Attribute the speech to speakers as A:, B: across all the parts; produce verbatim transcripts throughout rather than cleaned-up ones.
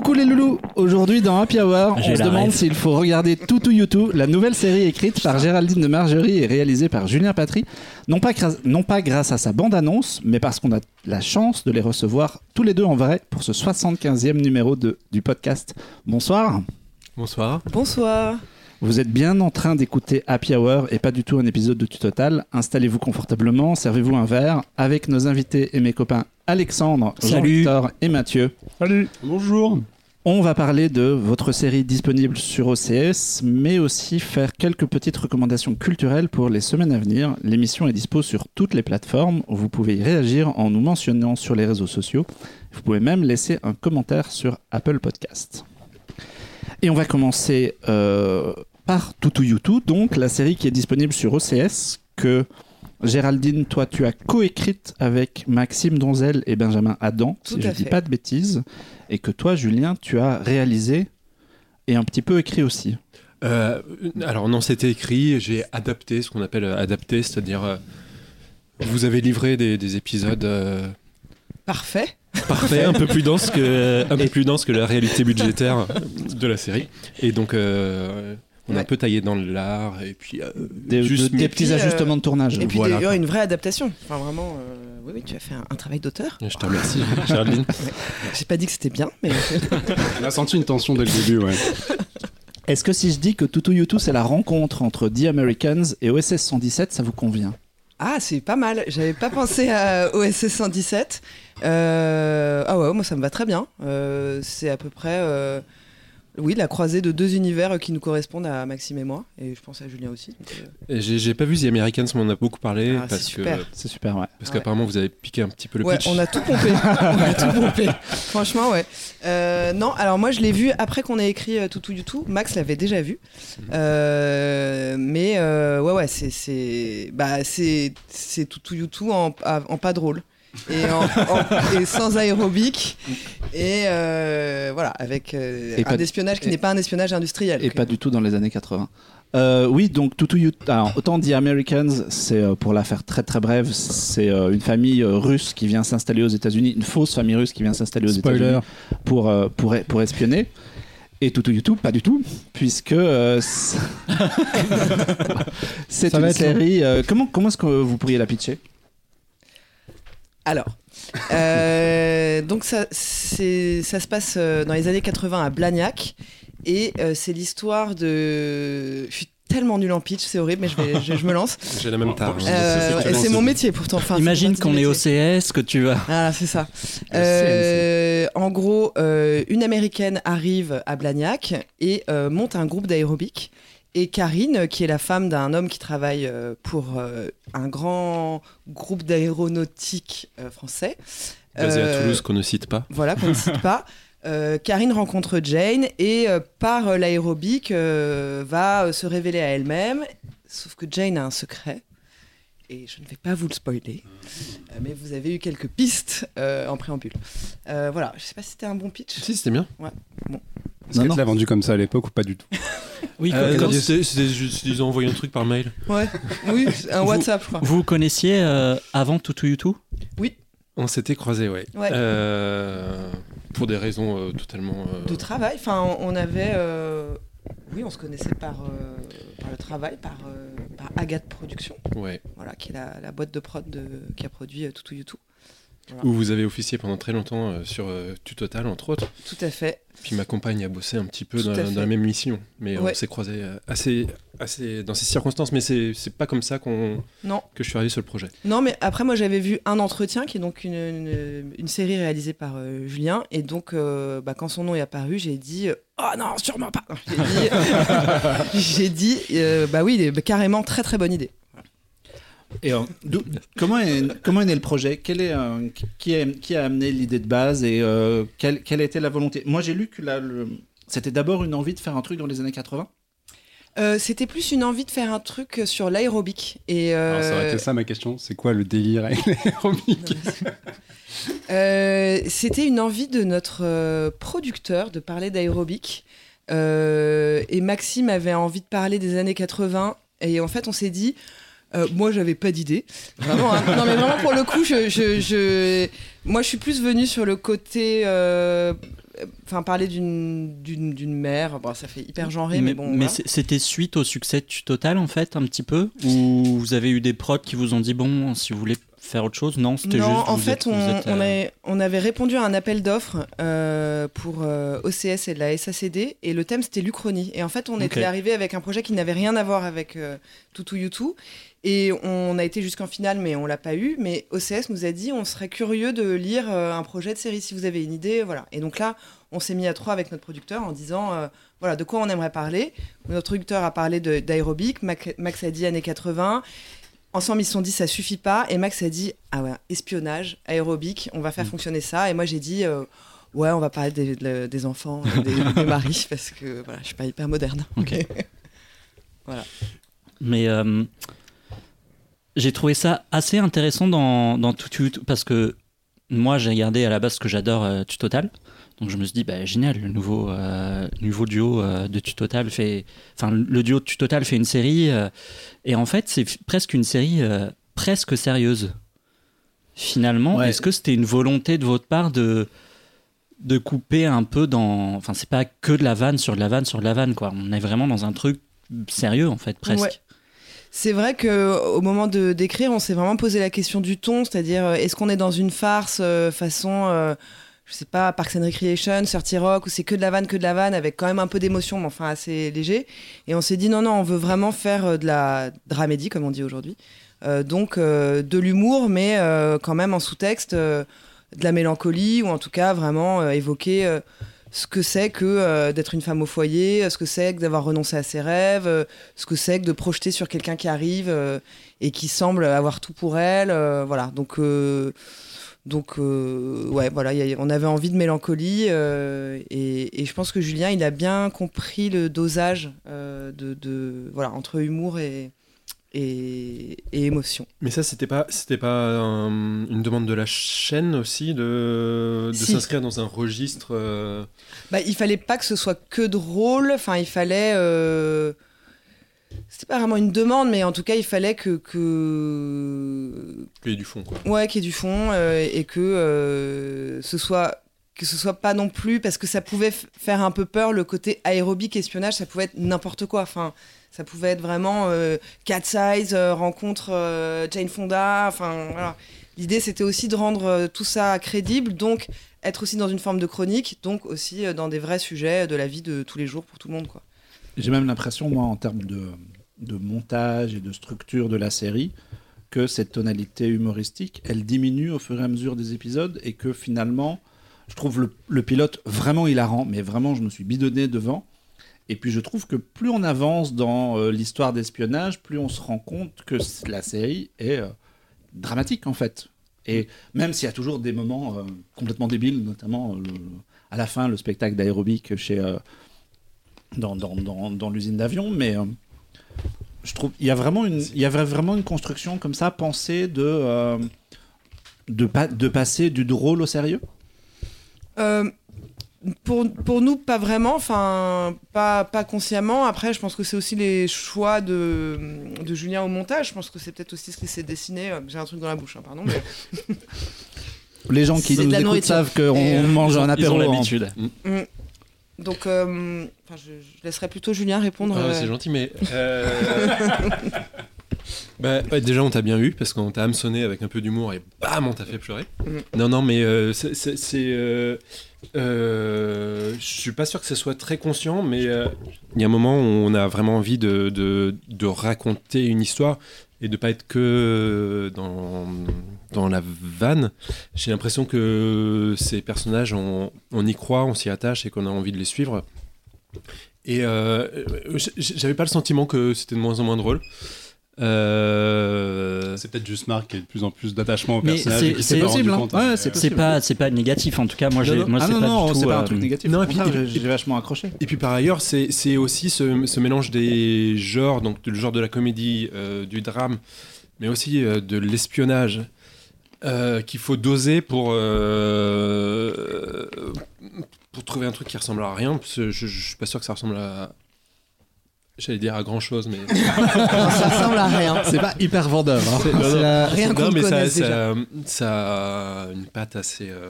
A: Coucou les loulous. Aujourd'hui dans Happy Hour,
B: J'ai
A: on se
B: la
A: demande
B: rêve.
A: s'il faut regarder Toutou Youtou, la nouvelle série écrite par Géraldine de Margerie et réalisée par Julien Patry, non pas, grâce, non pas grâce à sa bande-annonce, mais parce qu'on a la chance de les recevoir tous les deux en vrai pour ce soixante-quinzième numéro de, du podcast. Bonsoir.
C: Bonsoir.
D: Bonsoir.
A: Vous êtes bien en train d'écouter Happy Hour et pas du tout un épisode de Tutotal. Installez-vous confortablement, servez-vous un verre avec nos invités et mes copains Alexandre,
B: Salut.
A: Jean-Victor et Mathieu.
C: Salut. Bonjour.
A: On va parler de votre série disponible sur O C S, mais aussi faire quelques petites recommandations culturelles pour les semaines à venir. L'émission est dispo sur toutes les plateformes. Vous pouvez y réagir en nous mentionnant sur les réseaux sociaux. Vous pouvez même laisser un commentaire sur Apple Podcast. Et on va commencer euh, par Toutou Youtou, donc la série qui est disponible sur O C S, que Géraldine, toi tu as coécrite avec Maxime Donzel et Benjamin Adam,
D: Tout
A: si je
D: à
A: ne dis
D: fait.
A: pas de bêtises, et que toi Julien tu as réalisé et un petit peu écrit aussi.
C: Euh, alors non, c'était écrit, j'ai adapté, ce qu'on appelle adapté, c'est-à-dire euh, vous avez livré des, des épisodes euh,
D: Parfait.
C: parfaits, un peu plus denses que un peu plus denses que la réalité budgétaire de la série, et donc euh, on a
D: Ouais.
C: un peu taillé dans l'art et puis euh,
A: Des,
C: juste
A: de- des
C: mis-
A: petits
D: puis, euh,
A: ajustements de tournage.
D: Et puis
C: Voilà,
D: d'ailleurs
C: quoi.
D: une vraie adaptation. Enfin vraiment, euh, oui oui, tu as fait un, un travail d'auteur.
C: Je te remercie, Géraldine.
D: J'ai pas dit que c'était bien, mais
E: On a senti une tension dès le début, ouais.
A: Est-ce que si je dis que Toutou Youtou c'est la rencontre entre The Americans et O S S cent dix-sept, ça vous convient?
D: ah c'est pas mal. J'avais pas pensé à O S S cent dix-sept. Euh... Ah ouais, moi ça me va très bien. Euh, c'est à peu près, euh... oui, la croisée de deux univers qui nous correspondent à Maxime et moi, et je pense à Julien aussi. Donc, euh,
C: Et J'ai j'ai pas vu The Americans, mais on en a beaucoup parlé
D: Ah,
C: parce
D: c'est
C: que
D: super.
A: C'est super, ouais.
C: parce
D: Ouais.
C: qu'apparemment vous avez piqué un petit peu le
D: ouais,
C: pitch.
D: on a tout pompé. on a tout pompé. Franchement, ouais. Euh, non, alors moi je l'ai vu après qu'on ait écrit euh, Toutou Youtou. Max l'avait déjà vu. Euh, mais euh, ouais, ouais, c'est c'est bah c'est c'est Toutou Youtou en, en pas drôle. Et, en, en- et sans aérobic et euh, voilà avec euh,
A: Et
D: un
A: pas-
D: espionnage qui
A: et-
D: n'est pas un espionnage industriel.
A: Et pas du tout dans les années quatre-vingts. Euh, oui, donc Toutou Youtou. Alors, autant The Americans, c'est euh, pour la faire très très brève, c'est euh, une famille euh, russe qui vient s'installer aux États-Unis, une fausse famille russe qui vient s'installer aux
E: Spoiler.
A: États-Unis pour, euh, pour, pour espionner. Et Toutou Youtou, pas du tout, puisque euh, c'est c'est
E: Ça va
A: une
E: être
A: série. euh, comment comment est-ce que vous pourriez la pitcher?
D: Alors, euh, donc ça, c'est, ça se passe euh, dans les années quatre-vingts à Blagnac, et euh, c'est l'histoire de... Je suis tellement nul en pitch, c'est horrible, mais je, vais, je, je me lance.
C: J'ai la même tare. hein.
D: Euh,
E: c'est
D: et
E: que
D: c'est
E: tu
D: mon
E: lances.
D: métier pourtant. Enfin,
B: Imagine
D: c'est
B: qu'on
D: mon
B: est au
D: métier.
B: C S, que tu vas.
D: Voilà, c'est ça.
A: Le
D: Euh, en gros, euh, une américaine arrive à Blagnac et euh, monte un groupe d'aérobic. Et Karine, qui est la femme d'un homme qui travaille euh, pour euh, un grand groupe d'aéronautique euh, français.
C: Basé à
D: euh,
C: Toulouse, qu'on ne cite pas.
D: Voilà, qu'on ne cite pas. Euh, Karine rencontre Jane et euh, par euh, l'aérobic euh, va euh, se révéler à elle-même. Sauf que Jane a un secret. Et je ne vais pas vous le spoiler. Euh, mais vous avez eu quelques pistes euh, en préambule. Euh, voilà, je ne sais pas si c'était un bon pitch.
C: Si, c'était bien.
E: Est-ce
A: Non,
E: que
A: non.
E: tu l'as vendu comme ça à l'époque ou pas du tout?
B: Oui,
C: Euh,
B: quand-
C: non, c'était- c'était juste- ils ont envoyé un truc par mail.
D: Ouais, oui, un
B: Vous-
D: WhatsApp, je crois.
B: vous vous connaissiez euh, avant Toutou Youtou?
C: On s'était croisés, ouais.
D: Ouais.
C: Euh, pour des raisons euh, totalement. euh,
D: De travail. Enfin, on on avait. euh, Oui, on se connaissait par, euh, par le travail, par, euh, par Agathe Productions,
C: Ouais.
D: voilà, qui est la, la boîte de prod de, qui a produit euh, Toutou Youtou.
C: Où vous avez officié pendant très longtemps euh, sur euh, Tutotal, entre autres.
D: Tout à fait.
C: Puis ma compagne a bossé un petit peu
D: Tout
C: dans,
D: à fait.
C: dans la même mission. Mais
D: Ouais.
C: on s'est croisés euh, assez, assez dans ces circonstances. Mais c'est c'est pas comme ça qu'on
D: Non.
C: que je suis arrivé sur le projet.
D: Non, mais après, moi, j'avais vu Un entretien, qui est donc une, une, une série réalisée par euh, Julien. Et donc, euh, bah, quand son nom est apparu, j'ai dit « Oh non, sûrement pas !» J'ai dit, j'ai dit euh, bah oui, bah, carrément, très très bonne idée.
A: Et euh, d'où- comment, est, comment est né le projet? Quel est, euh, qui, est- qui a amené l'idée de base et euh, quelle, quelle a été la volonté? Moi, j'ai lu que la- le- c'était d'abord une envie de faire un truc dans les années quatre-vingts.
D: Euh, C'était plus une envie de faire un truc sur l'aérobic. Et, euh,
E: Alors, ça aurait été ça ma question. C'est quoi le délire avec l'aérobic?
D: Euh, C'était une envie de notre euh, producteur de parler d'aérobic. Euh, et Maxime avait envie de parler des années quatre-vingts. Et en fait, on s'est dit, Euh, moi, j'avais pas d'idée. Vraiment, hein. Non, mais vraiment, pour le coup, je, je, je... moi, je suis plus venue sur le côté. Euh... Enfin, parler d'une, d'une, d'une mère. Bon, ça fait hyper genré, mais, mais bon.
B: Mais
D: voilà.
B: c'était suite au succès de Tutotal, en fait, un petit peu. Ou vous avez eu des prods qui vous ont dit, bon, si vous voulez faire autre chose? Non, c'était
D: non,
B: juste.
D: en
B: vous
D: fait,
B: êtes,
D: on,
B: vous êtes,
D: on,
B: euh...
D: a, on avait répondu à un appel d'offres euh, pour euh, O C S et de la S A C D, et le thème c'était l'Uchronie. Et en fait, on était
B: Okay.
D: arrivé avec un projet qui n'avait rien à voir avec euh, Tutu Yutu, et on a été jusqu'en finale, mais on l'a pas eu. Mais O C S nous a dit, on serait curieux de lire euh, un projet de série si vous avez une idée, voilà. Et donc là, on s'est mis à trois avec notre producteur en disant, euh, voilà, de quoi on aimerait parler. Notre producteur a parlé de, d'aérobic, Mac, Max a dit années quatre-vingts. Ensemble, ils se sont dit, ça suffit pas. Et Max a dit, ah ouais, espionnage, aérobic, on va faire mmh. fonctionner ça. Et moi, j'ai dit, euh, ouais, on va parler des, des, des enfants, des, des maris, parce que voilà, je suis pas hyper moderne.
B: Ok.
D: Voilà.
B: Mais euh, j'ai trouvé ça assez intéressant dans, dans Tutu, parce que moi, j'ai regardé à la base ce que j'adore euh, Tutotal. Donc je me suis dit, bah, génial, le nouveau, euh, nouveau duo euh, de Tutotal fait... Enfin, le duo de Tutotal fait une série, euh, et en fait, c'est f- presque une série euh, presque sérieuse. Finalement, ouais. Est-ce que c'était une volonté de votre part de, de couper un peu dans... Enfin, c'est pas que de la vanne sur de la vanne sur de la vanne, quoi. On est vraiment dans un truc sérieux, en fait, presque.
D: Ouais. C'est vrai qu'au moment de, d'écrire, on s'est vraiment posé la question du ton, c'est-à-dire, est-ce qu'on est dans une farce euh, façon... Euh, je sais pas, Parks and Recreation, Dirty Rock, où c'est que de la vanne, que de la vanne, avec quand même un peu d'émotion, mais enfin assez léger. Et on s'est dit, non, non, on veut vraiment faire de la dramédie, comme on dit aujourd'hui. Euh, donc, euh, de l'humour, mais euh, quand même en sous-texte, euh, de la mélancolie, ou en tout cas, vraiment euh, évoquer euh, ce que c'est que euh, d'être une femme au foyer, ce que c'est que d'avoir renoncé à ses rêves, euh, ce que c'est que de projeter sur quelqu'un qui arrive euh, et qui semble avoir tout pour elle. Euh, voilà, donc... Euh, Donc, euh, ouais, voilà, y a, on avait envie de mélancolie euh, et, et je pense que Julien, il a bien compris le dosage euh, de, de, voilà, entre humour et, et, et émotion.
C: Mais ça, c'était pas, c'était pas un, une demande de la chaîne aussi de, de
D: si.
C: s'inscrire dans un registre euh...
D: Bah, il fallait pas que ce soit que drôle, enfin, il fallait... Euh... C'était pas vraiment une demande, mais en tout cas, il fallait que... que...
C: Qu'il y ait du fond, quoi.
D: Ouais, qu'il y ait du fond euh, et que, euh, ce soit, que ce soit pas non plus... Parce que ça pouvait f- faire un peu peur, le côté aérobique, espionnage, ça pouvait être n'importe quoi. Enfin, ça pouvait être vraiment euh, Cat Size, euh, rencontre euh, Jane Fonda. Enfin, voilà. L'idée, c'était aussi de rendre euh, tout ça crédible, donc être aussi dans une forme de chronique, donc aussi euh, dans des vrais sujets de la vie de tous les jours pour tout le monde, quoi.
A: J'ai même l'impression, moi, en termes de, de montage et de structure de la série, que cette tonalité humoristique, elle diminue au fur et à mesure des épisodes et que finalement, je trouve le, le pilote vraiment hilarant, mais vraiment, je me suis bidonné devant. Et puis, je trouve que plus on avance dans euh, l'histoire d'espionnage, plus on se rend compte que la série est euh, dramatique, en fait. Et même s'il y a toujours des moments euh, complètement débiles, notamment euh, le, à la fin, le spectacle d'aérobic chez... Euh, Dans, dans, dans, dans l'usine d'avion, mais euh, je trouve il y a vraiment une il y avait vraiment une construction comme ça pensée de euh, de, pa- de passer du drôle au sérieux.
D: Euh, pour pour nous pas vraiment, enfin pas pas consciemment. Après, je pense que c'est aussi les choix de de Julien au montage. Je pense que c'est peut-être aussi ce qui s'est dessiné. J'ai un truc dans la bouche, hein, pardon. Mais...
A: Les gens qui
D: C'est
A: nous
D: de la
A: écoutent
D: nourriture.
A: savent qu'on
D: Et, euh,
A: mange
B: Ils ont,
A: un
B: ils
A: apéro.
B: ont
A: en-
B: l'habitude.
D: Mm. Donc, euh, je, je laisserai plutôt Julien répondre.
C: Ah,
D: euh,
C: c'est gentil, mais... Euh... bah, ouais, déjà, on t'a bien eu, parce qu'on t'a hameçonné avec un peu d'humour et bam, on t'a fait pleurer.
D: Mm.
C: Non, non, mais euh, c'est... c'est, c'est euh, euh, je suis pas sûr que ce soit très conscient, mais il euh, y a un moment où on a vraiment envie de, de, de raconter une histoire et de pas être que dans, dans la vanne. J'ai l'impression que ces personnages, on, on y croit, on s'y attache et qu'on a envie de les suivre. Et euh, j'avais pas le sentiment que c'était de moins en moins drôle. Euh...
E: C'est peut-être juste Marc qui a de plus en plus d'attachement au
B: Mais
E: personnage.
B: c'est-
E: et qui s'est
B: c'est
E: pas rendu
A: possible, hein.
E: compte,
A: Ouais,
E: mais,
A: c'est
E: euh,
B: C'est pas, c'est pas négatif, en tout cas. Moi, j'ai, moi
A: ah
B: c'est
A: non,
B: pas
A: non,
B: du tout.
A: c'est pas un
B: euh,
A: truc négatif.
C: non,
A: Au
C: et puis-
A: contraire,
C: et
A: j'ai
C: puis-
A: j'ai vachement accroché.
C: Et puis par ailleurs, c'est, c'est aussi ce, ce mélange des genres, donc le genre de la comédie, euh, du drame, mais aussi euh, de l'espionnage, euh, qu'il faut doser pour, euh, pour trouver un truc qui ressemble à rien, parce que je, je suis pas sûr que ça ressemble à, J'allais dire à grand chose, mais.
D: Ça ressemble à rien.
A: C'est pas hyper vendeur. Hein.
E: C'est, c'est la-
D: Rien qu'on
C: non,
D: ne
C: mais ça,
D: connaisse déjà.
C: ça, ça a une patte assez. Euh...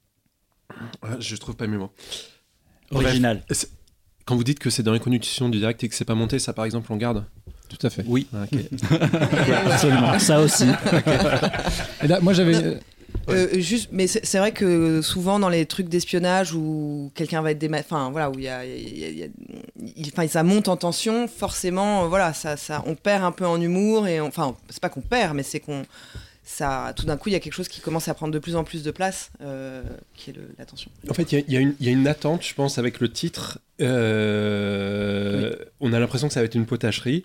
C: Je trouve pas mes mots.
B: Original.
C: Bref, c'est- quand vous dites que c'est dans les conditions du direct et que c'est pas monté, ça par exemple, on garde.
E: Tout à fait.
B: Oui,
C: Ah, ok.
B: absolument. Ça aussi.
E: Et là, moi, j'avais.
D: Non. Euh, juste, mais c'est, c'est vrai que souvent dans les trucs d'espionnage où quelqu'un va être déma... enfin voilà, où il y a, il y a- il y a- il- enfin ça monte en tension, forcément, euh, voilà, ça, ça, on perd un peu en humour et on- enfin c'est pas qu'on perd, mais c'est qu'on, ça, tout d'un coup il y a quelque chose qui commence à prendre de plus en plus de place, euh, qui est le, la tension.
C: En fait, il y a- il y, a une- il y a une attente, je pense, avec le titre. Euh, On a l'impression que ça va être une potacherie.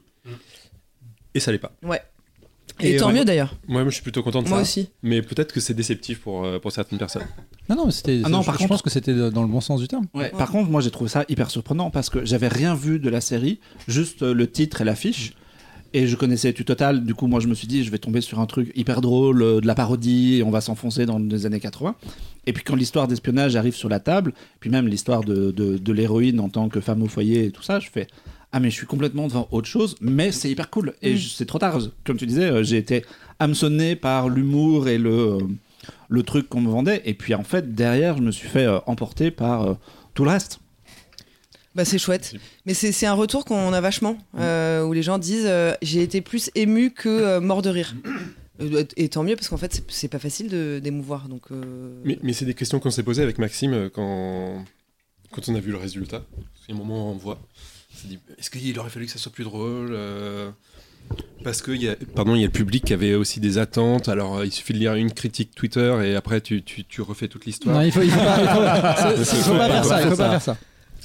C: Et ça l'est pas.
D: Ouais. Et,
C: Et
D: tant
C: ouais.
D: mieux d'ailleurs.
C: Moi, je suis plutôt content de
D: Moi
C: ça.
D: aussi.
C: Mais peut-être que c'est déceptif pour, euh, pour certaines personnes.
E: Non, non, mais c'était.
A: Ah non,
E: je,
A: par
E: je
A: contre-
E: pense que c'était dans le bon sens du terme.
A: Ouais, par contre, moi j'ai trouvé ça hyper surprenant parce que j'avais rien vu de la série, juste euh, le titre et l'affiche. Et je connaissais Tu Total, du coup, moi je me suis dit, je vais tomber sur un truc hyper drôle, euh, de la parodie, et on va s'enfoncer dans les années quatre-vingts. Et puis quand l'histoire d'espionnage arrive sur la table, puis même l'histoire de, de, de l'héroïne en tant que femme au foyer et tout ça, je fais ah, mais je suis complètement devant autre chose, mais c'est hyper cool. Et
D: Mm.
A: je- c'est trop tard. Comme tu disais, euh, j'ai été hameçonné par l'humour et le, euh, le truc qu'on me vendait. Et puis en fait, derrière, je me suis fait euh, emporter par euh, tout le reste.
D: Bah c'est chouette. Mais c'est, c'est un retour qu'on a vachement, euh, où les gens disent euh, j'ai été plus ému que euh, mort de rire. Euh, Et tant mieux parce qu'en fait c'est, c'est pas facile de d'émouvoir. Donc. euh,
C: Mais, mais c'est des questions qu'on s'est posées avec Maxime euh, quand, quand on a vu le résultat. Il y a un moment où on voit. On s'est dit, est-ce qu'il aurait fallu que ça soit plus drôle euh, Parce qu'il y, a- pardon, il y a le public qui avait aussi des attentes. Alors, euh, il suffit de lire une critique Twitter et après, tu, tu, tu refais toute l'histoire.
E: Non, il faut, il faut pas, il faut, c'est-
C: C'est-
E: il faut pas
C: faut
E: faire
C: pas
E: ça. Il
C: faire
E: faut pas
C: ça.
E: faire ça.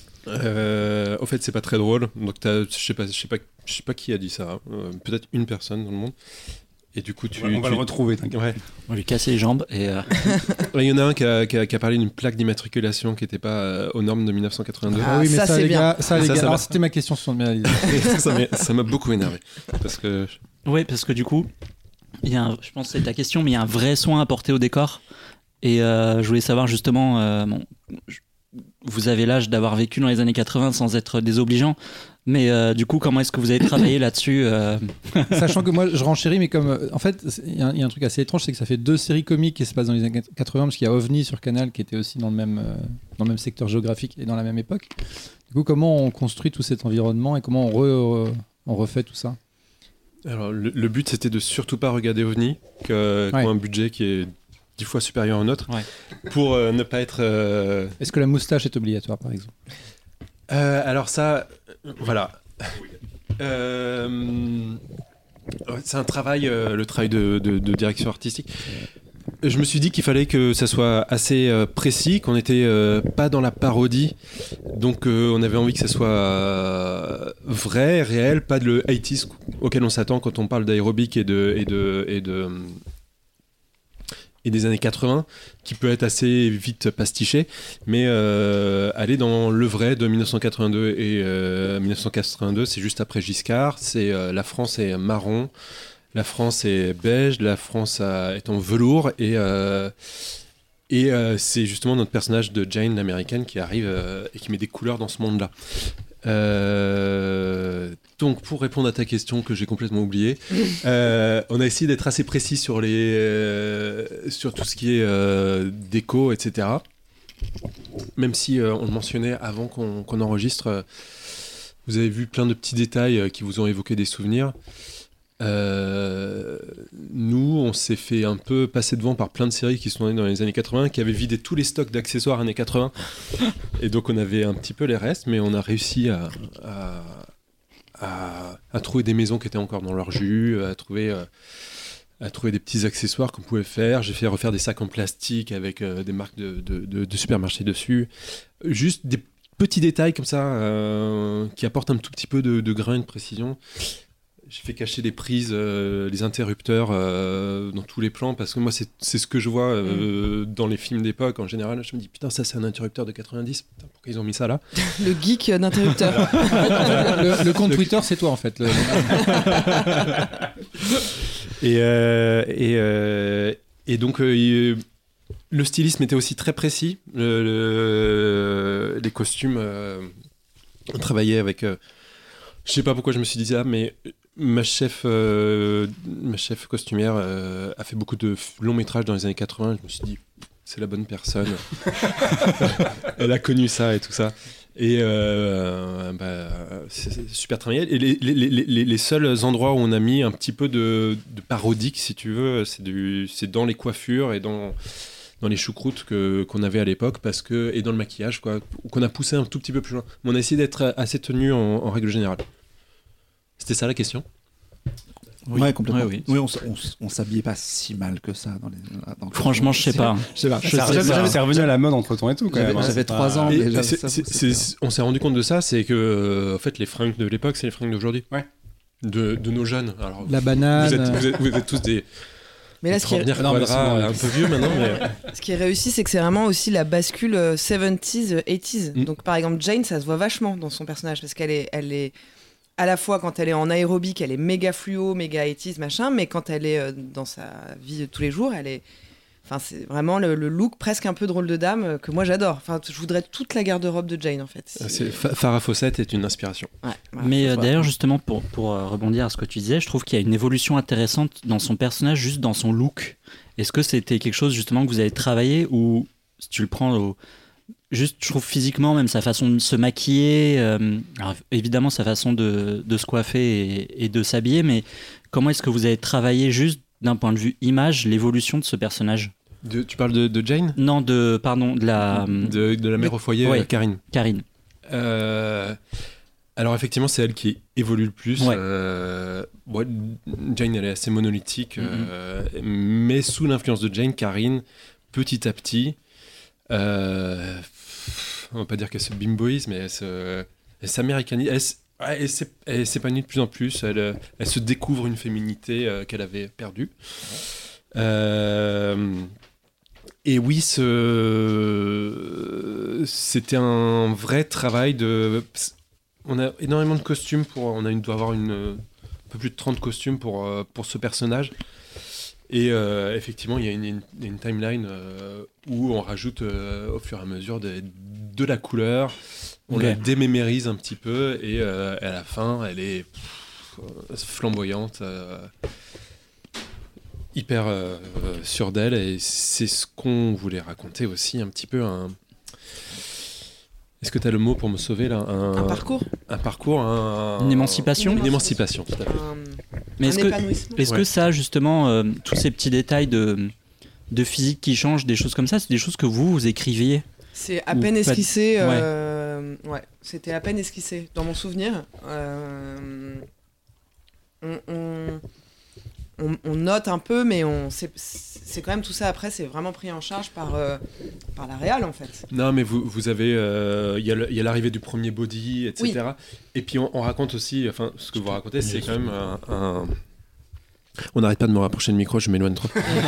C: Euh, au fait, c'est pas très drôle. Donc, t'as- je sais pas, je sais pas, je sais pas qui a dit ça. hein. Euh, peut-être une personne dans le monde. Et du coup, tu.
E: On va
C: tu-
E: le retrouver, t'inquiète.
C: Ouais.
B: On lui casser les jambes et euh,
C: Il y en a un qui a, qui a- qui a parlé d'une plaque d'immatriculation qui n'était pas euh, aux normes de mille neuf cent quatre-vingt-deux.
D: Ah,
E: oui, mais
D: ça,
E: ça,
D: c'est
E: les
D: bien.
E: gars, ça, les
C: Ça,
E: gars.
C: ça
E: Alors,
C: va.
E: c'était ma question sur le mail.
C: ça m'a- ça m'a beaucoup énervé. Parce que.
B: oui, parce que du coup, il y a un- je pense que c'est ta question, mais il y a un vrai soin apporté au décor. Et euh, je voulais savoir justement, euh, bon, je- vous avez l'âge d'avoir vécu dans les années quatre-vingts sans être désobligeant, mais euh, du coup, comment est-ce que vous avez travaillé là-dessus euh,
E: Sachant que moi, je renchéris, mais comme. euh, En fait, c'est- il y, a un- il y a un truc assez étrange, c'est que ça fait deux séries comiques qui se passent dans les années quatre-vingts, parce qu'il y a OVNI sur Canal qui était aussi dans le même, euh, dans le même secteur géographique et dans la même époque. Du coup, comment on construit tout cet environnement et comment on, re- on refait tout ça?
C: Alors, le, le but, c'était de surtout pas regarder OVNI, que, qui
E: Ouais.
C: ont un budget qui est dix fois supérieur au nôtre,
B: Ouais.
C: pour euh, ne pas être. euh,
E: Est-ce que la moustache est obligatoire, par exemple?
C: euh, alors, ça. euh, voilà. Euh, ouais, c'est un travail, euh, le travail de, de- de direction artistique. Je me suis dit qu'il fallait que ça soit assez euh, précis, qu'on n'était euh, pas dans la parodie. Donc euh, on avait envie que ça soit euh, vrai, réel, pas de le eighties auquel on s'attend quand on parle d'aérobic et de, et de, et de, et des années quatre-vingts, qui peut être assez vite pastiché, mais euh, aller dans le vrai de mille neuf cent quatre-vingt-deux et euh, mille neuf cent quatre-vingt-deux, c'est juste après Giscard, c'est euh, la France est marron, la France est beige, la France a- est en velours, et, euh, et euh, c'est justement notre personnage de Jane, l'américaine, qui arrive euh, et qui met des couleurs dans ce monde-là. Euh, donc, pour répondre à ta question que j'ai complètement oubliée, euh, on a essayé d'être assez précis sur, les, euh, sur tout ce qui est euh, déco, et cetera. Même si euh, on le mentionnait avant qu'on qu'on enregistre, euh, vous avez vu plein de petits détails euh, qui vous ont évoqué des souvenirs. Euh, nous, on s'est fait un peu passer devant par plein de séries qui sont nées dans les années quatre-vingts, qui avaient vidé tous les stocks d'accessoires années quatre-vingts. Et donc, on avait un petit peu les restes, mais on a réussi à, à, à, à trouver des maisons qui étaient encore dans leur jus, à trouver, euh, à trouver des petits accessoires qu'on pouvait faire. J'ai fait refaire des sacs en plastique avec euh, des marques de, de, de, de supermarchés dessus. Juste des petits détails comme ça euh, qui apportent un tout petit peu de, de grain et de précision. J'ai fait cacher les prises, euh, les interrupteurs euh, dans tous les plans, parce que moi, c'est c'est ce que je vois euh, dans les films d'époque. En général, je me dis, putain, ça, c'est un interrupteur de quatre-vingt-dix. Putain, pourquoi ils ont mis ça là?
D: Le geek d'interrupteur.
E: le, le compte Twitter, c'est toi, en fait. Le-
C: Et, euh, et, euh, et donc, euh, il- le stylisme était aussi très précis. Le- le- les costumes, euh, on travaillait avec... euh, Je sais pas pourquoi je me suis dit ça, mais ma chef, euh, ma chef costumière euh, a fait beaucoup de longs métrages dans les années quatre-vingts. Je me suis dit, c'est la bonne personne. Elle a connu ça et tout ça. Et euh, bah, c'est, c'est super travaillé. Et les, les, les, les, les seuls endroits où on a mis un petit peu de, de parodique, si tu veux, c'est, du, c'est dans les coiffures et dans, dans les choucroutes que, qu'on avait à l'époque, parce que, et dans le maquillage, quoi, qu'on a poussé un tout petit peu plus loin. Mais on a essayé d'être assez tenu en, en règle générale. C'était ça la question ?
A: Oui, ouais, complètement.
B: Ouais, oui,
A: oui on, on, on s'habillait pas si mal que ça. Dans les, dans
B: Franchement, je sais pas.
F: Je sais pas.
B: Je
F: ça,
B: sais
F: ça,
B: pas.
F: c'est revenu à la mode entre temps et tout. Quand
A: j'avais
F: même,
A: j'avais trois
F: pas...
A: ans.
C: Et,
A: mais
C: c'est,
A: ça,
C: c'est, c'est, c'est, on s'est rendu compte de ça, c'est que euh, en fait, les fringues de l'époque, c'est les fringues d'aujourd'hui.
F: Ouais.
C: De, de nos jeunes. Alors,
E: La banane.
C: Vous êtes, vous êtes, vous êtes tous des.
D: Mais là, ce qui, est,
C: non, quadras, un peu vieux maintenant. Mais...
D: ce qui est réussi, c'est que c'est vraiment aussi la bascule soixante-dix, quatre-vingts. Mm. Donc, par exemple, Jane, ça se voit vachement dans son personnage parce qu'elle est, elle est à la fois quand elle est en aérobic, elle est méga fluo, méga quatre-vingts, machin, mais quand elle est dans sa vie de tous les jours, elle est. Enfin, c'est vraiment le, le look presque un peu drôle de dame que moi j'adore. Enfin, je voudrais toute la garde-robe de Jane en fait.
C: C'est... C'est, Farrah Fawcett est une inspiration.
D: Ouais, voilà,
B: mais euh, d'ailleurs, justement, pour, pour euh, rebondir à ce que tu disais, je trouve qu'il y a une évolution intéressante dans son personnage, juste dans son look. Est-ce que c'était quelque chose justement que vous avez travaillé ou si tu le prends au... juste, je trouve physiquement, même sa façon de se maquiller, euh, alors, évidemment sa façon de, de se coiffer et, et de s'habiller, mais comment est-ce que vous avez travaillé juste d'un point de vue image l'évolution de ce personnage ?
C: De, tu parles de, de Jane ?
B: Non, de pardon, de la
C: de, de la mère au foyer,
B: ouais.
C: euh, Karine.
B: Karine.
C: Euh, alors effectivement, c'est elle qui évolue le plus.
B: Ouais.
C: Euh, ouais, Jane, elle est assez monolithique,
B: Mm-hmm.
C: euh, mais sous l'influence de Jane, Karine, petit à petit, euh, on va pas dire qu'elle se bimboise, mais elle, se, elle s'américanise. Elle, elle, elle s'épanouit de plus en plus. Elle, elle se découvre une féminité euh, qu'elle avait perdue. Euh, et oui, ce... c'était un vrai travail de. On a énormément de costumes pour. On a une, doit avoir une, un peu plus de trente costumes pour, pour ce personnage. Et euh, effectivement, il y a une, une, une timeline euh, où on rajoute euh, au fur et à mesure de, de la couleur. On okay. la démémérise un petit peu et euh, à la fin, elle est pff, flamboyante. Euh, hyper euh, sûre d'elle, et c'est ce qu'on voulait raconter aussi un petit peu. Un... Est-ce que tu as le mot pour me sauver là ? Un,
D: un parcours
C: Un parcours, un...
B: Une émancipation
C: Une émancipation, tout à fait.
D: Un,
B: Mais
D: un
B: est-ce
D: épanouissement.
B: Que, est-ce ouais. que ça, justement, euh, tous ces petits détails de, de physique qui changent, des choses comme ça, c'est des choses que vous, vous écriviez ?
D: C'est à peine esquissé. Pas... Euh... Ouais. ouais, c'était à peine esquissé. Dans mon souvenir, euh... on... on... On, on note un peu, mais on, c'est, c'est quand même tout ça après, c'est vraiment pris en charge par, euh, par la réal en fait.
C: Non, mais vous, vous avez, il euh, y, y a l'arrivée du premier body, et cetera. Oui. Et puis on, on raconte aussi, enfin, ce que vous racontez, c'est quand même un. un... On n'arrête pas de me rapprocher du micro, je m'éloigne trop.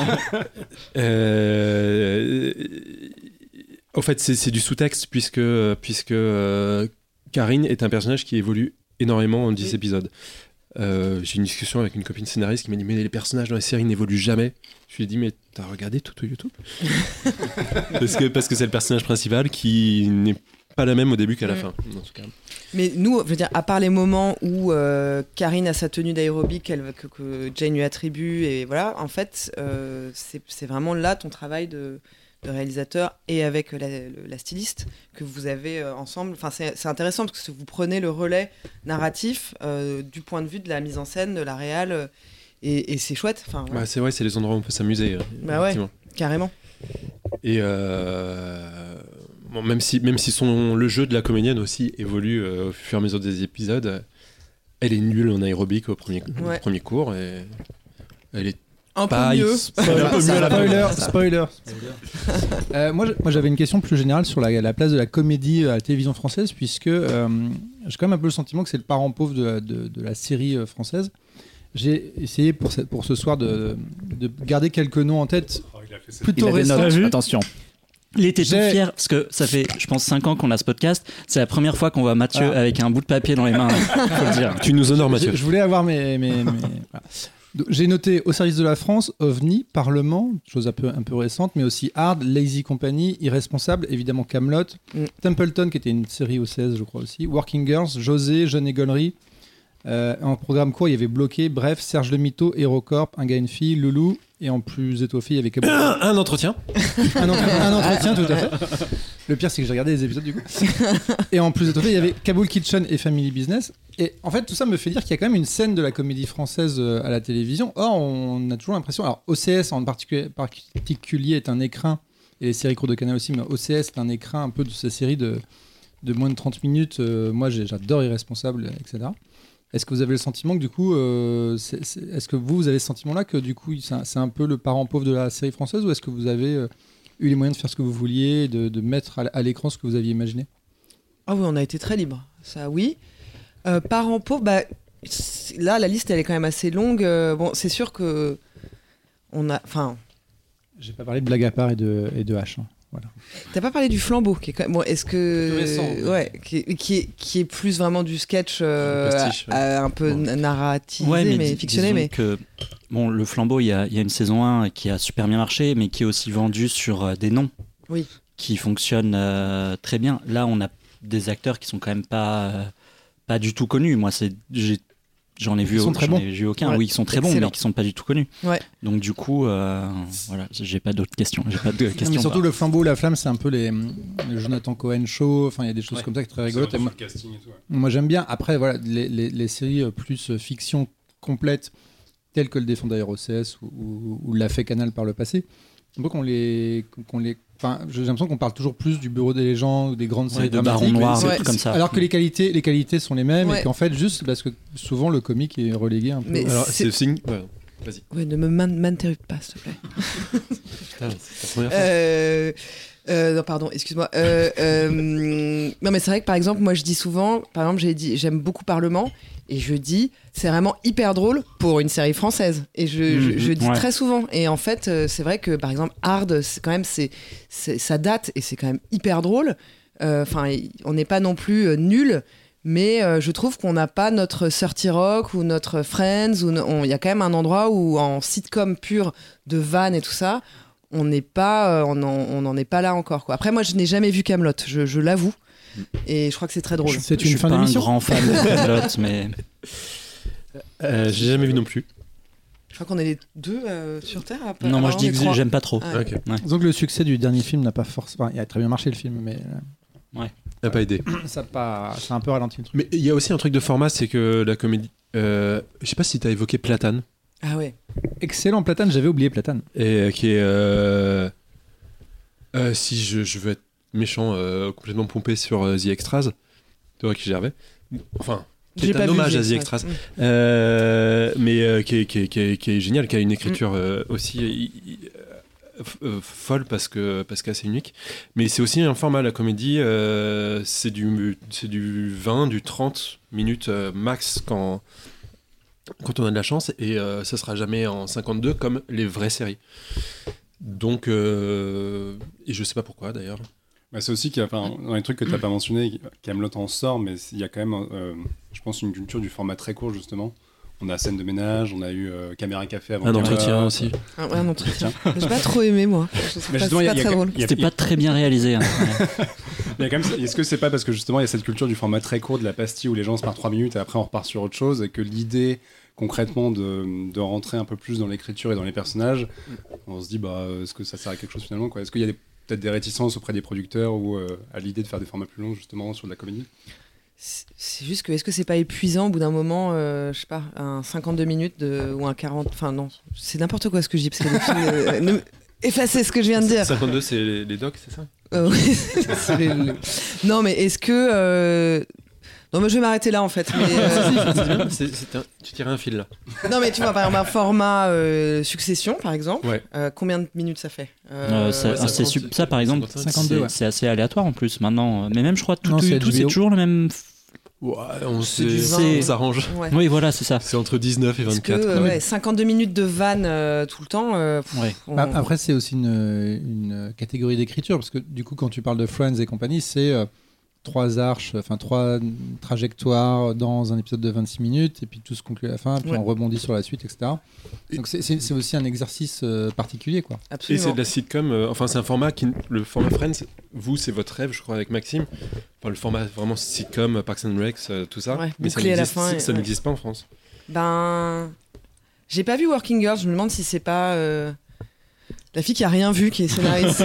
C: euh... En fait, c'est, c'est du sous-texte, puisque, puisque euh, Karine est un personnage qui évolue énormément en dix oui. épisodes. Euh, j'ai une discussion avec une copine scénariste qui m'a dit mais les personnages dans les séries n'évoluent jamais. Je lui ai dit mais t'as regardé tout au YouTube parce que parce que c'est le personnage principal qui n'est pas la même au début qu'à la mmh. fin en tout cas.
D: Mais nous, je veux dire, à part les moments où euh, Karine a sa tenue d'aérobic qu'elle, que, que Jane lui attribue et voilà, en fait euh, c'est, c'est vraiment là ton travail de de réalisateur et avec la, la styliste que vous avez euh, ensemble. Enfin, c'est, c'est intéressant parce que vous prenez le relais narratif euh, du point de vue de la mise en scène, de la réal, euh, et, et c'est chouette. Enfin, ouais.
C: Bah, c'est vrai, c'est les endroits où on peut s'amuser.
D: Bah ouais, carrément.
C: Et euh, bon, même si, même si son, le jeu de la comédienne aussi évolue euh, au fur et à mesure des épisodes, elle est nulle en aérobic au premier, ouais. au premier cours et elle est
D: Un peu mieux.
E: Spoiler, spoiler, spoiler. euh, moi, moi, j'avais une question plus générale sur la, la place de la comédie à la télévision française, puisque euh, j'ai quand même un peu le sentiment que c'est le parent pauvre de, de, de la série française. J'ai essayé pour ce, pour ce soir de, de garder quelques noms en tête
A: oh, il a fait
E: plutôt
A: il
E: récents.
A: Attention.
B: Il était tout fier parce que ça fait, je pense, cinq ans qu'on a ce podcast. C'est la première fois qu'on voit Mathieu ah. avec un bout de papier dans les mains. Faut le dire.
C: Tu nous honores, Mathieu.
E: Je, je voulais avoir mes. mes, mes voilà. J'ai noté Au service de la France, OVNI, Parlement, chose un peu, un peu récente, mais aussi Hard, Lazy Company, Irresponsable, évidemment Kaamelott, mm. Templeton, qui était une série au seize, je crois aussi, Working Girls, José, Jeune Égolerie, Euh, en programme court, il y avait Bloqué, Bref, Serge le Mito, HeroCorp, Un gars, une fille, Loulou. Et en plus étoffé, il y avait Kaboul.
C: Un entretien.
E: un, entre- un entretien, tout à fait. Le pire, c'est que j'ai regardé les épisodes du coup. Et en plus étoffé, il y avait Kaboul Kitchen et Family Business. Et en fait, tout ça me fait dire qu'il y a quand même une scène de la comédie française euh, à la télévision. Or, on a toujours l'impression. Alors, O C S en particulier, particulier est un écrin, et les séries courtes de Canal aussi, mais O C S est un écrin un peu de ces séries de, de moins de trente minutes. Euh, moi, j'ai- j'adore Irresponsable, et cetera. Est-ce que vous avez le sentiment que du coup, euh, c'est- c'est- est-ce que vous, vous avez ce sentiment-là que du coup, c'est un, c'est un peu le parent pauvre de la série française, ou est-ce que vous avez euh, eu les moyens de faire ce que vous vouliez, de, de mettre à, l- à l'écran ce que vous aviez imaginé?
D: Ah oui, on a été très libre. Ça, oui. Euh, parents pauvres, bah, c'est- là, la liste, elle est quand même assez longue. Euh, bon, c'est sûr que on a. Enfin,
E: J'ai pas parlé de Blague à part et de, et de H. hein. Voilà.
D: t'as pas parlé du Flambeau, qui est quand même. Bon, est-ce que.
C: Plus récent, oui.
D: Ouais, qui est, qui, est, qui est plus vraiment du sketch euh,
C: Du pastiche, ouais.
D: à- à un peu
C: Ouais.
D: narratisé,
B: Ouais,
D: mais,
B: dis-
D: fictionné.
B: disons
D: Mais
B: que, bon, le Flambeau, il y a, il y a une saison un qui a super bien marché, mais qui est aussi vendu sur euh, des noms
D: Oui.
B: qui fonctionnent euh, très bien. Là, on a des acteurs qui sont quand même pas, euh, pas du tout connus. Moi, c'est, j'ai, j'en ai vu,
E: Ils sont
B: au-
E: très
B: j'en
E: bons.
B: ai vu aucun.
D: Ouais.
B: Oui, ils sont très bons,
D: Excellent.
B: mais qui sont pas du tout connus.
D: Ouais.
B: Donc du coup, euh, voilà, j'ai pas d'autres questions. J'ai pas de
E: Non,
B: questions.
E: mais surtout
B: bah.
E: le Flambeau, la flamme, c'est un peu les, le Jonathan Cohen show. Enfin, il y a des choses
B: Ouais.
E: comme ça qui sont très rigolotes. Et moi,
C: casting et tout.
E: moi, j'aime bien. Après, voilà, les, les, les séries euh, plus euh, fiction complète, telles que le défend d'ailleurs O C S ou, ou, ou l'a fait Canal par le passé, on qu'on les, qu'on les, enfin, j'ai l'impression qu'on parle toujours plus du Bureau des légendes ou des grandes
B: Ouais,
E: séries
B: de Baron
E: dramatiques.
B: Noir,
D: c'est-
B: des trucs comme ça.
E: Alors que les qualités, les qualités sont les mêmes
D: Ouais.
E: et qu'en fait, juste parce que souvent le comique est relégué un peu.
D: Mais
C: Alors,
D: c'est-
C: c'est le signe. Ouais. Vas-y.
D: Ouais, ne me man- m'interromps pas, s'il te plaît.
C: Putain, c'est ta première fois.
D: Euh, euh, non, pardon, excuse-moi. Euh, euh, non, mais c'est vrai que par exemple, moi je dis souvent, par exemple, j'ai dit, j'aime beaucoup Parlement, et je dis, c'est vraiment hyper drôle pour une série française. Et je, je, je dis
B: ouais.
D: très souvent. Et en fait, euh, c'est vrai que par exemple, Hard, c'est quand même, c'est, c'est, ça date et c'est quand même hyper drôle. Enfin, on n'est pas non plus euh, nul. Mais euh, je trouve qu'on n'a pas notre thirty Rock ou notre Friends. Ou no- on- il y a quand même un endroit où, en sitcom pur de vannes et tout ça, on n'est pas, euh, on en- on n'en est pas là encore, quoi. Après, moi, je n'ai jamais vu Kaamelott, je, je l'avoue, et je crois que c'est très drôle.
E: C'est
B: Je
E: une
B: suis
E: fin
B: pas un
E: d'émission.
B: grand fan de Camelot, mais
C: Euh, J'ai jamais vu non plus.
D: Je crois qu'on est les deux euh, sur Terre. à-
B: non, moi
D: ah,
B: je
D: on
B: dis
D: est
B: que
D: trois.
B: j'aime pas trop.
D: Ah.
C: Ok.
E: Disons que le succès du dernier film n'a pas forcément. Enfin, il a très bien marché le film, mais
C: N'a pas aidé.
E: euh, ça, a pas... ça a un peu ralenti le truc.
C: Mais il y a aussi un truc de format, c'est que la comédie. Euh, je sais pas si tu as évoqué Platane,
D: Ah ouais.
E: Excellent Platane, j'avais oublié Platane.
C: et euh, qui est. euh, euh, si je, je veux être méchant, euh, complètement pompé sur euh, The Extras, de Ricky Gervais. Enfin, qui
D: J'ai
C: est
D: pas
C: un
D: vu,
C: hommage
D: j'ai-
C: à The
D: ouais.
C: Extras.
D: Mm.
C: Euh, mais euh, qui, est, qui, est, qui, est, qui est génial, qui a une écriture euh, aussi euh, f- euh, folle parce que parce qu'assez unique. Mais c'est aussi un format, la comédie, euh, c'est du c'est du vingt, du trente minutes euh, max quand quand on a de la chance, et euh, ça sera jamais en cinquante-deux comme les vraies séries. Donc euh, et je sais pas pourquoi d'ailleurs.
F: Bah, c'est aussi qu'il y a, enfin, dans les trucs que tu n'as pas mentionné, Kaamelott en sort, mais il y a quand même, euh, je pense, une culture du format très court, justement. On a Scène de ménage, on a eu euh, Caméra Café avant.
C: Un
F: Caméra.
C: entretien aussi.
D: Un, ouais, un entretien. J'ai pas trop aimé, moi. Je trouve
F: Mais
D: pas-
F: justement,
D: c'est
F: il y
D: pas
F: a- il y a
D: très
F: quand-
D: drôle.
F: il y a-
B: C'était pas très bien réalisé. hein. Ouais.
F: Il y a quand même, est-ce que c'est pas parce que justement il y a cette culture du format très court de la pastille où les gens se partent trois minutes et après on repart sur autre chose, et que l'idée concrètement de, de rentrer un peu plus dans l'écriture et dans les personnages, on se dit bah est-ce que ça sert à quelque chose finalement, quoi. Est-ce qu'il y a des- peut-être des réticences auprès des producteurs ou euh, à l'idée de faire des formats plus longs justement sur de la comédie?
D: C'est c'est juste que, est-ce que c'est pas épuisant au bout d'un moment, euh, je sais pas, un cinquante-deux minutes de, ou un quarante, enfin non, c'est n'importe quoi ce que je dis, parce que les films, euh, ne- effacez ce que je viens de dire.
C: cinquante-deux, c'est les, les docs, c'est ça?
D: Euh, ouais, c'est les- les- Non, mais est-ce que. euh, Non, mais je vais m'arrêter là en fait. Mais, euh,
C: C'est- c'est un- tu tirais un fil là.
D: Non, mais tu vois, par exemple, un format euh, Succession, par exemple,
C: Ouais.
D: euh, combien de minutes ça fait
B: Euh, ça,
C: ouais,
B: ah, c'est
C: cinquante,
B: sup- ça, par exemple,
C: cinquante-cinq.
E: cinquante-deux,
B: c'est
E: ouais.
B: c'est assez aléatoire en plus maintenant. Mais même, je crois, tout,
E: Non,
B: tout,
E: c'est
B: tout, c'est
E: H B O.
B: toujours le même.
C: Ouais, on
D: C'est
C: s'est-
D: du
B: vingt.
C: on s'arrange.
D: Ouais.
B: Oui, voilà, c'est ça.
C: C'est entre dix-neuf et
D: Parce que
C: vingt-quatre.
D: euh,
C: quoi.
D: ouais, cinquante-deux minutes de vanne euh, tout le temps. euh, pff,
B: Ouais.
D: on-
E: Bah, après, c'est aussi une, une catégorie d'écriture, parce que du coup, quand tu parles de Friends et compagnie, c'est euh, trois arches, enfin trois trajectoires dans un épisode de vingt-six minutes, et puis tout se conclut à la fin, puis
D: Ouais.
E: on rebondit sur la suite, et cetera. Donc c'est, c'est, c'est aussi un exercice euh, particulier, quoi.
C: Et
D: Absolument.
C: c'est de la sitcom, euh, enfin c'est un format qui, le format Friends, vous c'est votre rêve je crois avec Maxime, enfin, le format vraiment sitcom, Parks and Rec, euh, tout ça,
D: Ouais,
C: mais ça
D: bouclé à la
C: n'existe,
D: fin et-
C: ça
D: ouais.
C: n'existe pas en France.
D: Ben, j'ai pas vu Working Girls. Je me demande si c'est pas euh, la fille qui a rien vu qui est scénariste.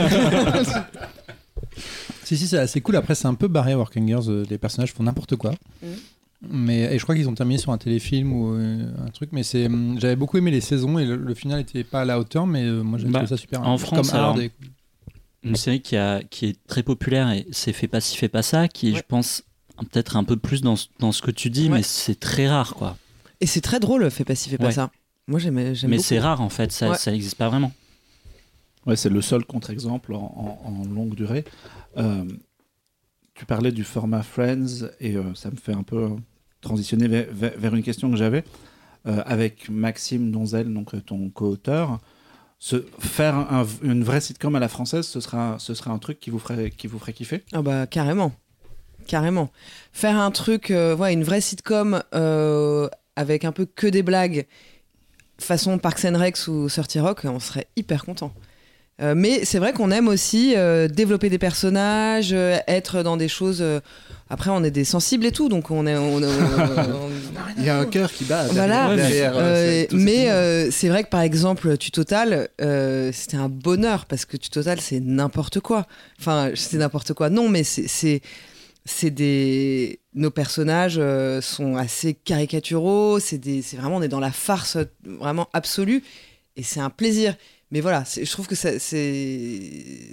E: Si, si, c'est assez cool. Après, c'est un peu barré, Working Girls. euh, Les personnages font n'importe quoi.
D: Mhm.
E: Mais, et je crois qu'ils ont terminé sur un téléfilm ou euh, un truc. Mais c'est, hum, j'avais beaucoup aimé les saisons et le, le final était pas à la hauteur. Mais euh, moi, j'ai
B: Bah,
E: trouvé ça super.
B: en
E: hein,
B: France,
E: comme Hard
B: alors,
E: et-
B: Une série qui, a, qui est très populaire et c'est Fais pas ci, fais pas ça, qui est,
D: Ouais.
B: je pense, peut-être un peu plus dans, ce- dans ce que tu dis,
D: Ouais.
B: mais c'est très rare, quoi.
D: Et c'est très drôle, fais pas ci, fais pas
B: Ouais.
D: ça. Moi, j'aime, j'aime
B: Mais
D: beaucoup.
B: c'est rare, en fait, ça
D: Ouais.
B: ça n'existe pas vraiment.
A: Ouais, c'est le seul contre-exemple en, en- en longue durée. Euh, tu parlais du format Friends et euh, ça me fait un peu transitionner vers, vers- vers une question que j'avais. Euh, avec Maxime Donzel, donc euh, ton co-auteur, se, faire un- une vraie sitcom à la française, ce sera, ce sera un truc qui vous ferait, qui vous ferait kiffer?
D: Ah bah carrément, carrément. Faire un truc, euh, ouais, une vraie sitcom euh, avec un peu que des blagues, façon Parks and Rec ou thirty Rock, on serait hyper content. Euh, mais c'est vrai qu'on aime aussi euh, développer des personnages, euh, être dans des choses. euh, Après, on est des sensibles et tout, donc on est. on- on- on-
A: Il y a un cœur qui bat.
D: Voilà.
A: derrière- derrière, euh,
D: Euh,
A: c'est- tout
D: mais
A: c'est-
D: euh, c'est vrai que par exemple, Tutotal, euh, c'était un bonheur parce que Tutotal, c'est n'importe quoi. Enfin, c'est n'importe quoi. Non, mais c'est, c'est, c'est des. Nos personnages euh, sont assez caricaturaux. C'est des, c'est vraiment, on est dans la farce vraiment absolue, et c'est un plaisir. Mais voilà, c'est- je trouve que ça, c'est.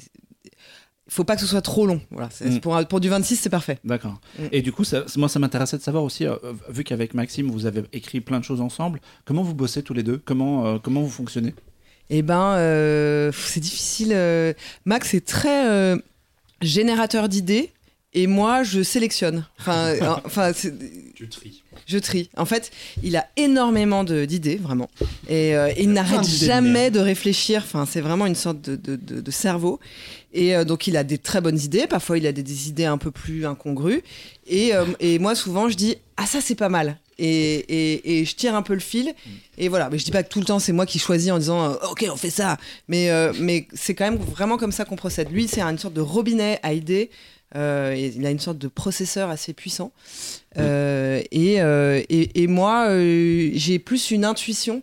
D: Il faut pas que ce soit trop long. Voilà, c'est-
A: Mm.
D: pour, un- pour du vingt-six, c'est parfait.
A: D'accord.
D: Mm.
A: Et du coup, ça, moi, ça m'intéressait de savoir aussi, euh, vu qu'avec Maxime, vous avez écrit plein de choses ensemble, comment vous bossez tous les deux? Comment, euh, comment vous fonctionnez?
D: Eh ben, euh, c'est difficile. euh, Max est très euh, générateur d'idées et moi, je sélectionne. Enfin, euh, enfin, c'est-
F: Tu tries.
D: je trie. En fait, il a énormément de- d'idées, vraiment. Et euh, il
E: Plein
D: n'arrête
E: d'idées de
D: jamais
E: merde.
D: de réfléchir. Enfin, c'est vraiment une sorte de, de- de- de cerveau. Et euh, donc, il a des très bonnes idées. Parfois, il a des, des idées un peu plus incongrues. Et, euh, et moi, souvent, je dis « Ah, ça, c'est pas mal ». Et, et, et je tire un peu le fil. Et voilà. Mais je dis pas que tout le temps, c'est moi qui choisis en disant euh, « Ok, on fait ça ». Mais, euh, mais c'est quand même vraiment comme ça qu'on procède. Lui, c'est une sorte de robinet à idées. Euh, et il a une sorte de processeur assez puissant. Euh, et, euh, et, et moi, euh, j'ai plus une intuition.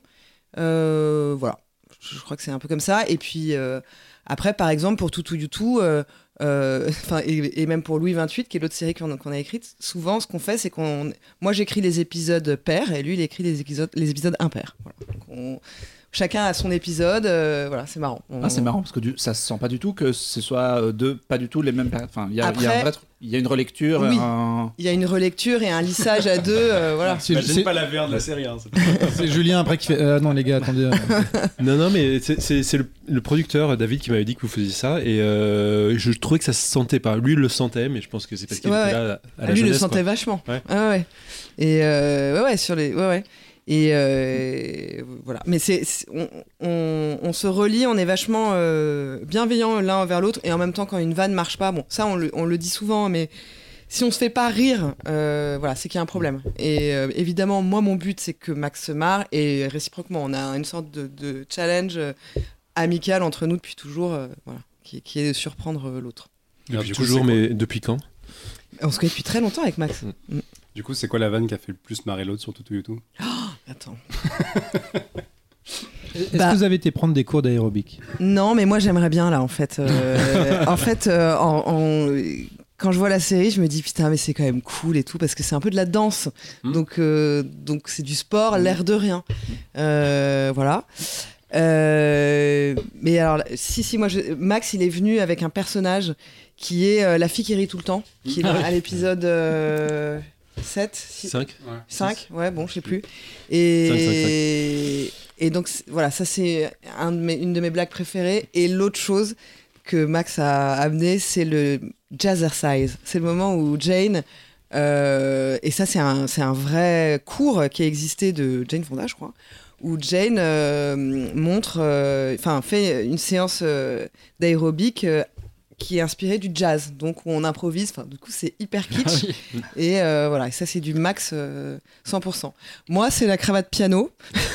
D: Euh, voilà. Je, je crois que c'est un peu comme ça. Et puis euh, après, par exemple, pour Toutou Youtou, euh, euh, enfin, et, et même pour Louis vingt-huit, qui est l'autre série qu'on qu'on a écrite, souvent, ce qu'on fait, c'est qu'on. Moi, j'écris les épisodes pairs et lui, il écrit les épisodes, les épisodes impairs. Voilà. Donc, on- Chacun a son épisode. euh, voilà, c'est marrant. On-
A: Ah, c'est marrant parce que du, ça se sent pas du tout que ce soit euh, deux, pas du tout les mêmes. per- Enfin, il y, a- il y a un
D: Après-
A: vrai truc- il y a une relecture.
D: Oui.
A: un-
D: Il y a une relecture et un lissage à deux. euh, voilà.
E: C'est,
F: Imagine
E: c'est-
F: pas la V un de la série. Hein, c'est-
E: c'est Julien après qui fait euh, non les gars attendez euh,
C: Non, non, mais c'est- c'est c'est le, le producteur David qui m'avait dit que vous faisiez ça et euh, je trouvais que ça se sentait pas. Lui, il le sentait, mais je pense que c'est parce qu'il
D: Ouais,
C: était
D: ouais.
C: là à la
D: Ah, lui, il le
C: jeunesse,
D: sentait
C: quoi.
D: vachement.
C: Ouais.
D: Ah, ouais. Et euh, ouais, ouais, sur les. Ouais, ouais. Et euh, voilà. Mais c'est, c'est- on, on, on se relie, on est vachement euh, bienveillants l'un envers l'autre. Et en même temps, quand une vanne marche pas, bon, ça, on le, on le dit souvent, mais si on se fait pas rire, euh, voilà, c'est qu'il y a un problème. Et euh, évidemment, moi, mon but, c'est que Max se marre. Et réciproquement, on a une sorte de, de challenge euh, amical entre nous depuis toujours, euh, voilà, qui, qui est de surprendre euh, l'autre.
C: Depuis
F: Du coup,
C: toujours,
F: c'est quoi-
C: mais depuis quand?
D: On se connaît depuis très longtemps avec Max.
C: Mm.
F: Du coup, c'est quoi la vanne qui a fait le plus marrer l'autre sur Toutou Youtou?
D: Attends.
E: est-ce
D: Bah.
E: que vous avez été prendre des cours d'aérobic?
D: Non, mais moi j'aimerais bien là en fait. Euh, en fait, euh, en- en- quand je vois la série, je me dis putain, mais c'est quand même cool et tout parce que c'est un peu de la danse.
C: Mmh.
D: Donc, euh, donc c'est du sport, l'air de rien. Euh, voilà. Euh, mais alors, si, si, moi, je- Max, il est venu avec un personnage qui est euh, la fille qui rit tout le temps, qui est
B: Ah
D: dans-
B: oui.
D: à l'épisode euh, sept, six,
C: cinq
D: cinq, ouais, bon, je sais plus.
C: cinq,
D: Et, et donc, c'est- voilà, ça, c'est un de mes- une de mes blagues préférées. Et l'autre chose que Max a amené, c'est le jazzercise. C'est le moment où Jane, euh, et ça, c'est un, c'est un vrai cours qui a existé de Jane Fonda, je crois, où Jane euh, montre, euh, enfin, fait une séance euh, d'aérobic euh, qui est inspiré du jazz, donc où on improvise. Enfin, du coup, c'est hyper kitsch.
B: Ah oui.
D: Et euh, voilà, et ça, c'est du max euh, cent pour cent. Moi, c'est la cravate piano.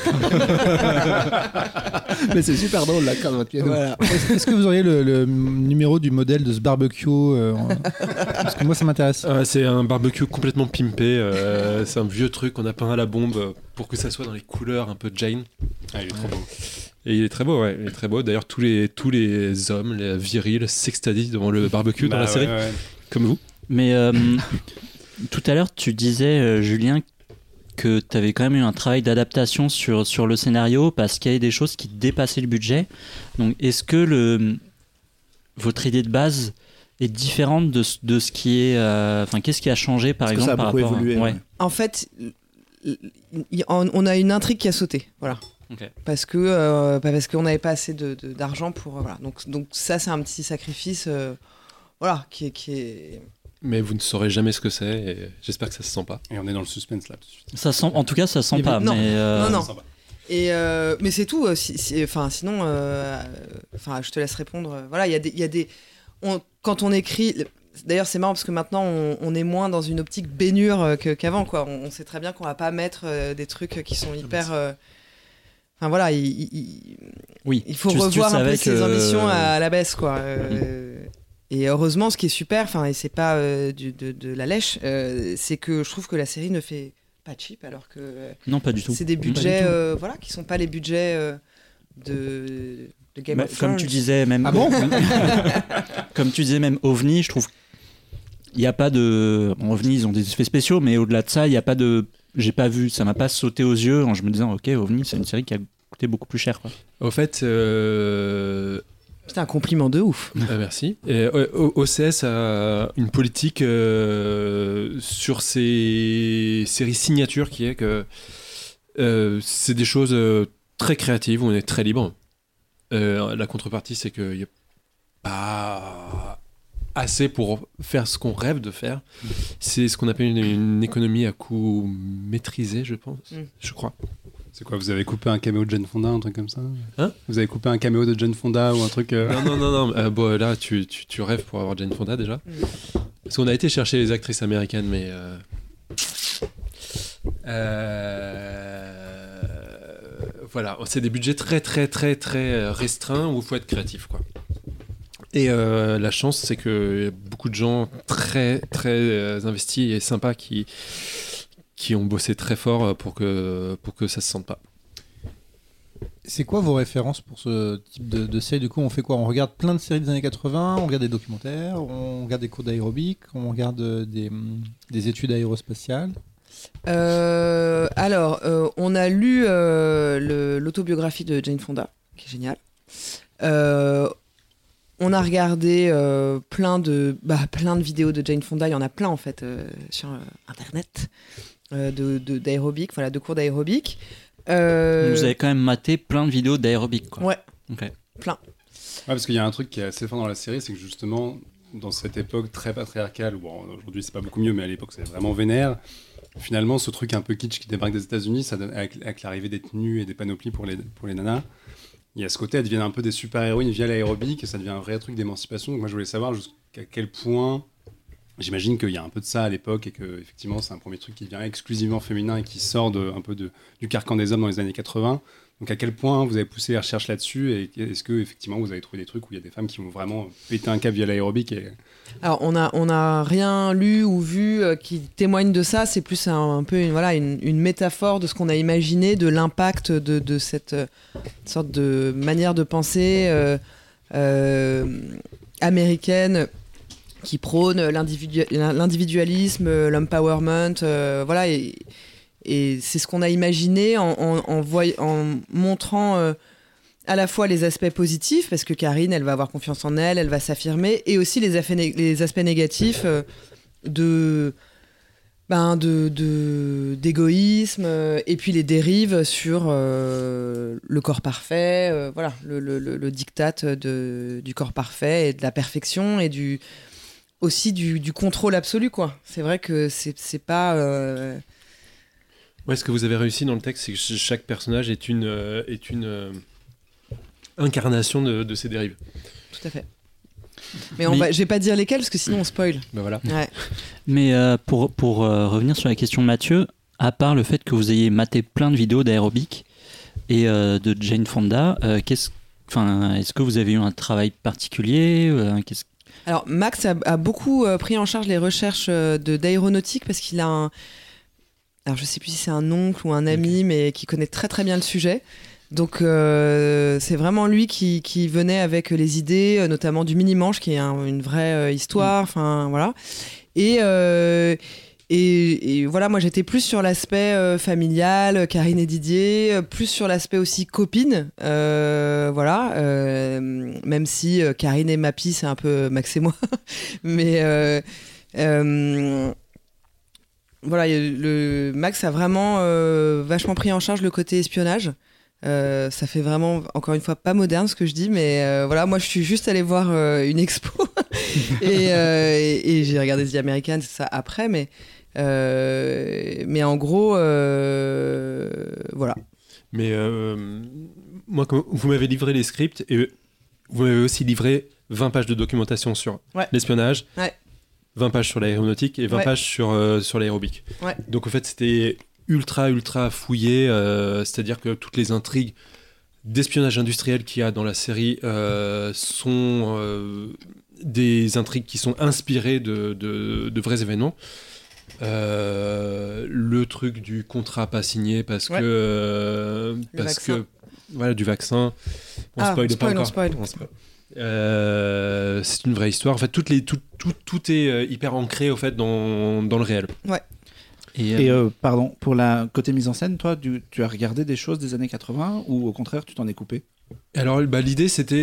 A: Mais c'est super drôle, la cravate piano.
D: Voilà.
E: Est-ce est-ce que vous auriez le, le numéro du modèle de ce barbecue euh, en- Parce que moi, ça m'intéresse.
C: Ah, c'est un barbecue complètement pimpé. euh, c'est un vieux truc qu'on a peint à la bombe pour que ça soit dans les couleurs un peu Jane.
F: Ah, il est trop beau.
C: Et il est très beau, ouais. Il est très beau. D'ailleurs, tous les, tous les hommes, les virils, s'extadient devant le barbecue dans
F: Bah,
C: la série,
F: ouais, ouais.
C: comme vous.
B: Mais euh, tout à l'heure, tu disais, euh, Julien, que tu avais quand même eu un travail d'adaptation sur, sur le scénario parce qu'il y avait des choses qui dépassaient le budget. Donc, est-ce que le, votre idée de base est différente de, ce- de ce qui est. euh, Enfin, qu'est-ce qui a changé par
A: Parce que
B: exemple
A: ça a
B: par
A: beaucoup
B: rapport à-
A: évolué.
B: ouais.
A: ouais.
D: En fait, il- il- on a une intrigue qui a sauté. Voilà.
B: Ok.
D: Parce que euh, bah, parce qu'on n'avait pas assez de, de- d'argent pour. euh, voilà. Donc, donc, ça, c'est un petit sacrifice. euh, voilà, qui est. Qui est...
C: Mais vous ne saurez jamais ce que c'est et j'espère que ça se sent pas.
F: Et on est dans le suspense là tout de suite.
B: Ça sent, en tout cas, ça sent
D: Il y
B: pas.
D: avait- non.
B: mais, euh,
D: Non, non.
F: Sympa.
D: Et euh, mais c'est tout. euh, si- si- Enfin, sinon, euh, enfin, je te laisse répondre. euh, Voilà, il y a des, il y a des. on- quand on écrit, d'ailleurs, c'est marrant parce que maintenant, on, on est moins dans une optique baignure euh, que- qu'avant, quoi. On, on sait très bien qu'on va pas mettre euh, des trucs qui sont hyper. euh, Enfin voilà, il, il- il-
B: oui.
D: il faut
B: Tu- tu
D: revoir un peu
B: savais
D: ses
B: que-
D: ambitions à, à la baisse, quoi. Euh, Et heureusement, ce qui est super, enfin, et c'est pas euh, du- de, de la lèche, euh, c'est que je trouve que la série ne fait pas cheap, alors que euh,
B: Non, pas du tout.
D: c'est des
B: Pas du
D: budgets,
B: tout.
D: euh, voilà, qui sont pas les budgets euh, de, de Game
B: Mais
D: of
B: comme
D: Thrones.
B: tu disais, même.
E: Ah bon
B: Comme tu disais, même OVNI, je trouve. Il n'y a pas de. Bon, OVNI, ils ont des effets spéciaux, mais au-delà de ça, il n'y a pas de. J'ai pas vu, ça m'a pas sauté aux yeux en je me disant, ok, OVNI, c'est une série qui a coûté beaucoup plus cher. Quoi.
C: Au fait, euh,
D: C'est un compliment de ouf.
C: ah, merci. Et, euh, O- O C S a une politique euh, sur ses séries signatures qui est que euh, c'est des choses euh, très créatives où on est très libre. Euh, la contrepartie, c'est qu'il n'y a pas assez pour faire ce qu'on rêve de faire. C'est ce qu'on appelle une, une économie à coût maîtrisé, je pense,
D: Mm.
C: je crois.
F: C'est quoi, vous avez coupé un caméo de Jane Fonda, un truc comme ça
C: Hein
F: Vous avez coupé un caméo de Jane Fonda ou un truc euh,
C: Non, non, non, non. Euh, bon, là, tu, tu, tu rêves pour avoir Jane Fonda déjà.
D: Mm.
C: Parce qu'on a été chercher les actrices américaines, mais. Euh... euh, Voilà, c'est des budgets très, très, très, très restreints où il faut être créatif, quoi. Et euh, la chance, c'est qu'il y a beaucoup de gens très, très euh, investis et sympas qui, qui ont bossé très fort pour que, pour que ça se sente pas.
E: C'est quoi vos références pour ce type de, de série? Du coup, on fait quoi? On regarde plein de séries des années quatre-vingts, on regarde des documentaires, on regarde des cours d'aérobic, on regarde euh, des, hum, des études aérospatiales.
D: Euh, alors, euh, on a lu euh, le- l'autobiographie de Jane Fonda, qui est géniale. Euh, on a regardé euh, plein, de, bah, plein de vidéos de Jane Fonda, il y en a plein en fait euh, sur euh, Internet, euh, de, de- d'aérobic, voilà, de cours d'aérobic. Euh,
B: Vous avez quand même maté plein de vidéos d'aérobic. Quoi.
D: Ouais,
B: Ok.
D: plein.
F: Ouais, parce qu'il y a un truc qui est assez fort dans la série, c'est que justement, dans cette époque très patriarcale, bon, aujourd'hui c'est pas beaucoup mieux, mais à l'époque c'est vraiment vénère, finalement ce truc un peu kitsch qui débarque des États-Unis, ça donne- avec, avec l'arrivée des tenues et des panoplies pour les, pour les nanas, il y a ce côté, elles deviennent un peu des super-héroïnes via l'aérobic, et ça devient un vrai truc d'émancipation. Donc moi je voulais savoir jusqu'à quel point, j'imagine qu'il y a un peu de ça à l'époque, et que effectivement c'est un premier truc qui devient exclusivement féminin et qui sort de, un peu de, du carcan des hommes dans les années quatre-vingts. Donc à quel point vous avez poussé les recherches là-dessus, et est-ce que effectivement vous avez trouvé des trucs où il y a des femmes qui vont vraiment péter un câble via l'aérobic et...
D: Alors, on a, on a rien lu ou vu euh, qui témoigne de ça. C'est plus un, un peu une, voilà, une, une métaphore de ce qu'on a imaginé, de l'impact de, de cette euh, sorte de manière de penser euh, euh, américaine qui prône l'individu- l'individualisme, l'empowerment. euh, voilà, et, et c'est ce qu'on a imaginé en, en, en, voy- en montrant euh, à la fois les aspects positifs, parce que Karine, elle va avoir confiance en elle, elle va s'affirmer, et aussi les, affaires né- les aspects négatifs euh, de, ben de, de- d'égoïsme, euh, et puis les dérives sur euh, le corps parfait, euh, voilà, le, le, le, le diktat de, du corps parfait et de la perfection, et du, aussi du, du contrôle absolu, quoi. C'est vrai que c'est, c'est pas... euh,
C: Ouais, ce que vous avez réussi dans le texte, c'est que ch- chaque personnage est une, euh, est une euh, incarnation de, de ces dérives.
D: Tout à fait. Mais, on
B: Mais-
D: va, je vais pas dire lesquels parce que sinon on spoil.
C: Bah voilà.
D: Ouais.
B: Mais euh, pour, pour euh, revenir sur la question de Mathieu, à part le fait que vous ayez maté plein de vidéos d'aérobic et euh, de Jane Fonda, euh, qu'est-ce, enfin, est-ce que vous avez eu un travail particulier euh, qu'est-ce...
D: Alors Max a, a beaucoup euh, pris en charge les recherches euh, de d'aéronautique parce qu'il a un, alors je sais plus si c'est un oncle ou un ami, mais qui connaît très très bien le sujet. Donc euh, c'est vraiment lui qui, qui venait avec les idées, euh, notamment du mini-manche, qui est un- une vraie euh, histoire. Enfin voilà. Et, euh, et, et voilà, moi j'étais plus sur l'aspect euh, familial, Karine et Didier, euh, plus sur l'aspect aussi copine. Euh, voilà. Euh, même si euh, Karine et Mappy, c'est un peu Max et moi. Mais. Euh, euh, Voilà, y a le Max a vraiment euh, vachement pris en charge le côté espionnage. Euh, ça fait vraiment, encore une fois, pas moderne ce que je dis, mais euh, voilà, moi je suis juste allée voir euh, une expo et, euh, et, et j'ai regardé The Americans, c'est ça après, mais, euh, mais en gros, euh, voilà.
C: Mais euh, moi, quand vous m'avez livré les scripts et vous m'avez aussi livré vingt pages de documentation sur
D: Ouais.
C: l'espionnage,
D: Ouais.
C: vingt pages sur l'aéronautique et vingt
D: Ouais.
C: pages sur, euh, sur l'aérobic.
D: Ouais.
C: Donc en fait, c'était ultra, ultra fouillé, euh, c'est-à-dire que toutes les intrigues d'espionnage industriel qu'il y a dans la série euh, sont euh, des intrigues qui sont inspirées de, de, de vrais événements. Euh, le truc du contrat pas signé parce
D: Ouais.
C: que euh, parce
D: vaccin.
C: que voilà, du vaccin, on
D: Ah,
C: spoil
D: on
C: pas
D: spoil, on
C: encore.
D: spoil.
C: On spoil. Euh, c'est une vraie histoire. En fait, toutes les, tout, tout, tout est euh, hyper ancré au fait dans, dans le réel.
B: Et, euh,
A: Et euh, pardon, pour la côté mise en scène, toi, tu, tu as regardé des choses des années quatre-vingts ou au contraire, tu t'en es coupé?
C: Alors, bah, l'idée, c'était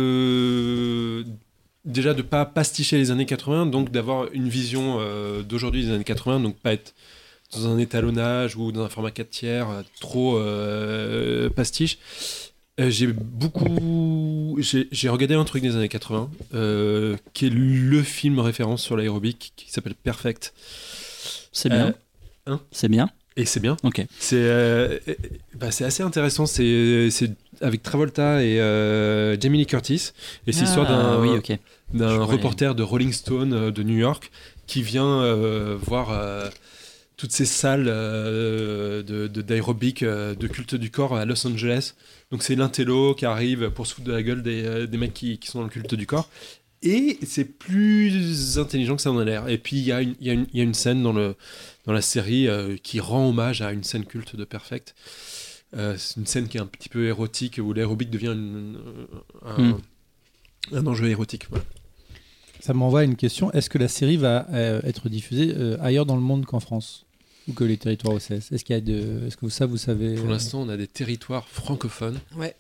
C: de déjà de pas pasticher les années quatre-vingts, donc d'avoir une vision euh, d'aujourd'hui des années quatre-vingts, donc pas être dans un étalonnage ou dans un format quatre tiers euh, trop euh, pastiche. Euh, j'ai beaucoup, j'ai, j'ai regardé un truc des années quatre-vingts, euh, qui est le film référence sur l'aérobic, qui s'appelle Perfect.
B: c'est bien.
C: Euh, hein
B: c'est bien.
C: Et c'est bien.
B: Ok.
C: C'est, euh, bah, c'est assez intéressant. C'est, c'est avec Travolta et euh, Jamie Lee Curtis. Et c'est l'histoire
B: Ah,
C: d'un,
B: oui, ok.
C: d'un
B: Je vois
C: reporter de Rolling Stone euh, de New York qui vient euh, voir euh, toutes ces salles euh, de, de, d'aérobic, euh, de culte du corps à Los Angeles. Donc c'est l'intello qui arrive pour se foutre de la gueule des, euh, des mecs qui, qui sont dans le culte du corps. Et c'est plus intelligent que ça en a l'air. Et puis il y, y, y a une scène dans, le, dans la série euh, qui rend hommage à une scène culte de Perfect. Euh, c'est une scène qui est un petit peu érotique, où l'aérobic devient une, un,
B: Mm.
C: un enjeu érotique. Voilà.
E: Ça m'envoie à une question. Est-ce que la série va euh, être diffusée euh, ailleurs dans le monde qu'en France ou que les territoires O C S? Est-ce qu'il y a de... Est-ce que vous, ça, vous savez
C: Pour
E: euh,
C: l'instant, on a des territoires francophones.
D: Ouais.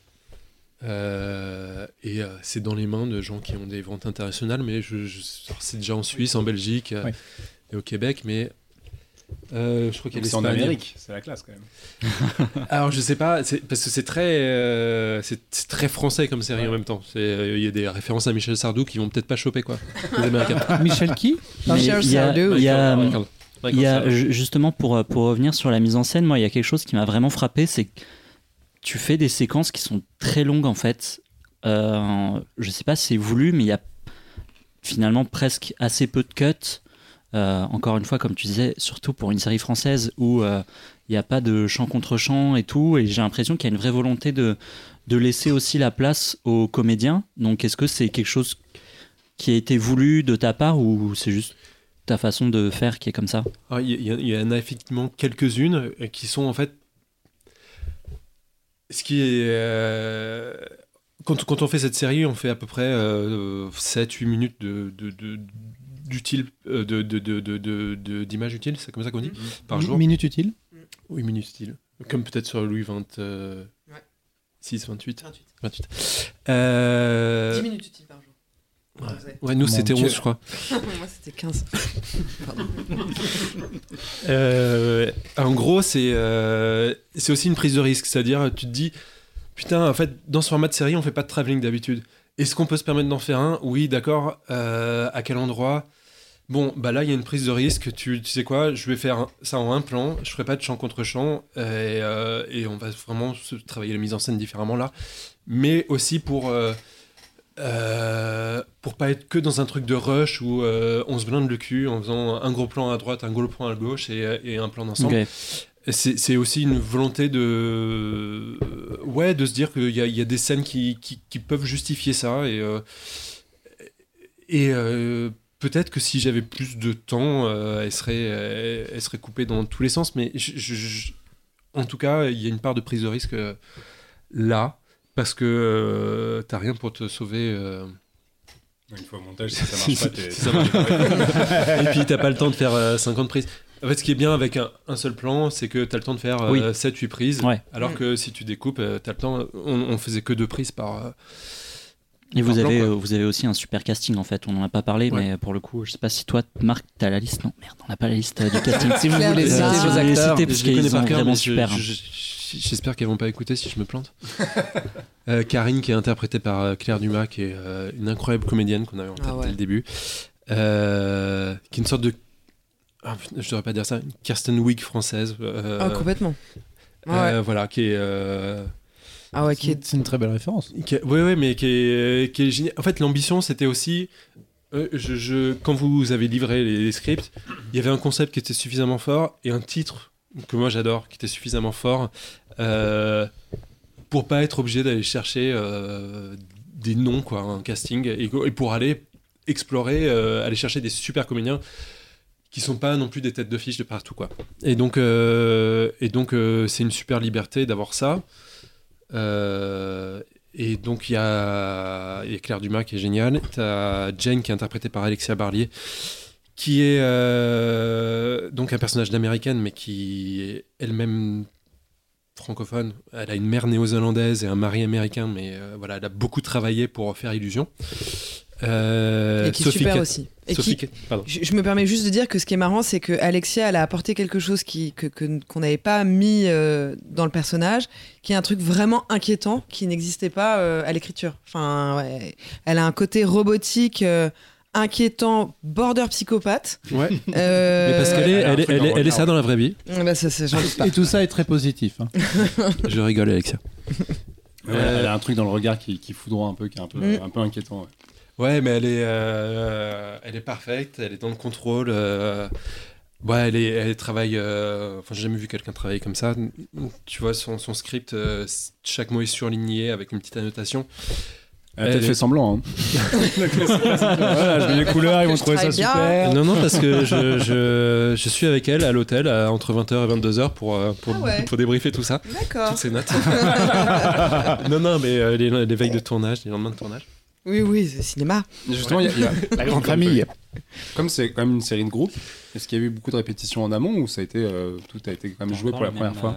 C: Euh, et euh, c'est dans les mains de gens qui ont des ventes internationales, mais je, je- alors, c'est déjà en Suisse, en Belgique euh,
E: Ouais.
C: et au Québec, mais euh, je crois qu'il y a
F: Donc c'est en
C: l'Espagne.
F: Amérique, c'est la classe quand même.
C: Alors je sais pas, c'est, parce que c'est très, euh, c'est, c'est très français comme série en même temps. C'est, euh, il y a des références à Michel Sardou qui vont peut-être pas choper quoi. Les Américains.
E: Michel qui
B: Mais
D: Michel
B: il y a-
D: Sardou.
B: il y a,
C: Michael- Michael-
B: Il y a,
C: Michael Sardou.
B: ju- justement, pour, euh, pour revenir sur la mise en scène, moi, il y a quelque chose qui m'a vraiment frappé, c'est que tu fais des séquences qui sont très longues, en fait. Euh, je sais pas si c'est voulu, mais il y a finalement presque assez peu de cuts. Euh, encore une fois, comme tu disais, surtout pour une série française où euh, il n'y a pas de chant contre chant et tout, et j'ai l'impression qu'il y a une vraie volonté de, de laisser aussi la place aux comédiens. Donc, est-ce que c'est quelque chose qui a été voulu de ta part ou c'est juste ta façon de faire qui est comme ça?
C: Alors, Il y, a- il y en a effectivement quelques-unes euh, qui sont en fait. Ce qui est. euh, Quand, quand on fait cette série, on fait à peu près euh, sept huit minutes de, de, de, d'utile, euh, de, de, de, de, de- de- d'images utiles, c'est comme ça qu'on dit, par jour.
E: Minute utile.
C: huit minutes utiles. Comme peut-être sur Louis vingt-six,
D: Ouais.
C: vingt-huit.
D: vingt-huit.
C: vingt-huit. Euh,
D: dix minutes utiles par jour.
C: ouais. Ouais, nous
E: Mon
C: c'était
E: Dieu.
C: onze, je crois.
D: Moi c'était quinze. Pardon.
C: Euh, en gros, c'est euh, c'est aussi une prise de risque. C'est-à-dire, tu te dis, putain, en fait, dans ce format de série, on fait pas de travelling d'habitude. Est-ce qu'on peut se permettre d'en faire un? Oui, d'accord. Euh, à quel endroit? Bon, bah là, il y a une prise de risque. Tu, tu sais quoi? Je vais faire un- ça en un plan. Je ferai pas de champ contre champ. Et, euh, et on va vraiment se travailler la mise en scène différemment là. Mais aussi pour... euh, euh, pour pour pas être que dans un truc de rush où euh, on se blinde le cul en faisant un gros plan à droite, un gros plan à gauche et, et un plan d'ensemble.
B: Ok.
C: C'est, c'est aussi une volonté de, ouais, de se dire qu'il y a, il y a des scènes qui, qui, qui peuvent justifier ça. Et, euh, et euh, peut-être que si j'avais plus de temps, euh, elle, serait, elle, elle serait coupée dans tous les sens. Mais je, je, je, en tout cas, il y a une part de prise de risque euh, là, parce que euh, t'as rien pour te sauver. Euh,
F: Une fois au montage, si ça marche pas, t'es...
C: si ça marche pas. Et puis t'as pas le temps de faire euh, cinquante prises. En fait, ce qui est bien avec un, un seul plan, c'est que tu as le temps de faire euh,
B: Oui.
C: sept huit prises.
B: Ouais.
C: Alors
D: Ouais.
C: que si tu découpes, euh, tu as le temps. On, on faisait que deux prises par. Euh,
B: Et vous
C: par
B: avez,
C: plan,
B: euh,
C: quoi.
B: vous avez aussi un super casting en fait, on n'en a pas parlé,
C: Ouais.
B: mais pour le coup, je sais pas si toi, Marc, t'as la liste. Non, merde, on n'a pas la liste euh, du casting.
A: Si vous voulez
D: Euh,
A: citer
D: si
A: vos
D: vous
B: voulez
A: acteurs,
B: citer, parce
C: je les connais
B: qu'ils sont
C: par cœur,
B: vraiment
C: mais je-
B: super.
C: je- je- j'espère qu'elles vont pas écouter si je me plante. euh, Karine, qui est interprétée par euh, Claire Dumas, qui est euh, une incroyable comédienne qu'on avait en tête
D: Ah ouais.
C: dès le début, euh, qui est une sorte de. Ah, je devrais pas dire ça, une Kirsten Wiig française. euh,
D: Ah, complètement. Ouais,
C: euh,
D: ouais.
C: Voilà, qui est. euh,
D: Ah ouais, qui est...
E: C'est une très belle référence.
C: Qui est- ouais, ouais, mais qui est, qui est génial. En fait, l'ambition, c'était aussi. euh, je, je- quand vous avez livré les, les scripts, il y avait un concept qui était suffisamment fort et un titre que moi j'adore, qui était suffisamment fort euh, pour pas être obligé d'aller chercher euh, des noms, quoi, un casting, et, et pour aller explorer, euh, aller chercher des super comédiens qui sont pas non plus des têtes de fiche de partout, quoi. Et donc, euh, et donc euh, c'est une super liberté d'avoir ça. Euh, et donc il y a, il y a Claire Dumas qui est géniale. T'as Jane qui est interprétée par Alexia Barlier, qui est euh, donc un personnage d'américaine, mais qui est elle-même francophone. Elle a une mère néo-zélandaise et un mari américain, mais euh, voilà, elle a beaucoup travaillé pour faire illusion. Euh,
D: et qui est
C: Sophie
D: super
C: Ca-
D: aussi. Et
C: Sophie
D: qui...
C: Ca- pardon.
D: Je, je me permets juste de dire que ce qui est marrant, c'est que Alexia, elle a apporté quelque chose qui, que, que- qu'on n'avait pas mis euh, dans le personnage, qui est un truc vraiment inquiétant, qui n'existait pas euh, à l'écriture. Enfin, ouais, elle a un côté robotique, euh, inquiétant, border psychopathe.
C: Ouais.
D: Euh,
C: Mais parce qu'elle est,
F: elle a un
C: elle est,
F: truc
C: elle est,
F: dans
C: elle est
F: le
C: ça dans la vraie vie.
D: bah, ça, ça, j'en doute pas.
E: Et tout ça est très positif. hein.
C: Je rigole, Alexia.
F: Ouais, elle a un truc dans le regard qui, qui foudroie un peu, qui est un peu,
D: Mm.
F: un peu inquiétant. Ouais.
C: Ouais, mais elle est, euh, elle est parfaite, elle est dans le contrôle. euh, ouais, elle, est, elle travaille. euh, Enfin, j'ai jamais vu quelqu'un travailler comme ça. Tu vois, son, son script, euh, chaque mot est surligné avec une petite annotation.
F: Elle a
C: Elle
F: peut-être
C: est-
F: fait semblant. Hein. Voilà, je mets les couleurs, ils vont
D: Je
F: trouver ça
D: travaille bien.
F: super.
C: Non, non, parce que je, je, je suis avec elle à l'hôtel à- entre vingt heures et vingt-deux heures pour, euh, pour,
D: Ah ouais.
C: pour débriefer tout ça,
D: D'accord.
C: toutes ces notes. non, non, mais euh, les, les veilles de tournage, les lendemains de tournage.
D: Oui, oui, c'est cinéma.
F: Justement, il y a- il y a-
A: La grande famille.
F: comme c'est quand même une série de groupes, est-ce qu'il y a eu beaucoup de répétitions en amont ou ça a été, euh, tout a été quand même joué pour la première fois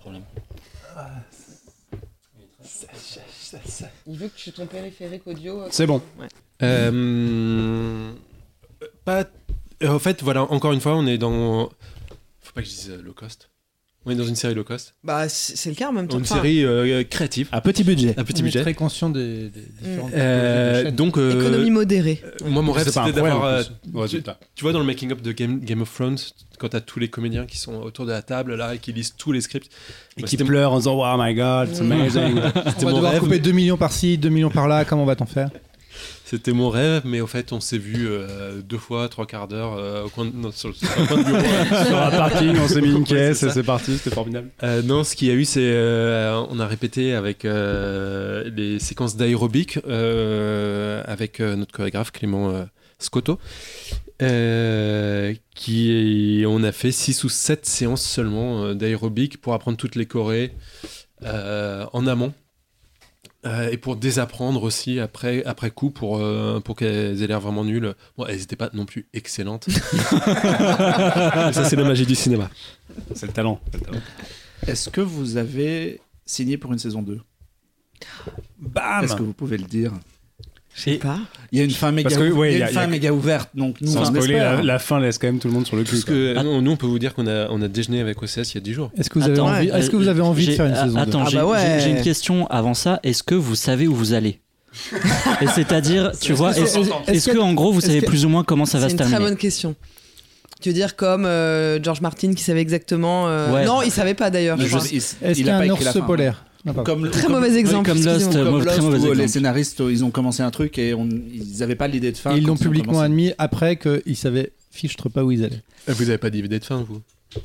D: Il veut que tu ton périphérique audio.
F: C'est bon.
C: Euh, pas. En fait, voilà, encore une fois, on est dans. Faut pas que je dise euh, low cost. On est dans une série low cost.
D: Bah, c'est c'est le cas en même temps.
C: Une
D: Enfin,
C: série euh, créative,
A: À petit budget.
C: à petit
E: On est
C: budget.
E: très conscient des, des différentes
C: Euh,
E: typologies de chaînes.
C: donc, euh,
D: économie modérée.
C: euh, moi, mon rêve,
F: C'est pas un
C: c'était
F: problème
C: d'avoir.
F: en
C: euh,
F: plus, au résultat.
C: tu vois, dans le making-up de Game, Game of Thrones, quand t'as tous les comédiens qui sont autour de la table là et qui lisent tous les scripts.
F: Et
C: Bah,
F: qui
C: c'était-
F: pleure en disant oh my god, it's amazing.
C: C'était
E: On va
C: mon
E: devoir
C: rêve,
E: couper deux millions par-ci, deux millions par-là, comment va-t-on faire?
C: C'était mon rêve, mais au fait, on s'est vu euh, deux fois, trois quarts d'heure euh, au coin de, non, sur, sur un coin de bureau.
F: Sur un parking, on s'est mis une
C: Ouais,
F: caisse
C: c'est
F: et
C: ça.
F: c'est parti, c'était formidable.
C: Euh, non, ce qu'il y a eu, c'est euh, on a répété avec euh, les séquences d'aérobic euh, avec euh, notre chorégraphe Clément euh, Scotto, euh, qui on a fait six ou sept séances seulement euh, d'aérobic pour apprendre toutes les chorés euh, en amont. Euh, et pour désapprendre aussi après, après coup pour, euh, pour qu'elles aient l'air vraiment nulles. Bon, elles n'étaient pas non plus excellentes. Mais ça, c'est la magie du cinéma.
F: C'est le talent. c'est le talent.
A: Est-ce que vous avez signé pour une saison deux?
F: Bam
A: Est-ce que vous pouvez le dire?
D: Je sais pas.
A: Il y a une fin méga,
F: Parce que, ouais,
A: il y
F: il y
A: a
F: a-
A: une
F: il y a-
A: fin méga ouverte, donc nous,
F: Sans
A: on
F: spoiler,
A: espère.
F: la, la fin laisse quand même tout le monde sur le cul.
C: Parce
F: quoi.
C: que
B: Ah.
C: non, nous, on peut vous dire qu'on a, on a déjeuné avec O C S il y a dix jours.
E: Est-ce que vous avez
B: Attends,
E: envie,
B: euh,
E: est-ce que vous avez envie de
B: j'ai-
E: faire une
B: ah,
E: saison
B: Attends,
E: deux?
D: Ah
B: j'ai
D: bah ouais.
B: j'ai- j'ai une question avant ça. Est-ce que vous savez où vous allez? Et c'est-à-dire, tu vois,
E: que
B: est-ce
E: c'est-
B: est-ce
E: est-ce
B: que en gros vous
E: est-ce
B: savez
E: que-
B: plus ou moins comment ça va
D: C'est
B: se
D: une très
B: terminer?
D: bonne question. Tu veux dire comme euh, George Martin qui savait exactement. euh,
B: Ouais.
D: Non, il savait pas d'ailleurs. je
B: Je
D: crois.
B: sais-
A: Il-
E: Est-ce
A: il
E: qu'il y
A: a
E: a
A: pas
E: un
A: écrit la
E: ours
A: fin.
E: polaire? Ah, pardon.
A: Comme,
D: Très
A: comme-
D: mauvais exemple.
B: comme Lost,
D: excusez-moi.
B: euh,
A: comme
B: mauvais- très
A: Lost,
B: mauvais
A: où
B: exemple.
A: les scénaristes, ils ont commencé un truc et on- ils n'avaient pas l'idée de fin.
E: Et ils
A: quand
E: l'ont
A: ont
E: publiquement
A: commencé.
E: admis après qu'ils savaient fichtre pas où ils allaient.
C: Vous avez pas d'idée de fin, vous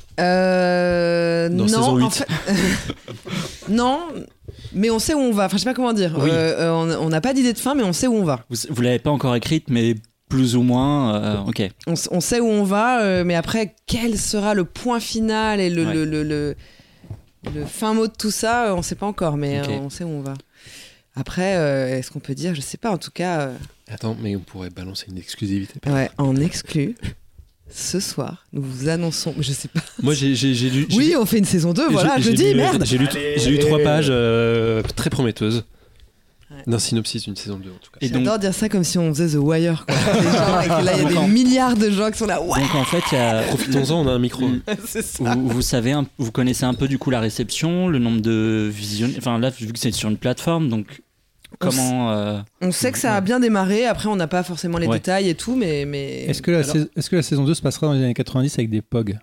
D: Euh,
C: Dans
D: non,
C: saison
D: en
C: huit.
D: fait- non, mais on sait où on va. Enfin, je sais pas comment dire.
B: Oui.
D: Euh, euh, on on n'a pas d'idée de fin, mais on sait où on va.
B: Vous, vous l'avez pas encore écrite, mais plus ou moins. euh, ok.
D: On, s- on sait où on va, euh, mais après, quel sera le point final et le,
B: Ouais.
D: le, le, le- le fin mot de tout ça, euh, on sait pas encore, mais
B: Ok.
D: euh, on sait où on va. Après, euh, est-ce qu'on peut dire, je sais pas, en tout cas, euh,
C: Attends, mais on pourrait balancer une exclusivité.
D: ouais, en exclu. Ce soir, nous vous annonçons, je sais pas.
C: Moi, j'ai j'ai- j'ai lu. j'ai-
D: Oui, on fait une saison deux, voilà,
C: j'ai-
D: je
C: j'ai
D: dis,
C: lu-
D: merde.
C: J'ai lu, j'ai lu
A: Allez.
C: trois pages euh, très prometteuses
D: Ouais.
C: d'un synopsis d'une saison deux, en tout cas.
B: Et donc,
D: J'adore dire ça comme si on faisait The Wire, quoi. Les gens, et que là, il y a des
B: Encore.
D: milliards de gens qui sont là, ouais,
B: donc en fait, il y a.
C: Profitons-en, on a un micro.
B: Mm.
D: c'est ça.
B: Vous, vous savez, un- vous connaissez un peu du coup la réception, le nombre de visionnaires. Enfin là, vu que c'est sur une plateforme, donc
D: On
B: comment euh,
D: On sait que ça a bien démarré, après on n'a pas forcément les
B: Ouais.
D: détails et tout, mais... mais...
E: Est-ce que, la
B: alors-
E: sais- est-ce que la saison deux se passera dans les années quatre-vingt-dix avec des P O G?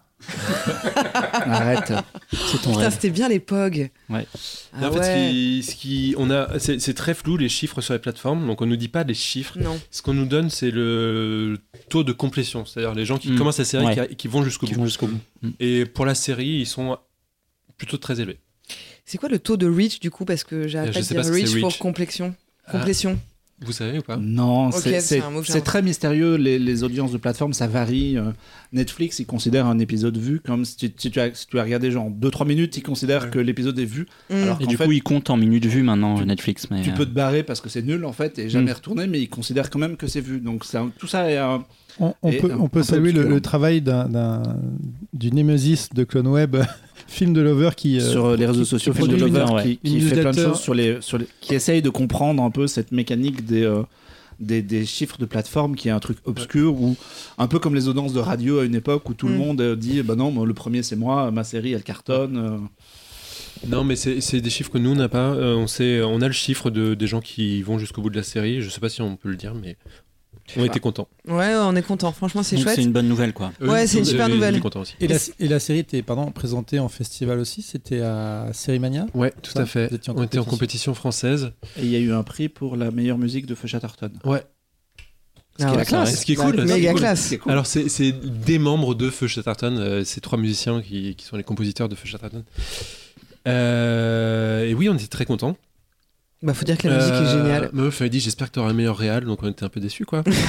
A: Arrête.
B: c'est ton
D: Putain,
B: rêve.
D: c'était bien les P O G.
B: Ouais.
D: Ah
C: en fait, ce
D: ouais.
C: qui, ce qui- on a, c'est, c'est très flou les chiffres sur les plateformes, donc on nous dit pas les chiffres.
D: Non.
C: Ce qu'on nous donne, c'est le taux de complétion, c'est-à-dire les gens qui
B: Mm.
C: commencent la série
B: Ouais.
C: qui, qui vont jusqu'au
B: Qui
C: bout.
B: vont jusqu'au bout. Mm.
C: Et pour la série, ils sont plutôt très élevés.
D: C'est quoi le taux de reach du coup? Parce que j'arrête
C: Je
D: pas de
C: sais
D: dire
C: pas ce que
D: reach,
C: c'est
D: pour
C: reach.
D: complétion.
C: Ah.
D: Complétion.
C: Vous savez ou pas
A: Non,
D: Ok,
A: c'est-
D: c'est
A: c'est
D: un mot que j'ai
A: c'est
D: inventé.
A: très mystérieux. Les, les audiences de plateforme, ça varie. Euh, Netflix, ils considèrent un épisode vu comme si tu, si tu as, si tu as regardé genre deux trois minutes, ils considèrent
C: Ouais.
A: que l'épisode est vu.
D: Mm.
A: Alors
B: Et
A: qu'en
B: du
A: fait,
B: coup, ils comptent en minutes vues maintenant
A: tu-
B: Netflix, mais
A: tu
B: euh,
A: peux te barrer parce que c'est nul en fait et jamais
B: Mm.
A: retourner, mais ils considèrent quand même que c'est vu. Donc ça, tout ça est un.
E: On, on
A: Et
E: peut,
A: un-
E: on peut
A: un peu
E: saluer le,
A: obscur.
E: le travail d'un, d'un, du Nemesis de Clone Web, film de Lover qui. euh,
A: sur euh, les réseaux
E: qui-
A: sociaux,
E: qui
A: Film de
E: produit
A: Lover,
B: une-
A: qui, qui
E: une
A: fait plein de
E: newsletter.
A: choses sur les, sur les, qui essaye de comprendre un peu cette mécanique des, euh, des, des chiffres de plateforme, qui est un truc obscur, ou un peu comme les audiences de radio à une époque où tout le
D: Mm.
A: monde euh, dit bah non, moi, le premier c'est moi, ma série elle cartonne. euh.
C: Non, mais c'est, c'est des chiffres que nous on n'a pas. Euh, on sait, on a le chiffre de, des gens qui vont jusqu'au bout de la série. Je sais pas si on peut le dire, mais on était contents.
D: Ouais, on est content. Franchement, c'est
B: donc
D: chouette.
B: c'est une bonne nouvelle quoi.
D: Ouais, c'est une super
C: Euh,
D: nouvelle.
C: On est contents aussi.
E: Et la, et la série était pardon, présentée en festival aussi, c'était à Sérimania.
C: Ouais, tout
E: Ouais,
C: à fait.
E: vous étiez en
C: On était en
E: compétition.
C: compétition française.
A: Et il y a eu un prix pour la meilleure musique de Feu Chatterton.
C: Ouais.
D: Ah
A: qui est
D: ouais,
A: la classe.
C: Ce qui est
D: Bah,
C: cool. ce qui est
D: méga
C: cool.
D: classe.
A: C'est cool.
C: Alors, c'est, c'est des membres de Feu Chatterton, euh, ces trois musiciens qui, qui sont les compositeurs de Feu Chatterton. Euh, et oui, on était très contents.
D: Bah, faut dire que la musique est géniale.
C: Meuf avait dit j'espère que tu auras un meilleur réal, donc on était un peu déçus quoi. Mais,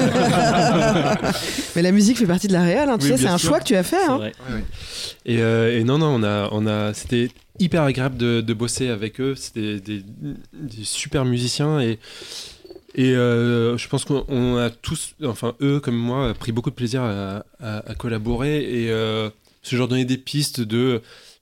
C: euh,
D: Mais la musique fait partie de la réal, hein, tu
C: Oui,
D: sais, c'est
C: bien
D: un
C: sûr.
D: choix que tu as fait.
B: C'est
D: Hein.
B: vrai.
C: et, euh, et non, non, on a, on a, c'était hyper agréable de, de bosser avec eux. C'était des, des super musiciens et, et euh, je pense qu'on on a tous, enfin eux comme moi, pris beaucoup de plaisir à, à- à collaborer et euh, ce genre donner des pistes de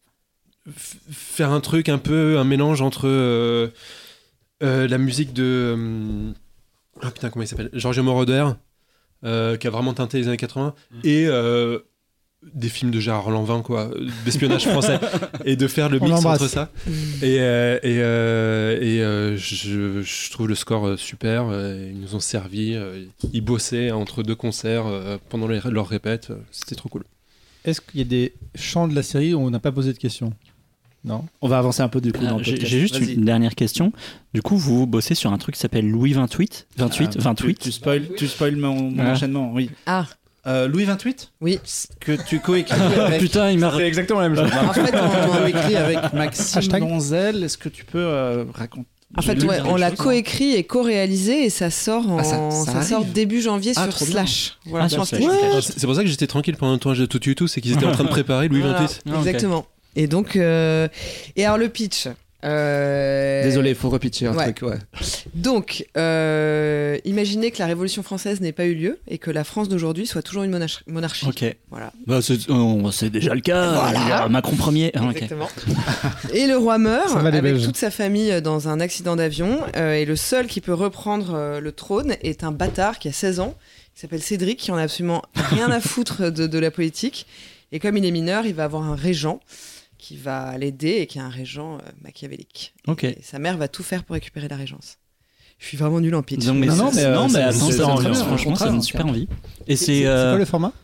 C: f- faire un truc un peu, un mélange entre euh, euh, la musique de. euh, ah putain, comment il s'appelle Giorgio Moroder, euh, qui a vraiment teinté les années quatre-vingts, et euh, des films de Gérard Lanvin, quoi, d'espionnage français, et de faire le
E: On
C: mix
E: l'embrasse.
C: entre ça. Et, euh, et, euh, et euh, je, je trouve le score euh, super. euh, Ils nous ont servi, euh, ils bossaient entre deux concerts euh, pendant les, leurs répètes. euh, C'était trop cool.
E: Est-ce qu'il y a des chants de la série où on n'a pas posé de questions? Non.
A: On va avancer un peu du coup
B: Ah,
A: dans le
B: J'ai
A: podcast.
B: j'ai juste
A: Vas-y.
B: une dernière question. Du coup, vous bossez sur un truc qui s'appelle Louis vingt-huit vingt-huit
A: Ah,
B: vingt-huit
A: Tu, tu spoil, tu spoil mon, mon
B: Ah.
A: enchaînement, oui.
D: Ah,
A: Euh, Louis vingt-huit
D: oui.
A: que tu coécris avec.
B: Putain, il m'a.
E: C'est exactement la même chose.
D: En fait,
A: On
D: on,
A: a écrit avec Maxime
E: Hashtag.
A: Donzel. Est-ce que tu peux euh, raconter
D: en fait,
A: J'ai lu
D: ouais,
A: quelque
D: on l'a
A: chose, hein.
D: coécrit et co-réalisé et ça sort, en,
A: Ah, ça- ça
D: ça sort
A: arrive.
D: début janvier
A: Ah,
D: sur
A: trop bien.
D: Slash. Voilà.
B: Ah, sur Slash.
D: Ouais.
C: Alors, C'est c'est pour ça que j'étais tranquille pendant le tournage de Tout Tu Tout, c'est qu'ils étaient en train de préparer Louis
D: Voilà,
C: vingt-huit.
B: Ah, ok.
D: Exactement. Et donc, euh, et alors le pitch. euh,
A: Désolé, il faut repitcher un
D: Ouais.
A: truc. Ouais.
D: Donc, euh, imaginez que la Révolution française n'ait pas eu lieu et que la France d'aujourd'hui soit toujours une monarch- monarchie.
B: Ok.
D: Voilà.
B: Bah, c'est oh, c'est déjà le cas.
D: Voilà.
B: Il y a Macron premier. Ah, ok.
D: Exactement. Et le roi meurt
E: Ça va, les
D: avec
E: Belges.
D: toute sa famille dans un accident d'avion. euh, et le seul qui peut reprendre euh, le trône est un bâtard qui a seize ans, qui s'appelle Cédric, qui en a absolument rien à foutre de, de la politique. Et comme il est mineur, il va avoir un régent qui va l'aider et qui est un régent euh, machiavélique.
B: Ok.
D: Et sa mère va tout faire pour récupérer la régence. Je suis vraiment nul en pitch.
B: Donc, mais
A: Non, non,
B: c'est-
A: mais, euh,
B: non, mais
A: c'est-
B: attends,
A: c'est-
B: ça
A: c'est
B: rend
A: très
B: bien.
A: bien, au
B: Franchement, ça
A: contraire,
B: donne
A: au
B: super
A: contraire.
B: envie. Et
E: C'est
B: c'est.
E: c'est
B: euh,
E: quoi le format?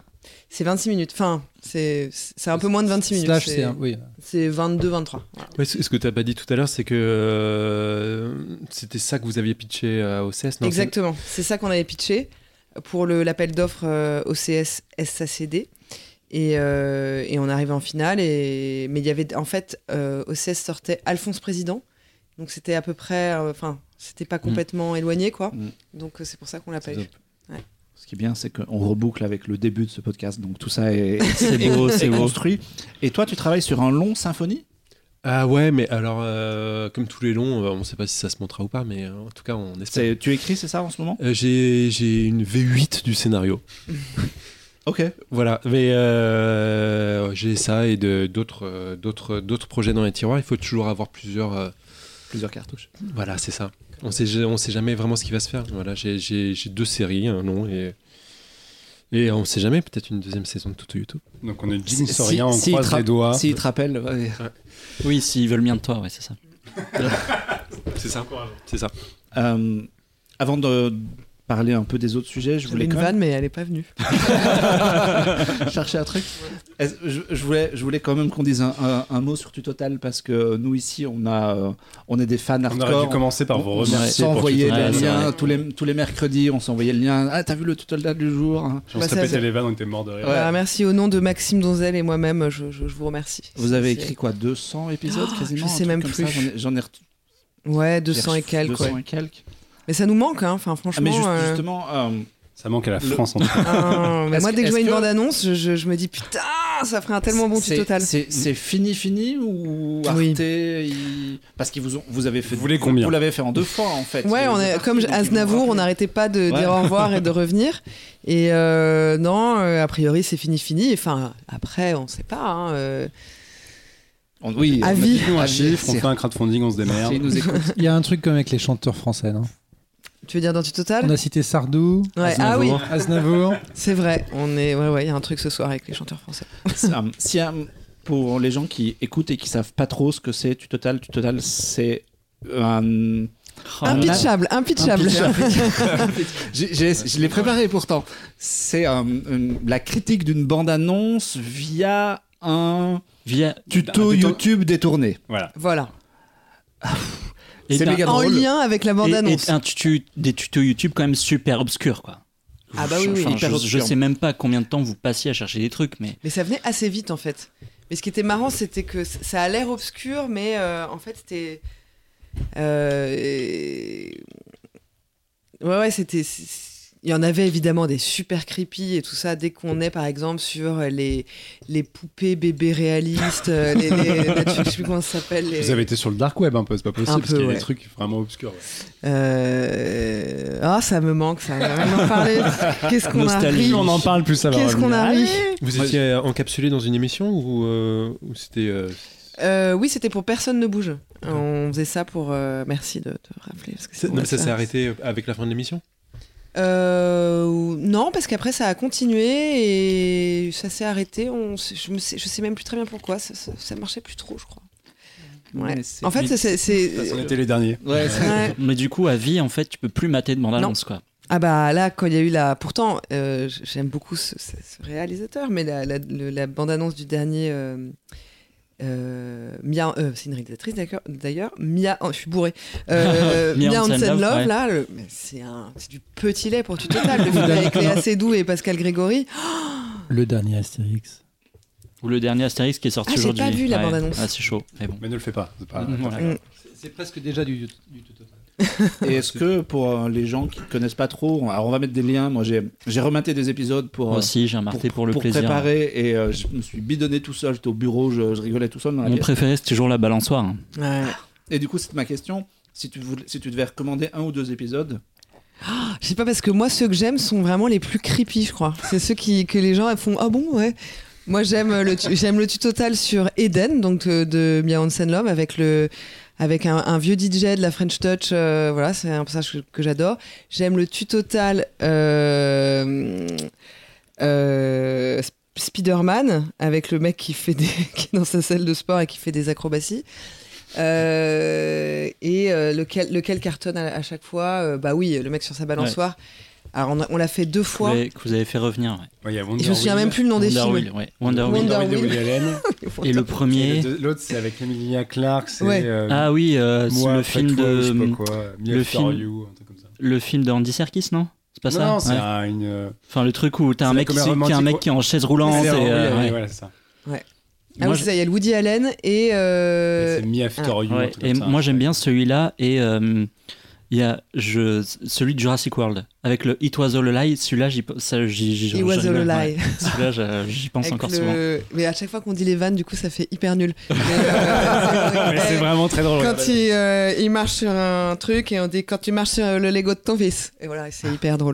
D: C'est vingt-six minutes. Enfin, c'est, c'est un peu moins de vingt-six minutes.
E: Slash,
D: c'est,
E: c'est un- oui.
D: c'est vingt-deux vingt-trois. Voilà.
C: Ouais, ce ce que tu n'as pas dit tout à l'heure, c'est que euh, c'était ça que vous aviez pitché à O C S, non?
D: Exactement. C'est ça qu'on avait pitché pour le, l'appel d'offres euh, O C S S A C D. Et, euh, et on arrivait en finale. Et... Mais il y avait, en fait, euh, O C S sortait Alphonse Président. Donc c'était à peu près. Enfin, euh, c'était pas complètement mmh. éloigné, quoi. Mmh. Donc euh, c'est pour ça qu'on l'a pas eu. Ouais.
A: Ce qui est bien, c'est qu'on reboucle avec le début de ce podcast. Donc tout ça est, c'est beau, c'est construit. Et toi, tu travailles sur un long symphonie?
C: Ah ouais, mais alors, euh, comme tous les longs, on ne sait pas si ça se montera ou pas, mais euh, en tout cas, on espère.
A: C'est, tu écris, c'est ça, en ce moment?
C: euh, j'ai, j'ai une V huit du scénario.
A: Ok.
C: Voilà, mais euh, j'ai ça et de, d'autres, euh, d'autres, d'autres projets dans les tiroirs. Il faut toujours avoir plusieurs, euh,
A: plusieurs cartouches.
C: Voilà, c'est ça. On sait, on sait jamais vraiment ce qui va se faire. Voilà, j'ai, j'ai, j'ai deux séries, un long et... Et on sait jamais, peut-être une deuxième saison de Toto YouTube.
F: Donc on est Jim
A: Si-
F: Sorien, on
A: si-
F: croise
A: s'il te
F: les doigts.
A: S'il te rappelle, ouais.
B: Oui, s'ils veulent bien de toi, ouais, c'est ça.
C: C'est ça. C'est ça.
A: Euh, avant de parler un peu des autres sujets, je
D: J'avais
A: voulais
D: une
A: quand même
D: vanne, mais elle est pas venue.
A: chercher un truc. Est-ce- Je, je voulais, je voulais quand même qu'on dise un, un- un mot sur Tutotal parce que nous ici, on a, euh, on est des fans
F: On
A: hardcore.
F: aurait dû commencer par vous
A: On
F: remercier pour
A: s'envoyait
F: tout
B: Tutotal.
A: les
B: Ouais, c'est
A: liens
B: vrai.
A: tous les, tous les mercredis, on s'envoyait le lien. Ah, t'as vu le Tutotal du jour?
F: On
D: Bah,
F: se
D: ça,
F: répétait
D: c'est-
F: les vannes, on était morts de rire.
A: Ouais.
D: Bah, merci au nom de Maxime Donzel et moi-même, je, je, je vous remercie.
A: Vous avez
D: C'est-
A: écrit quoi, deux cents épisodes
D: Oh,
A: quasiment?
D: je sais
A: un truc
D: même
A: comme
D: plus.
A: ça. J'en ai, j'en ai ret-
D: Ouais, deux cents
A: j'ai
D: et quelques.
A: deux cents
D: Ouais.
A: et quelques.
D: Mais ça nous manque, hein. Enfin,
A: Ah,
D: franchement.
A: mais juste-
D: euh,
A: justement, euh,
F: Ça manque à la
A: Le-
F: France en tout cas.
D: ah, mais
A: Est-ce
D: moi,
A: que-
D: dès que je vois
A: est-ce
D: une
A: que-
D: bande-annonce, je, je, je me dis putain, ça ferait un tellement bon
A: c'est,
D: tutotal.
A: c'est, c'est fini, fini ou Arte
D: Oui.
A: il- Parce qu'ils vous ont, vous avez fait.
F: Vous voulez combien
A: Vous l'avez fait en deux fois en fait.
D: Ouais, on
A: Vous
D: est
A: êtes
D: comme
A: partis, donc ils
D: Aznavour,
A: vont
D: on
A: rappeler.
D: n'arrêtait pas de
A: Ouais.
D: dire au revoir et de revenir. Et euh, non, euh, a priori, c'est fini, fini. Enfin, après, on sait pas. Hein, euh,
A: On- Oui,
D: À
A: on-
D: vie.
F: Nous un
A: à
F: chiffre, on
A: c'est-
F: fait un crowdfunding, on se démerde.
A: S'ils nous écoutent.
E: Il y a un truc comme avec les chanteurs français, non?
D: Tu veux dire dans tutotal?
E: On a cité Sardou,
D: Ouais. Ah oui,
E: Aznavour.
D: c'est vrai. On est, ouais, ouais, il y a un truc ce soir avec les chanteurs français.
A: Ça, si, euh, pour les gens qui écoutent et qui savent pas trop ce que c'est Tutotal, Tutotal, c'est un.
B: Oh,
D: Impitchable, impitchable.
A: J'ai- j'ai- je l'ai préparé pourtant. C'est euh, une- la critique d'une bande-annonce via un
B: Via
A: tuto
F: Un tuto-
A: YouTube détourné.
F: Voilà.
D: Voilà.
B: et
A: C'est
B: d'un-
A: méga
D: En
A: drôle.
D: lien avec la
B: et-
D: bande-annonce.
B: et un tutu- des tutos YouTube quand même super obscurs, quoi.
D: Ah bah oui, oui,
B: Enfin,
A: hyper
B: je,
A: obscur.
B: je sais même pas combien de temps vous passiez à chercher des trucs, mais
D: Mais ça venait assez vite en fait. Mais ce qui était marrant, c'était que c- ça a l'air obscur, mais euh, en fait, c'était. Euh, et- Ouais, ouais, c'était. c'est- Il y en avait évidemment des super creepy et tout ça. Dès qu'on est par exemple sur les, les poupées bébés réalistes, euh, les, les, Netflix, je sais plus comment ça s'appelle. les-
F: Vous avez été sur le dark web un peu, c'est pas possible,
D: Un
F: parce
D: peu,
F: qu'il y a
D: ouais.
F: des trucs vraiment obscurs. ouais.
D: Euh, Ah, ça me manque, ça. On va même en parler. Qu'est-ce qu'on a
B: Nostalgie.
D: ri
F: Plus on en parle, plus ça va
D: Qu'est-ce qu'on
F: revenir.
D: a ri
C: Vous
A: Moi,
C: étiez euh, encapsulé dans une émission ou, euh, ou c'était. euh,
D: Euh, Oui, c'était pour Personne ne bouge. On faisait ça pour. euh, Merci de, de rappeler. Parce que
C: c'est-
D: sinon,
C: non, mais ça
D: ça-
C: s'est arrêté avec la fin de l'émission?
D: Euh, non, parce qu'après ça a continué et ça s'est arrêté. On, s- je, me sais, je sais même plus très bien pourquoi. Ça, ça, ça marchait plus trop, je crois. Ouais.
A: Mais c'est-
D: En fait,
B: mais-
D: c'est. c'est- c'est-
F: Ça, on était les derniers.
A: Ouais, c'est-
D: ouais.
B: mais du coup à vie en fait tu peux plus mater de bande-annonce, quoi.
D: Ah bah là, quand il y a eu la. Pourtant, euh, j'aime beaucoup ce, ce- ce réalisateur, mais la, la, le- la bande-annonce du dernier. Euh, euh, Mia, euh, c'est une réalisatrice d'accord- d'ailleurs. Mia, oh, je suis bourrée. Euh,
B: Mia
D: Mia
B: Hansen
D: Hansen
B: Love,
D: Love,
B: ouais.
D: là, le- mais c'est un, c'est du petit lait pour tu total. Le film avec Léa Seydoux et Pascal Grégory.
E: Le dernier Astérix.
B: Ou le dernier Astérix qui est sorti
D: Ah, j'ai
B: aujourd'hui.
D: pas vu la
B: Ouais.
D: bande-annonce.
B: Ah, c'est chaud. Mais bon.
F: Mais ne le fais pas. c'est pas-
B: Voilà.
D: Mm.
E: C'est presque déjà du, du total.
A: Et est-ce que pour euh, les gens qui ne connaissent pas trop, alors on va mettre des liens. Moi, j'ai, j'ai rematé des épisodes pour,
B: Moi
A: euh,
B: aussi j'ai remarqué pour, le plaisir.
A: préparer et euh, je me suis bidonné tout seul. J'étais au bureau, je, je rigolais tout seul dans la
B: Mon
A: pièce.
B: préféré c'est toujours la balançoire, hein.
D: Ouais.
A: Et du coup, c'est ma question. Si tu, voulais, si tu devais recommander un ou deux épisodes,
D: Je sais pas parce que moi ceux que j'aime sont vraiment les plus creepy, je crois. C'est ceux qui que les gens font ah bon ouais. Moi j'aime le tu- j'aime le tutotal sur Eden donc de, de Mia Hansen Love avec le avec un, un vieux D J de la French Touch, euh, voilà c'est un personnage que, que j'adore. J'aime le tutotal euh, euh, Sp- Spider-Man avec le mec qui fait des qui est dans sa salle de sport et qui fait des acrobaties. Euh, et euh, lequel, lequel cartonne à, à chaque fois euh, bah oui le mec sur sa balançoire Alors on, a- on l'a fait deux
B: Que vous
D: fois.
B: avez- que vous avez fait revenir. ouais.
F: Ouais, il y a
D: Et
F: Wonder
D: je me souviens
F: Wheel.
D: même plus le nom des
B: Wonder
D: films.
B: Wheel, ouais. Wonder
D: Wonder
B: Wheel.
F: Wonder Wheel de
D: Wheel.
F: Woody Allen.
B: Et le
F: Et
B: premier.
F: le deux- l'autre, c'est avec Emilia Clarke. C'est
D: Ouais.
F: euh,
B: Ah oui, euh, c'est
F: moi
B: le
F: après
B: film
F: toi, ou je sais
B: de
F: pas quoi, Me
B: le
F: After
B: film-
F: You, un truc comme ça.
B: le film de Andy Serkis, non? C'est pas
F: non,
B: ça
F: non, c'est
B: Ouais.
F: un- une. euh,
B: Enfin, le truc où t'as un
F: c'est
B: mec
F: la
B: qui,
F: comédie
B: qui est un
F: romantique,
B: mec qui est en chaise roulante.
F: c'est-
B: et,
F: oui,
B: euh,
F: oui,
B: ouais.
F: voilà, c'est ça.
D: Ah
B: Moi,
D: oui, c'est ça, il y a le Woody Allen et. euh,
F: Et C'est Me After
D: ah,
F: You. un
B: Ouais,
F: truc
B: et
F: comme ça.
B: moi j'aime bien celui-là et euh, il y a je, celui de Jurassic World avec le It Was All a Lie. Celui-là, j'y, ça, j'y, j'y,
D: It Was
B: j'y-
D: All a
B: ouais.
D: Lie.
B: Celui-là, je- j'y pense
D: avec
B: encore
D: le-
B: souvent.
D: Mais à chaque fois qu'on dit les vannes, du coup, ça fait hyper nul. Mais, euh,
F: Mais c'est vraiment très drôle.
D: Quand il, euh, il marche sur un truc et on dit quand tu marches sur le Lego de ton fils. Et voilà, c'est hyper drôle.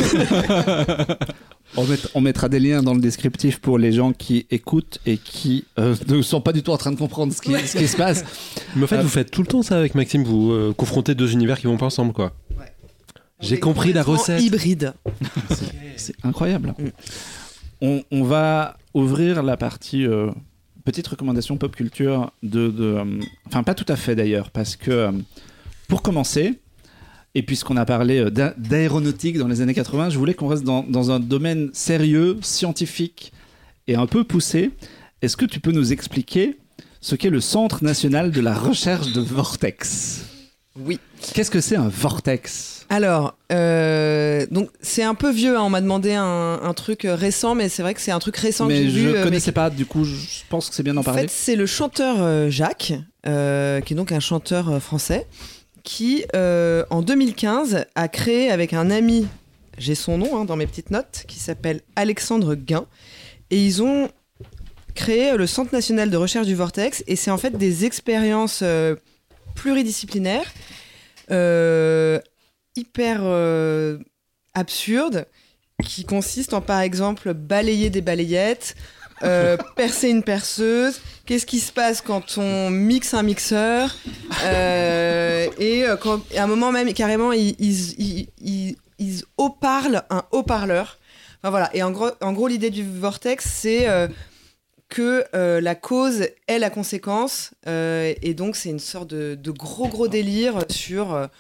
A: On, met- on mettra des liens dans le descriptif pour les gens qui écoutent et qui euh, ne sont pas du tout en train de comprendre ce qui, ce qui se passe.
C: Mais en fait,
A: Euh,
C: vous faites tout le temps ça avec Maxime, vous euh, confrontez deux univers qui vont pas ensemble, quoi. J'ai
D: On est
C: compris la
D: complètement
C: recette.
D: Hybride.
A: C'est incroyable.
D: Mm.
A: On, on va ouvrir la partie euh, petite recommandation pop culture de, de, euh, enfin pas tout à fait d'ailleurs, parce que euh, pour commencer, et puisqu'on a parlé euh, d'a- d'aéronautique dans les années quatre-vingts, je voulais qu'on reste dans, dans un domaine sérieux, scientifique et un peu poussé. Est-ce que tu peux nous expliquer ce qu'est le Centre national de la recherche de vortex?
D: Oui.
A: Qu'est-ce que c'est un vortex?
D: Alors, euh, donc c'est un peu vieux. Hein, on m'a demandé un, un truc récent, mais c'est vrai que c'est un truc récent que
A: Mais
D: j'ai
A: je
D: vu. euh,
A: connaissais
D: mais
A: pas, du coup je pense que c'est bien d'en
D: En
A: parler.
D: fait, c'est le chanteur euh, Jacques, euh, qui est donc un chanteur euh, français, qui euh, en deux mille quinze a créé avec un ami, j'ai son nom hein, dans mes petites notes, qui s'appelle Alexandre Guin, et ils ont créé le Centre national de recherche du vortex, et c'est en fait des expériences euh, pluridisciplinaires, euh, hyper euh, absurdes, qui consistent en par exemple balayer des balayettes, euh, percer une perceuse, qu'est-ce qui se passe quand on mixe un mixeur, euh, et euh, quand, à un moment même carrément ils, ils, ils, ils, ils haut-parlent un haut-parleur. Enfin voilà, et en gros, en gros l'idée du vortex c'est euh, que euh, la cause est la conséquence, euh, et donc c'est une sorte de, de gros gros délire sur euh,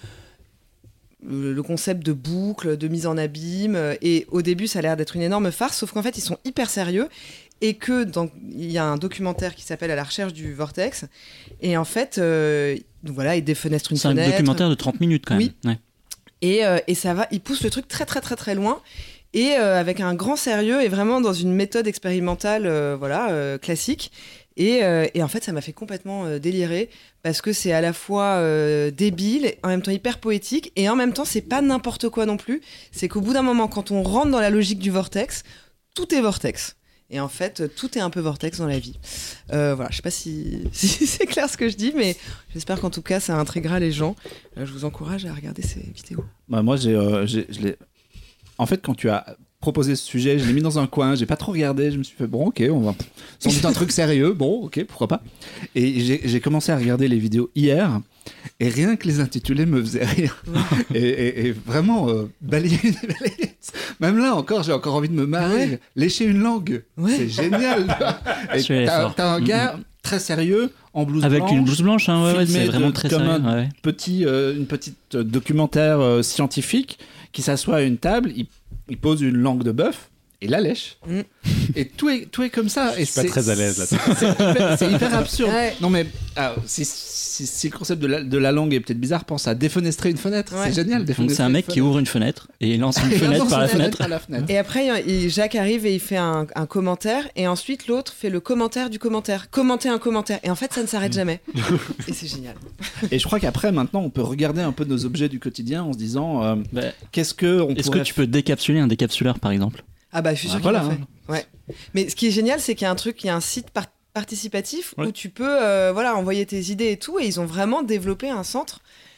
D: le le concept de boucle, de mise en abîme, euh, et au début ça a l'air d'être une énorme farce, sauf qu'en fait ils sont hyper sérieux, et que dans- il y a un documentaire qui s'appelle À la recherche du vortex, et en fait euh, donc voilà, ils défenestrent une
B: C'est un
D: fenêtre,
B: documentaire de trente minutes quand même.
D: Oui.
B: Ouais.
D: et, euh, et ça va, ils poussent le truc très très très très loin, et euh, avec un grand sérieux et vraiment dans une méthode expérimentale euh, voilà euh, classique, et, euh, et en fait ça m'a fait complètement euh, délirer parce que c'est à la fois euh, débile, en même temps hyper poétique, et en même temps c'est pas n'importe quoi non plus. C'est qu'au bout d'un moment, quand on rentre dans la logique du vortex, tout est vortex. Et en fait, tout est un peu vortex dans la vie. Euh, voilà, je sais pas si, si c'est clair ce que je dis, mais j'espère qu'en tout cas ça intriguera les gens. Euh, je vous encourage à regarder ces vidéos.
A: Bah, moi, j'ai, euh, j'ai- je l'ai. En fait, quand tu as proposé ce sujet, je l'ai mis dans un coin, j'ai pas trop regardé, je me suis fait bon, ok, on va sans doute un truc sérieux, bon, ok, pourquoi pas. Et j'ai, j'ai commencé à regarder les vidéos hier, et rien que les intitulés me faisaient rire. et, et- et vraiment, euh, balayer une balayette. Même là encore, j'ai encore envie de me marrer.
D: Ouais.
A: Lécher une langue,
D: Ouais.
A: c'est génial. Et
B: Celui-là est
A: t'as,
B: fort.
A: t'as un
B: Mm,
A: gars très sérieux, en blouse
B: Avec
A: blanche,
B: une blouse blanche, hein, ouais, ouais,
A: filmé
B: c'est vraiment
A: de-
B: très
A: comme
B: sérieux.
A: un
B: ouais.
A: petit, euh, une petite euh, documentaire euh, scientifique qui s'assoit à une table, il, il pose une langue de bœuf et la lèche.
D: Mm.
A: Et tout est, tout est comme ça.
F: Je
A: et
F: suis pas
A: c'est-
F: très à l'aise là.
A: C'est hyper, c'est hyper absurde.
D: Ouais.
A: Non mais ah, si, si, si le concept de la, de la langue est peut-être bizarre, pense à défenestrer une fenêtre.
D: Ouais.
A: C'est génial.
B: Donc
A: défenestrer
B: c'est un
A: une
B: mec qui
A: fenêtre.
B: ouvre une fenêtre et il lance une
A: Et il
B: fenêtre
A: lance
B: par la
A: une
B: fenêtre.
A: par la fenêtre.
D: Et après, il- Jacques arrive et il fait un, un commentaire, et ensuite l'autre fait le commentaire du commentaire. Commenter un commentaire. Et en fait, ça ne s'arrête jamais. Et c'est génial.
A: Et je crois qu'après, maintenant, on peut regarder un peu nos objets du quotidien en se disant euh,
B: Bah,
A: qu'est-ce que on
B: Est-ce que
A: pourrait
B: tu peux décapsuler un décapsuleur par exemple?
D: Ah bah, je suis
A: Ah,
D: sûre
A: voilà,
D: qu'il l'a fait. Ouais. Mais ce qui est génial, c'est qu'il y a un truc, il y a un site par- participatif
B: Ouais.
D: où tu peux euh, voilà, envoyer tes idées et tout, et ils ont vraiment développé un centre.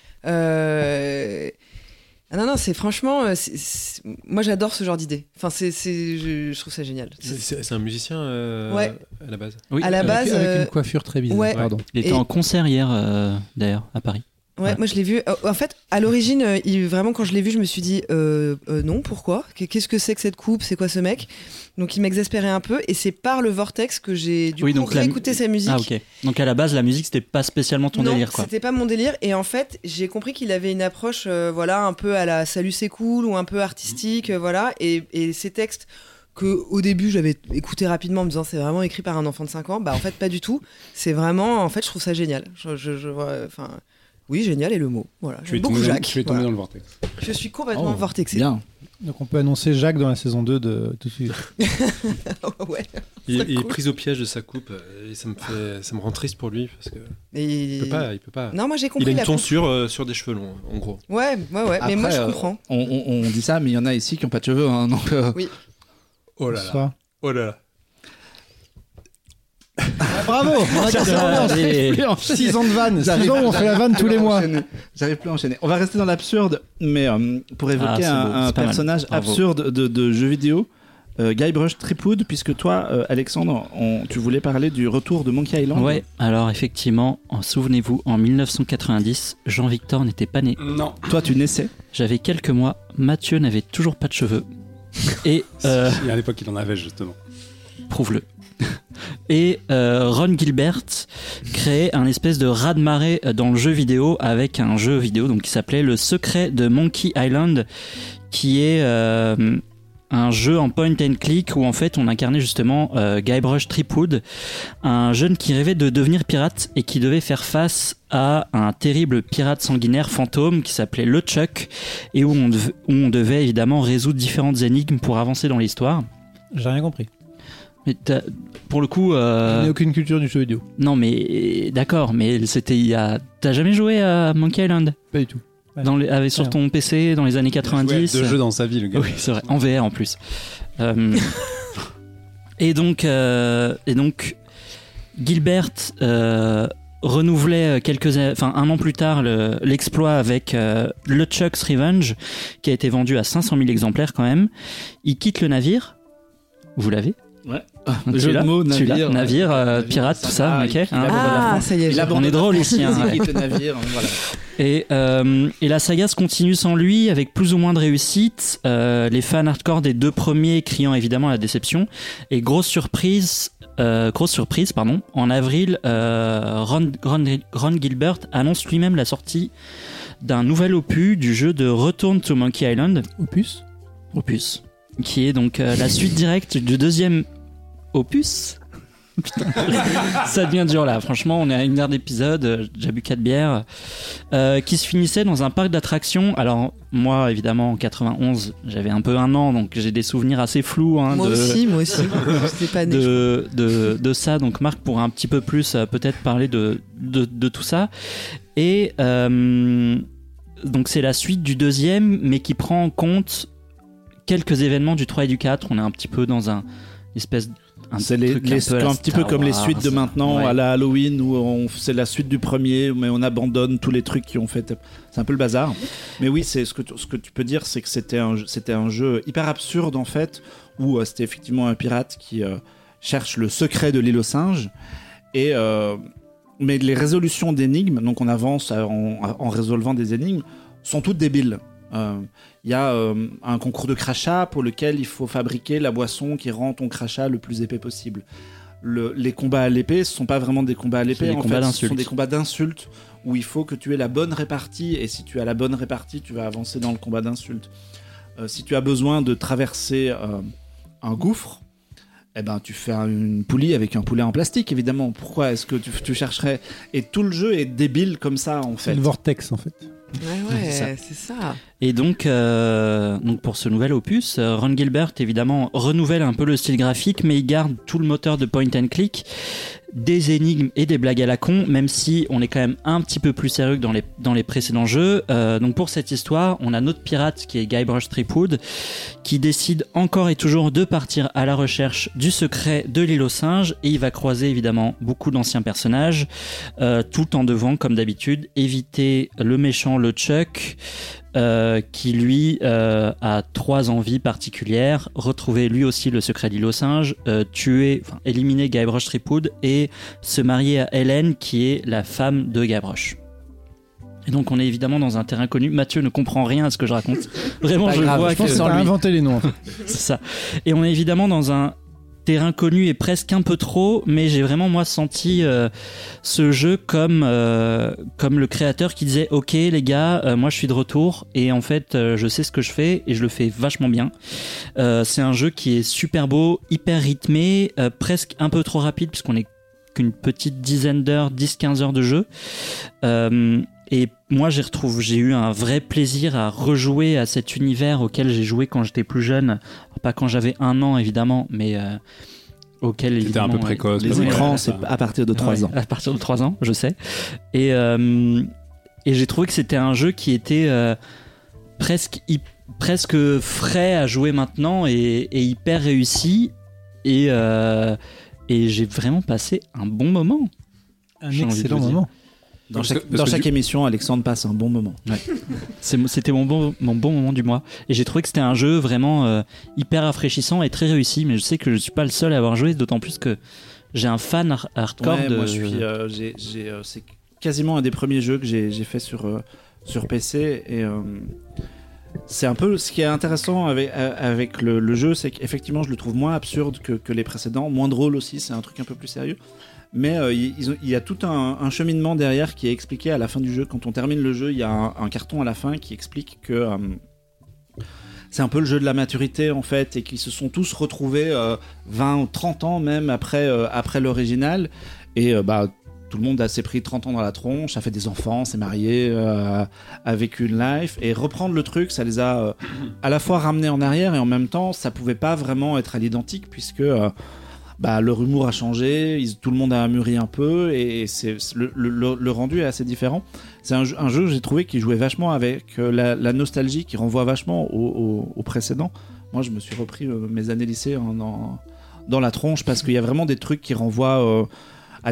D: Euh... Ah non, non, c'est franchement... euh, c'est- c'est- Moi, j'adore ce genre d'idée. Enfin, c'est, c'est... Je, je trouve ça génial.
C: C'est- C'est c'est un musicien euh,
D: Ouais.
C: à la base.
B: Oui.
D: À la
E: Avec-
D: base...
E: avec
D: euh,
E: une coiffure très bizarre.
D: ouais.
E: Pardon.
B: Il était
D: Et-
B: en concert hier, euh, d'ailleurs, à Paris.
D: Ouais,
B: Ouais.
D: moi je l'ai vu. Euh, En fait, à l'origine, euh, il- vraiment quand je l'ai vu, je me suis dit euh, euh, non, pourquoi Qu'est- Qu'est-ce que c'est que cette coupe C'est quoi ce mec Donc il m'exaspérait un peu, et c'est par le Vortex que j'ai du
B: Oui,
D: coup
B: donc la-
D: réécouté sa musique.
B: Ah ok. Donc à la base, la musique, c'était pas spécialement ton
D: non,
B: délire, quoi.
D: c'était pas mon délire. Et en fait, j'ai compris qu'il avait une approche, euh, voilà, un peu à la Salut c'est cool ou un peu artistique, euh, voilà. Et, et ces textes que au début j'avais écouté rapidement en me disant c'est vraiment écrit par un enfant de cinq ans, bah en fait pas du tout. C'est vraiment, en fait, je trouve ça génial. Je, je, je vois, enfin, oui, génial est le mot. Voilà.
F: Tu
D: J'aime
F: es
D: beaucoup
F: tombé, dans,
D: Jacques.
F: tu es tombé
D: Voilà.
F: dans le vortex.
D: Je suis complètement
A: Oh,
D: vortexé.
A: Bien.
E: Donc on peut annoncer Jacques dans la saison deux de tout de suite.
D: Ouais.
C: Il,
D: C'est
C: il est
D: cool.
C: pris au piège de sa coupe euh, et ça me fait, ça me rend triste pour lui parce que
D: Mais
C: il peut pas, il peut pas.
D: Non, moi j'ai compris
C: Il a une
D: la coupe.
C: tonsure euh, sur des cheveux longs, en gros.
D: Ouais, ouais, ouais. mais moi
A: Après,
D: je
A: euh,
D: comprends.
A: On, on- on dit ça, mais il y en a ici qui n'ont pas de cheveux. Hein, donc, euh,
D: Oui.
C: Oh là là.
E: Bonsoir.
C: Oh là là.
E: Bravo. On a cassé l'ambiance.
B: Allez.
A: plus à enchaîner.
E: six ans de vanne.
A: J'arrive-
E: six ans où on fait la vanne tous les mois.
A: enchaîner. J'arrive plus à enchaîner. On va rester dans l'absurde, mais euh, pour évoquer
B: Ah, c'est
A: un,
B: beau,
A: un
B: c'est pas mal.
A: personnage
B: Bravo.
A: absurde de, de jeux vidéo, euh, Guybrush Threepwood, puisque toi, euh, Alexandre, on- tu voulais parler du retour de Monkey Island.
B: Ouais, alors effectivement, en- souvenez-vous, en dix-neuf cent quatre-vingt-dix, Jean-Victor n'était pas né.
F: Non.
A: Toi, tu naissais.
B: J'avais quelques mois, Mathieu n'avait toujours pas de cheveux. Et euh,
F: Et à l'époque, il en avait justement.
B: prouve-le. Et euh, Ron Gilbert créait un espèce de raz-de-marée dans le jeu vidéo avec un jeu vidéo donc, qui s'appelait Le Secret de Monkey Island, qui est euh, un jeu en point and click où en fait on incarnait justement euh, Guybrush Threepwood, un jeune qui rêvait de devenir pirate et qui devait faire face à un terrible pirate sanguinaire fantôme qui s'appelait LeChuck et où on, dev- où on devait évidemment résoudre différentes énigmes pour avancer dans l'histoire.
E: J'ai rien compris.
B: Mais t'as- pour le coup, euh,
E: Je n'ai aucune culture du jeu vidéo.
B: non mais d'accord, mais c'était il y a. T'as jamais joué à Monkey Island
E: Pas du tout. Ouais.
B: dans les... avec sur
E: Ouais.
B: ton P C dans les années quatre-vingt-dix?
F: De jeux dans sa vie, le gars.
B: Oui, c'est vrai, en V R en plus. Euh, et donc, euh, et donc, Gilbert euh, renouvelait quelques, enfin un an plus tard le- l'exploit avec euh, LeChuck's Revenge, qui a été vendu à cinq cent mille exemplaires quand même. Il quitte le navire. Vous l'avez?
A: Ouais.
B: Donc,
A: Jeu
B: tu l'as
A: de mots,
B: Tu l'as
A: navire.
B: navire, euh,
A: Navire,
B: pirate, tout ça,
A: va,
B: ok.
A: il- il
B: hein.
A: abandonne la
D: Ah,
A: France.
D: ça y est.
A: Il
D: je-
A: abandonne
B: On est
A: la
B: drôle
A: France,
B: ici, hein,
A: il
B: ouais.
A: quitte le navire. Voilà.
B: Et, euh, et la saga se continue sans lui, avec plus ou moins de réussite. Euh, les fans hardcore des deux premiers criant évidemment la déception. Et grosse surprise, euh, grosse surprise, pardon. En avril, euh, Ron, Ron, Ron Gilbert annonce lui-même la sortie d'un nouvel opus du jeu de Return to Monkey Island,
E: Opus.
B: opus, qui est donc euh, la suite directe du deuxième opus. Putain, ça devient dur là. Franchement, on est à une heure d'épisode. euh, J'ai bu quatre bières, euh, qui se finissait dans un parc d'attractions. Alors moi, évidemment, en quatre-vingt-onze, j'avais un peu un an, donc j'ai des souvenirs assez flous hein,
D: Moi
B: de,
D: aussi, moi aussi. J'étais pas né.
B: de, de, de ça. Donc Marc pourra un petit peu plus euh, peut-être parler de, de, de tout ça. Et euh, donc c'est la suite du deuxième, mais qui prend en compte quelques événements du trois et du quatre. On est un petit peu dans un espèce un
A: C'est les,
B: truc
A: les-
B: peu à la
A: un petit peu
B: Star
A: comme les
B: Wars.
A: suites de maintenant
B: Ouais.
A: à la Halloween où on c'est la suite du premier mais on abandonne tous les trucs qui ont fait c'est un peu le bazar. Mais oui, c'est ce que tu, ce que tu peux dire c'est que c'était un jeu- c'était un jeu hyper absurde en fait où euh, c'était effectivement un pirate qui euh, cherche le secret de l'île aux singes et euh, mais les résolutions d'énigmes, donc on avance en, en résolvant des énigmes, sont toutes débiles. Euh, Il y a euh, un concours de crachat pour lequel il faut fabriquer la boisson qui rend ton crachat le plus épais possible. Le- les combats à l'épée, ce sont pas vraiment des combats à l'épée,
B: C'est des
A: en
B: combats
A: fait, ce
B: d'insultes.
A: sont des combats d'insultes où il faut que tu aies la bonne répartie et si tu as la bonne répartie, tu vas avancer dans le combat d'insultes. Euh, si tu as besoin de traverser euh, un gouffre, eh ben, tu fais un- une poulie avec un poulet en plastique, évidemment. Pourquoi est-ce que tu, tu chercherais... Et tout le jeu est débile comme ça, en
E: C'est
A: fait.
E: le vortex en fait.
D: Ouais, ouais,
A: C'est ça.
D: c'est ça.
B: Et donc, euh, donc pour ce nouvel opus, euh, Ron Gilbert évidemment renouvelle un peu le style graphique, mais il garde tout le moteur de point and click, des énigmes et des blagues à la con, même si on est quand même un petit peu plus sérieux que dans les, dans les précédents jeux. Euh, donc pour cette histoire, on a notre pirate qui est Guybrush Threepwood, qui décide encore et toujours de partir à la recherche du secret de l'île aux singes, et il va croiser évidemment beaucoup d'anciens personnages, euh, tout en devant, comme d'habitude, éviter le méchant LeChuck, euh, qui lui euh, a trois envies particulières: retrouver lui aussi le secret de l'île aux singes, euh, tuer, enfin éliminer Guybrush Threepwood et se marier à Helen, qui est la femme de Guybrush. Et donc on est évidemment dans un terrain connu. Mathieu ne comprend rien à ce que je raconte. Vraiment,
A: Pas
B: je
A: grave,
B: vois
E: Je pense
B: que
E: que t'as inventé les noms. En fait.
B: c'est ça. Et on est évidemment dans un terrain connu et presque un peu trop, mais j'ai vraiment moi senti euh, ce jeu comme euh, comme le créateur qui disait ok les gars, euh, moi je suis de retour et en fait euh, je sais ce que je fais et je le fais vachement bien. Euh, c'est un jeu qui est super beau, hyper rythmé, euh, presque un peu trop rapide puisqu'on est qu'une petite dizaine d'heures, dix quinze heures de jeu. Euh, et moi j'ai retrouvé, j'ai eu un vrai plaisir à rejouer à cet univers auquel j'ai joué quand j'étais plus jeune. Alors, pas quand j'avais un an évidemment, mais euh, auquel
F: C'était un
B: évidemment
F: peu précoce.
A: Les
F: parce que-
A: écrans,
F: ouais,
A: c'est
F: ça-
A: à partir de trois
B: Ouais,
A: ans.
B: à partir de trois ans, je sais. Et, euh, et j'ai trouvé que c'était un jeu qui était euh, presque, hy- presque frais à jouer maintenant et, et hyper réussi. Et, euh, et j'ai vraiment passé un bon moment.
E: Un
B: J'ai envie de
E: excellent
B: vous dire.
E: moment.
A: Dans
F: Parce
A: chaque,
F: que- parce
A: dans
F: que
A: chaque
F: du-
A: émission, Alexandre passe un bon moment.
B: C'est- C'était mon bon, mon bon moment du mois. Et j'ai trouvé que c'était un jeu vraiment euh, hyper rafraîchissant et très réussi. Mais je sais que je suis pas le seul à avoir joué, d'autant plus que j'ai un fan har- hardcore
A: Ouais,
B: de.
A: moi, je suis, euh, j'ai, j'ai, euh, c'est quasiment un des premiers jeux que j'ai, j'ai fait sur, euh, sur P C. Et euh, c'est un peu ce qui est intéressant avec, euh, avec le, le jeu, c'est qu'effectivement, je le trouve moins absurde que, que les précédents, moins drôle aussi, c'est un truc un peu plus sérieux. Mais euh, il ils ont- il y a tout un, un cheminement derrière qui est expliqué à la fin du jeu. Quand on termine le jeu, il y a un, un carton à la fin qui explique que euh, c'est un peu le jeu de la maturité en fait, et qu'ils se sont tous retrouvés euh, vingt ou trente ans même après, euh, après l'original. Et euh, bah, tout le monde a s'est pris trente ans dans la tronche, a fait des enfants, s'est marié, euh, a vécu une life. Et reprendre le truc, ça les a euh, à la fois ramenés en arrière, et en même temps, ça pouvait pas vraiment être à l'identique, puisque euh, bah, leur humour a changé, ils- tout le monde a mûri un peu, et c'est, c'est- le, le- le rendu est assez différent. C'est un jeu, un jeu j'ai trouvé, qui jouait vachement avec euh, la, la nostalgie, qui renvoie vachement au, au- au précédent. Moi, je me suis repris euh, mes années lycée en- dans, dans la tronche, parce qu'il y a vraiment des trucs qui renvoient euh, à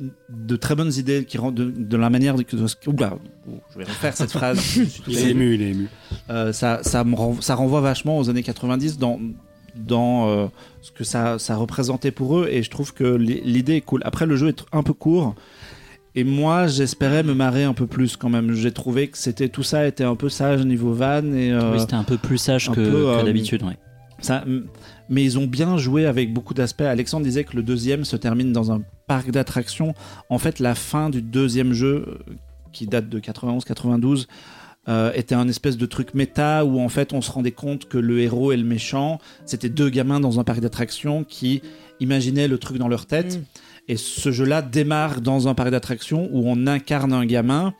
A: de très bonnes idées, qui rendent de, de la manière de, de, oula, je vais refaire cette phrase. Je suis tout
F: Il est ému, il est ému.
A: euh, ça, ça, me renvoie, ça renvoie vachement aux années quatre-vingt-dix dans, dans euh, ce que ça, ça représentait pour eux, et je trouve que l'i- l'idée est cool. Après, le jeu est un peu court, et moi j'espérais me marrer un peu plus quand même. J'ai trouvé que c'était, tout ça était un peu sage niveau van, et euh,
B: Oui, c'était un peu plus sage
A: un
B: que,
A: peu,
B: que
A: euh,
B: d'habitude. Ouais.
A: ça, mais ils ont bien joué avec beaucoup d'aspects. Alexandre disait que le deuxième se termine dans un parc d'attractions. En fait, la fin du deuxième jeu, euh, qui date de quatre-vingt-onze quatre-vingt-douze, euh, était un espèce de truc méta où en fait on se rendait compte que le héros et le méchant, c'était deux gamins dans un parc d'attractions qui imaginaient le truc dans leur tête.
D: Mm.
A: Et ce jeu-là démarre dans un parc d'attractions où on incarne un gamin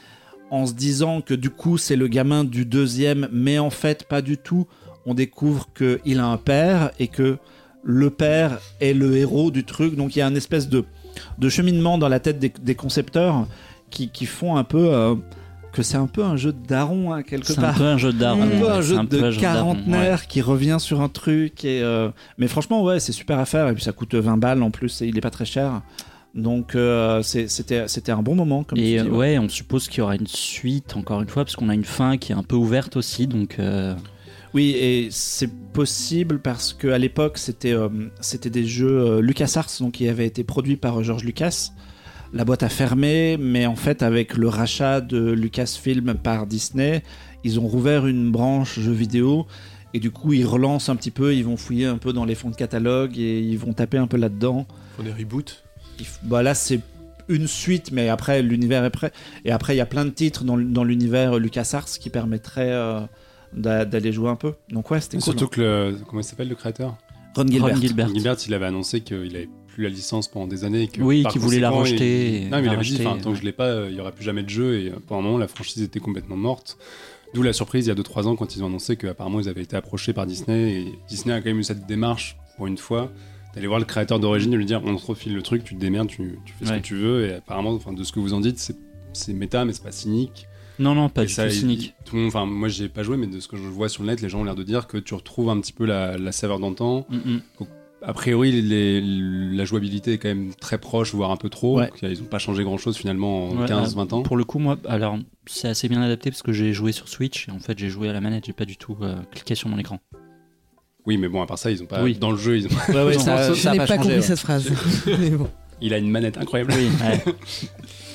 A: en se disant que du coup c'est le gamin du deuxième, mais en fait pas du tout. On découvre qu'il a un père et que le père est le héros du truc. Donc il y a une espèce de, de cheminement dans la tête des, des concepteurs qui, qui font un peu euh, que c'est un peu un jeu de daron, hein, quelque
B: C'est un
A: part.
B: peu un jeu de daron.
A: Un peu un
B: ouais,
A: jeu
B: c'est un peu un
A: de
B: jeu daron,
A: quarantenaire
B: ouais.
A: qui revient sur un truc. Et, euh, mais franchement, ouais, c'est super à faire. Et puis ça coûte vingt balles en plus, et il est pas très cher. Donc euh, c'est- c'était c'était un bon moment. Comme
B: Et
A: tu
B: euh,
A: dis,
B: ouais, on suppose qu'il y aura une suite, encore une fois, parce qu'on a une fin qui est un peu ouverte aussi. Donc, euh,
A: Oui, et c'est possible parce qu'à l'époque, c'était euh, c'était des jeux euh, LucasArts, donc qui avaient été produits par euh, George Lucas. La boîte a fermé, mais en fait, avec le rachat de Lucasfilm par Disney, ils ont rouvert une branche jeux vidéo. Et du coup, ils relancent un petit peu, ils vont fouiller un peu dans les fonds de catalogue et ils vont taper un peu là-dedans.
C: Ils font des reboots.
A: Il f- Bah là, c'est une suite, mais après, l'univers est prêt. Et après, il y a plein de titres dans, l- dans l'univers LucasArts qui permettraient euh, d'a- d'aller jouer un peu. Donc ouais, c'était cool.
F: Surtout que le. Comment il s'appelle le créateur
A: Ron Gilbert.
B: Ron Gilbert.
F: Gilbert, il avait annoncé qu'il avait plus la licence pendant des années. Et que,
B: Oui,
F: par
B: qu'il voulait la
F: conséquent,
B: rejeter
F: il-
B: et
F: Non, mais il
B: la
F: avait dit,
B: racheter,
F: enfin, tant que
B: ouais.
F: je l'ai pas, euh, il y aura plus jamais de jeu. Et euh, pendant un moment, la franchise était complètement morte. D'où la surprise il y a deux trois ans quand ils ont annoncé qu'apparemment ils avaient été approchés par Disney. Et Disney a quand même eu cette démarche, pour une fois, d'aller voir le créateur d'origine et lui dire on te refile le truc, tu te démerdes, tu, tu fais ce
B: Ouais.
F: que tu veux. Et apparemment, enfin, de ce que vous en dites, c'est c'est méta, mais c'est pas cynique.
B: non, non, pas
F: Et
B: du
F: ça,
B: tout
F: il-
B: cynique.
F: tout le monde, enfin, moi, j'ai pas joué, mais de ce que je vois sur le net, les gens ont l'air de dire que tu retrouves un petit peu la, la saveur d'antan.
B: Mm, mm.
F: A priori, les- la jouabilité est quand même très proche, voire un peu trop.
A: Ouais.
F: Donc, Ils n'ont pas changé grand-chose finalement en
B: Ouais,
F: quinze vingt ans.
B: Pour le coup, moi, alors c'est assez bien adapté parce que j'ai joué sur Switch et en fait j'ai joué à la manette, j'ai pas du tout euh, cliqué sur mon écran.
F: Oui, mais bon, à part ça, ils ont pas.
B: Oui.
F: Dans le jeu, ils ont-
A: Ouais, ouais,
B: Non,
A: ça,
D: Je
A: ça a
D: n'ai
A: pas
D: pas
A: changé,
D: compris
A: ouais.
D: cette phrase. Mais bon.
F: il a une manette incroyable.
B: Oui, ouais.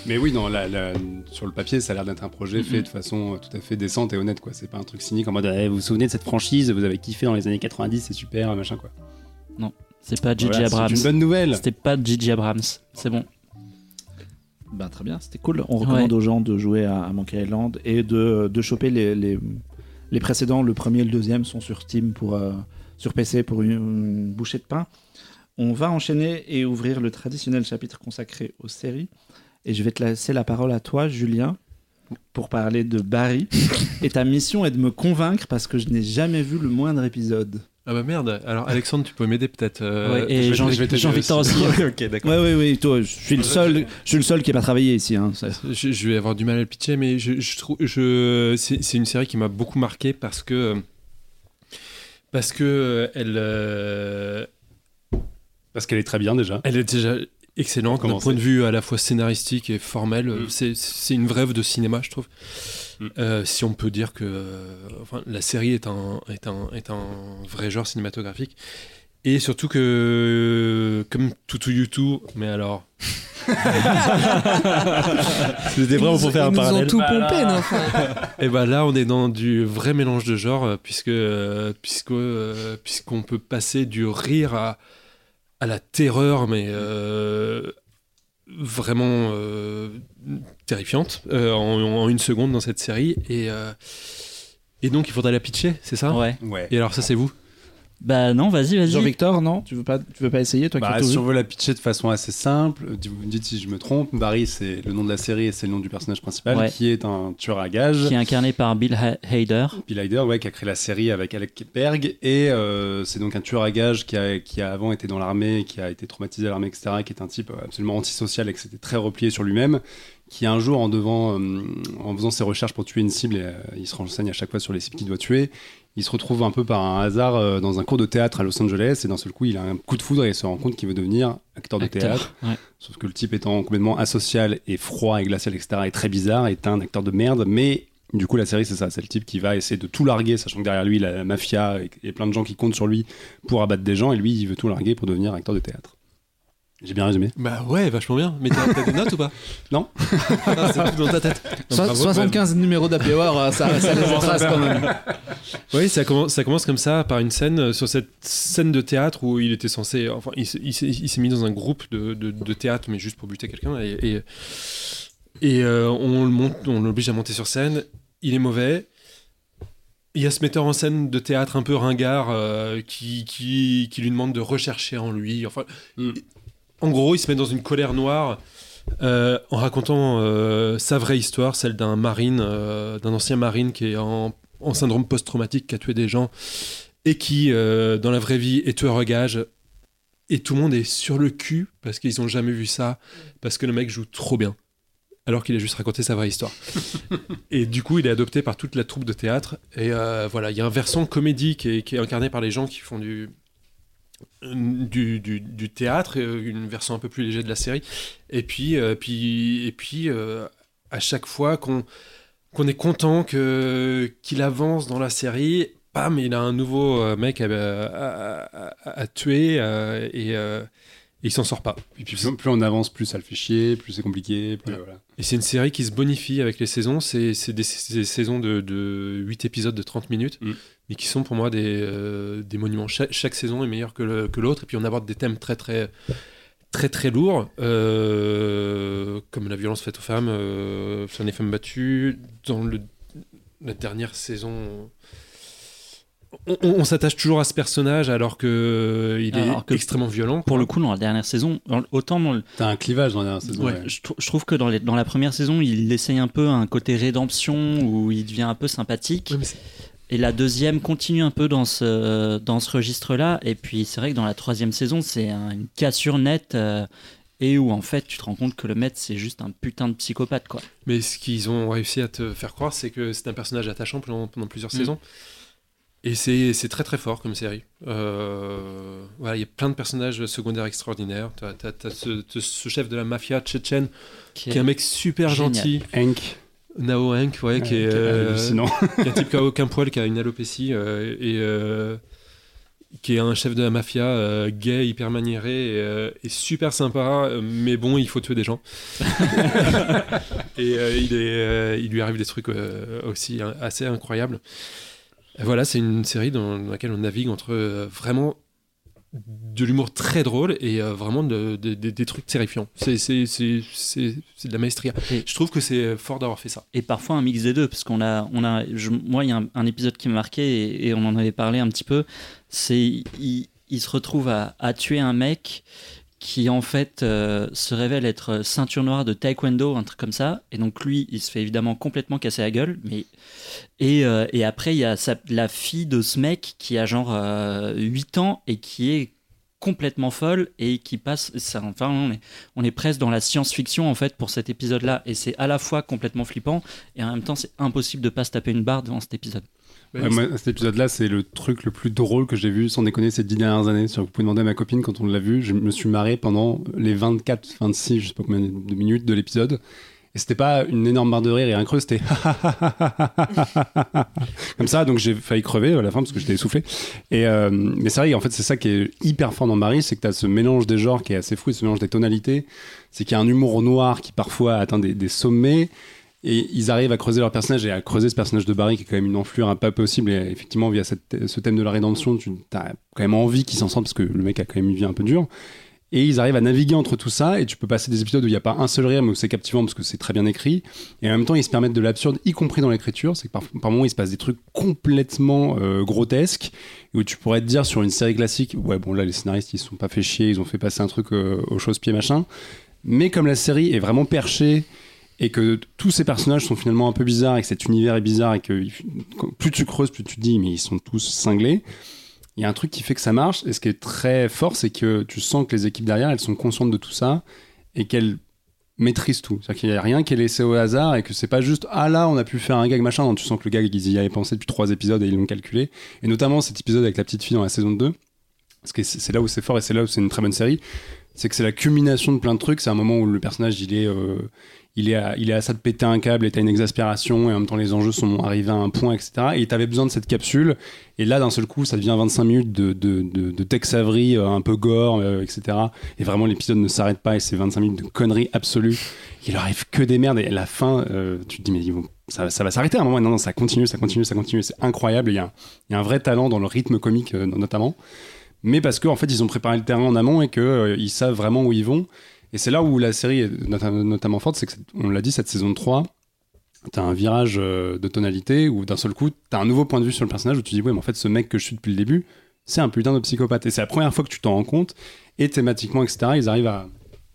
F: Mais oui, non, la, la, sur le papier, ça a l'air d'être un projet
B: Mm-hmm.
F: fait de façon tout à fait décente et honnête, quoi. C'est pas un truc cynique en mode eh, vous vous souvenez de cette franchise, vous avez kiffé dans les années quatre-vingt-dix, c'est super, machin, quoi.
B: C'est pas J J
F: Voilà,
B: Abrams.
F: c'est une bonne nouvelle.
B: C'était pas J J Abrams. C'est bon.
A: Bah, très bien, c'était cool. On recommande aux gens de jouer à, à Monkey Island et de, de choper les, les, les précédents. Le premier et le deuxième sont sur Steam, pour, euh, sur P C pour une, une bouchée de pain. On va enchaîner et ouvrir le traditionnel chapitre consacré aux séries. Et je vais te laisser la parole à toi, Julien, pour parler de Barry. Et ta mission est de me convaincre parce que je n'ai jamais vu le moindre épisode.
C: Ah bah merde, alors Alexandre, tu peux m'aider peut-être euh,
B: Ouais, et
C: je vais-
B: Jean-
C: je vais t'aider
B: Jean-Victor aussi.
C: Ok, d'accord.
A: Ouais, ouais, ouais, toi, je suis le seul, je suis le seul qui n'a pas travaillé ici. Hein. Ça-
C: Je, je vais avoir du mal à le pitcher, mais je, je trouve, je, c'est, c'est une série qui m'a beaucoup marqué parce que parce que euh, elle, euh,
F: Parce qu'elle est très bien déjà.
C: elle est déjà excellente
F: Pour
C: d'un
F: commencer.
C: point de vue à la fois scénaristique et formel.
F: Mm.
C: C'est, c'est une vraie œuvre de cinéma, je trouve.
F: Mm.
C: Euh, si on peut dire que euh, enfin, la série est un, est, un, est un vrai genre cinématographique. Et surtout que, comme Tutu Yutu, mais alors. C'était vraiment pour faire un
D: Ils nous ont
C: parallèle.
D: tout pompé, non, enfin.
C: Et bah là, on est dans du vrai mélange de genres, euh, puisque, euh, puisque, euh, puisqu'on peut passer du rire à, à la terreur, mais euh, vraiment euh, terrifiante, euh, en, en une seconde dans cette série. Et, euh, et donc, il faudrait la pitcher, c'est ça
B: Ouais.
F: Ouais.
C: Et alors, ça, c'est vous
B: Bah non, vas-y, vas-y.
A: Jean-Victor, non, tu veux pas, tu veux pas essayer, toi
F: Bah,
A: qui as tout
F: si
A: vu
F: on veut la pitcher de façon assez simple, vous me dites si je me trompe, Barry c'est le nom de la série et c'est le nom du personnage principal
B: Ouais.
F: qui est un tueur à gages.
B: Qui est incarné par Bill Ha- Hader.
F: Bill Hader, ouais, qui a créé la série avec Alec Berg, et euh, c'est donc un tueur à gages qui a, qui a avant été dans l'armée, qui a été traumatisé à l'armée, et cetera, qui est un type absolument antisocial et qui s'était très replié sur lui-même, qui un jour, en, devant, euh, en faisant ses recherches pour tuer une cible, et, euh, il se renseigne à chaque fois sur les cibles qu'il doit tuer, il se retrouve un peu par un hasard euh, dans un cours de théâtre à Los Angeles, et d'un seul coup, il a un coup de foudre et il se rend compte qu'il veut devenir acteur de
B: Acteur,
F: théâtre.
B: ouais.
F: Sauf que le type étant complètement asocial et froid et glacial, et cetera, est très bizarre, est un acteur de merde, mais du coup la série c'est ça, c'est le type qui va essayer de tout larguer, sachant que derrière lui la, la mafia et, et plein de gens qui comptent sur lui pour abattre des gens, et lui il veut tout larguer pour devenir acteur de théâtre. J'ai bien résumé?
C: Bah ouais, vachement bien. Mais t'as, t'as des notes ou pas?
F: Non.
C: Ah, c'est tout dans ta tête. Non,
A: So-
C: bravo.
A: soixante-quinze numéros d'Happy Hour, euh, ça, ça les embrasse quand même.
C: Oui, ça commence, ça commence comme ça, par une scène, euh, sur cette scène de théâtre où il était censé. Enfin, il, s'est- il s'est, il s'est mis dans un groupe de, de, de théâtre, mais juste pour buter quelqu'un. Et, et, et, euh, on, le monte, on l'oblige à monter sur scène. Il est mauvais. Il y a ce metteur en scène de théâtre un peu ringard euh, qui, qui, qui lui demande de rechercher en lui. Enfin,
F: Mm.
C: en gros, il se met dans une colère noire. Euh, en racontant euh, sa vraie histoire, celle d'un marine, euh, d'un ancien marine qui est en, en syndrome post-traumatique, qui a tué des gens et qui, euh, dans la vraie vie, est tueur à gages. Et tout le monde est sur le cul parce qu'ils ont jamais vu ça, parce que le mec joue trop bien, alors qu'il a juste raconté sa vraie histoire. Et du coup, il est adopté par toute la troupe de théâtre. Et euh, voilà, il y a un versant comédie qui est, qui est incarné par les gens qui font du du, du, du théâtre, euh, une version un peu plus légère de la série, et puis, euh, puis, et puis euh, à chaque fois qu'on, qu'on est content que, qu'il avance dans la série, bam, il a un nouveau euh, mec à, à, à- à tuer euh, et, euh, et il s'en sort pas.
F: Et puis plus, plus on avance, plus ça le fait chier, plus c'est compliqué, plus
C: Ouais.
F: voilà.
C: Et c'est une série qui se bonifie avec les saisons. C'est, c'est des, c'est des saisons de, de huit épisodes de trente minutes,
F: Mm.
C: mais qui sont pour moi des, euh, des monuments. Cha- chaque saison est meilleure que, le- que l'autre. Et puis on aborde des thèmes très très très très lourds, euh, comme la violence faite aux femmes, euh, sur les femmes battues. Dans le, la dernière saison, on, on- on s'attache toujours à ce personnage alors que il est
B: Alors que
C: extrêmement violent.
B: Pour le coup, dans la dernière saison, dans- autant dans le-
F: T'as un clivage dans la dernière saison.
C: Ouais.
F: ouais.
B: je, trou- je trouve que dans, les- dans la première saison, il essaye un peu un côté rédemption où il devient un peu sympathique.
C: Oui, mais c'est-
B: Et la deuxième continue un peu dans ce, dans ce registre-là. Et puis c'est vrai que dans la troisième saison, c'est un- une cassure nette euh, et où en fait tu te rends compte que le maître c'est juste un putain de psychopathe quoi.
C: Mais ce qu'ils ont réussi à te faire croire, c'est que c'est un personnage attachant pendant, pendant plusieurs
B: Mm.
C: saisons. Et c'est, c'est très très fort comme série. Euh, voilà, il y a plein de personnages secondaires extraordinaires. T'as, t'as- t'as ce, ce- ce chef de la mafia tchétchène,
B: Qui
C: qui est un mec super
B: génial.
C: gentil.
F: Hank,
C: Nao Hank, ouais, qui est,
F: euh,
C: euh,
F: hallucinant.
C: qui est un type qui a aucun poil, qui a une alopécie. euh, et, euh, qui est un chef de la mafia euh, gay, hyper maniéré et, euh, et super sympa, euh, mais bon, il faut tuer des gens. et euh, il, est, euh, il lui arrive des trucs euh, aussi hein, assez incroyables. Et voilà, c'est une série dans, dans laquelle on navigue entre euh, vraiment de l'humour très drôle et euh, vraiment de, de, de, des trucs terrifiants. C'est, c'est, c'est, c'est, c'est de la maestria. Et je trouve que c'est fort d'avoir fait ça.
B: Et parfois un mix des deux, parce qu'on a, on a je, moi, il y a un, un épisode qui m'a marqué et, et on en avait parlé un petit peu. C'est il, il se retrouve à, à tuer un mec qui en fait euh, se révèle être ceinture noire de taekwondo, un truc comme ça. Et donc lui, il se fait évidemment complètement casser la gueule. Mais... Et, euh, et après, il y a sa, la fille de ce mec qui a genre euh, huit ans et qui est complètement folle et qui passe... Ça, enfin, on est, on est presque dans la science-fiction en fait pour cet épisode-là. Et c'est à la fois complètement flippant et en même temps, c'est impossible de pas se taper une barre devant cet épisode.
F: Ouais, moi, cet épisode-là, c'est le truc le plus drôle que j'ai vu, sans déconner, ces dix dernières années. Vous pouvez demander à ma copine quand on l'a vu. Je me suis marré pendant les vingt-quatre, vingt-six, je sais pas combien de minutes de l'épisode. Et c'était pas une énorme barre de rire et un creux, c'était comme ça. Donc j'ai failli crever à la fin parce que j'étais essoufflé. Et euh, mais c'est vrai, en fait, c'est ça qui est hyper fort dans Barry, c'est que t'as ce mélange des genres qui est assez fou et ce mélange des tonalités. C'est qu'il y a un humour noir qui parfois atteint des, des sommets. Et ils arrivent à creuser leur personnage et à creuser ce personnage de Barry qui est quand même une enflure un peu possible. Et effectivement, via cette, ce thème de la rédemption, tu as quand même envie qu'il s'en sorte parce que le mec a quand même une vie un peu dure. Et ils arrivent à naviguer entre tout ça. Et tu peux passer des épisodes où il n'y a pas un seul rire, mais où c'est captivant parce que c'est très bien écrit. Et en même temps, ils se permettent de l'absurde, y compris dans l'écriture. C'est que par, par moments, il se passe des trucs complètement euh, grotesques. Où tu pourrais te dire sur une série classique, ouais, bon, là, les scénaristes, ils se sont pas fait chier. Ils ont fait passer un truc euh, au chausse-pied, machin. Mais comme la série est vraiment perchée, et que tous ces personnages sont finalement un peu bizarres et que cet univers est bizarre et que plus tu creuses, plus tu te dis mais ils sont tous cinglés. Il y a un truc qui fait que ça marche et ce qui est très fort, c'est que tu sens que les équipes derrière, elles sont conscientes de tout ça et qu'elles maîtrisent tout. C'est-à-dire qu'il n'y a rien qui est laissé au hasard et que c'est pas juste ah là on a pu faire un gag machin. Non, tu sens que le gag ils y avaient pensé depuis trois épisodes et ils l'ont calculé. Et notamment cet épisode avec la petite fille dans la saison deux, parce que c'est là où c'est fort et c'est là où c'est une très bonne série. C'est que c'est la culmination de plein de trucs. C'est un moment où le personnage il est euh, il est à, il est à ça de péter un câble et t'as une exaspération et en même temps les enjeux sont arrivés à un point, et cetera. Et t'avais besoin de cette capsule et là d'un seul coup ça devient vingt-cinq minutes de, de, de, de Tex Avery euh, un peu gore, euh, et cetera. Et vraiment l'épisode ne s'arrête pas et c'est vingt-cinq minutes de conneries absolues. Il leur arrive que des merdes et à la fin euh, tu te dis mais ils vont, ça, ça va s'arrêter à un moment. Non, non, ça continue, ça continue, ça continue. C'est incroyable. Il y a, il y a un vrai talent dans le rythme comique euh, notamment. Mais parce qu'en en fait ils ont préparé le terrain en amont et qu'ils euh, savent vraiment où ils vont. Et c'est là où la série est not- notamment forte, c'est que, on l'a dit, cette saison trois, t'as un virage euh, de tonalité où d'un seul coup, t'as un nouveau point de vue sur le personnage où tu dis, ouais, mais en fait, ce mec que je suis depuis le début, c'est un putain de psychopathe. Et c'est la première fois que tu t'en rends compte. Et thématiquement, et cetera, ils arrivent à...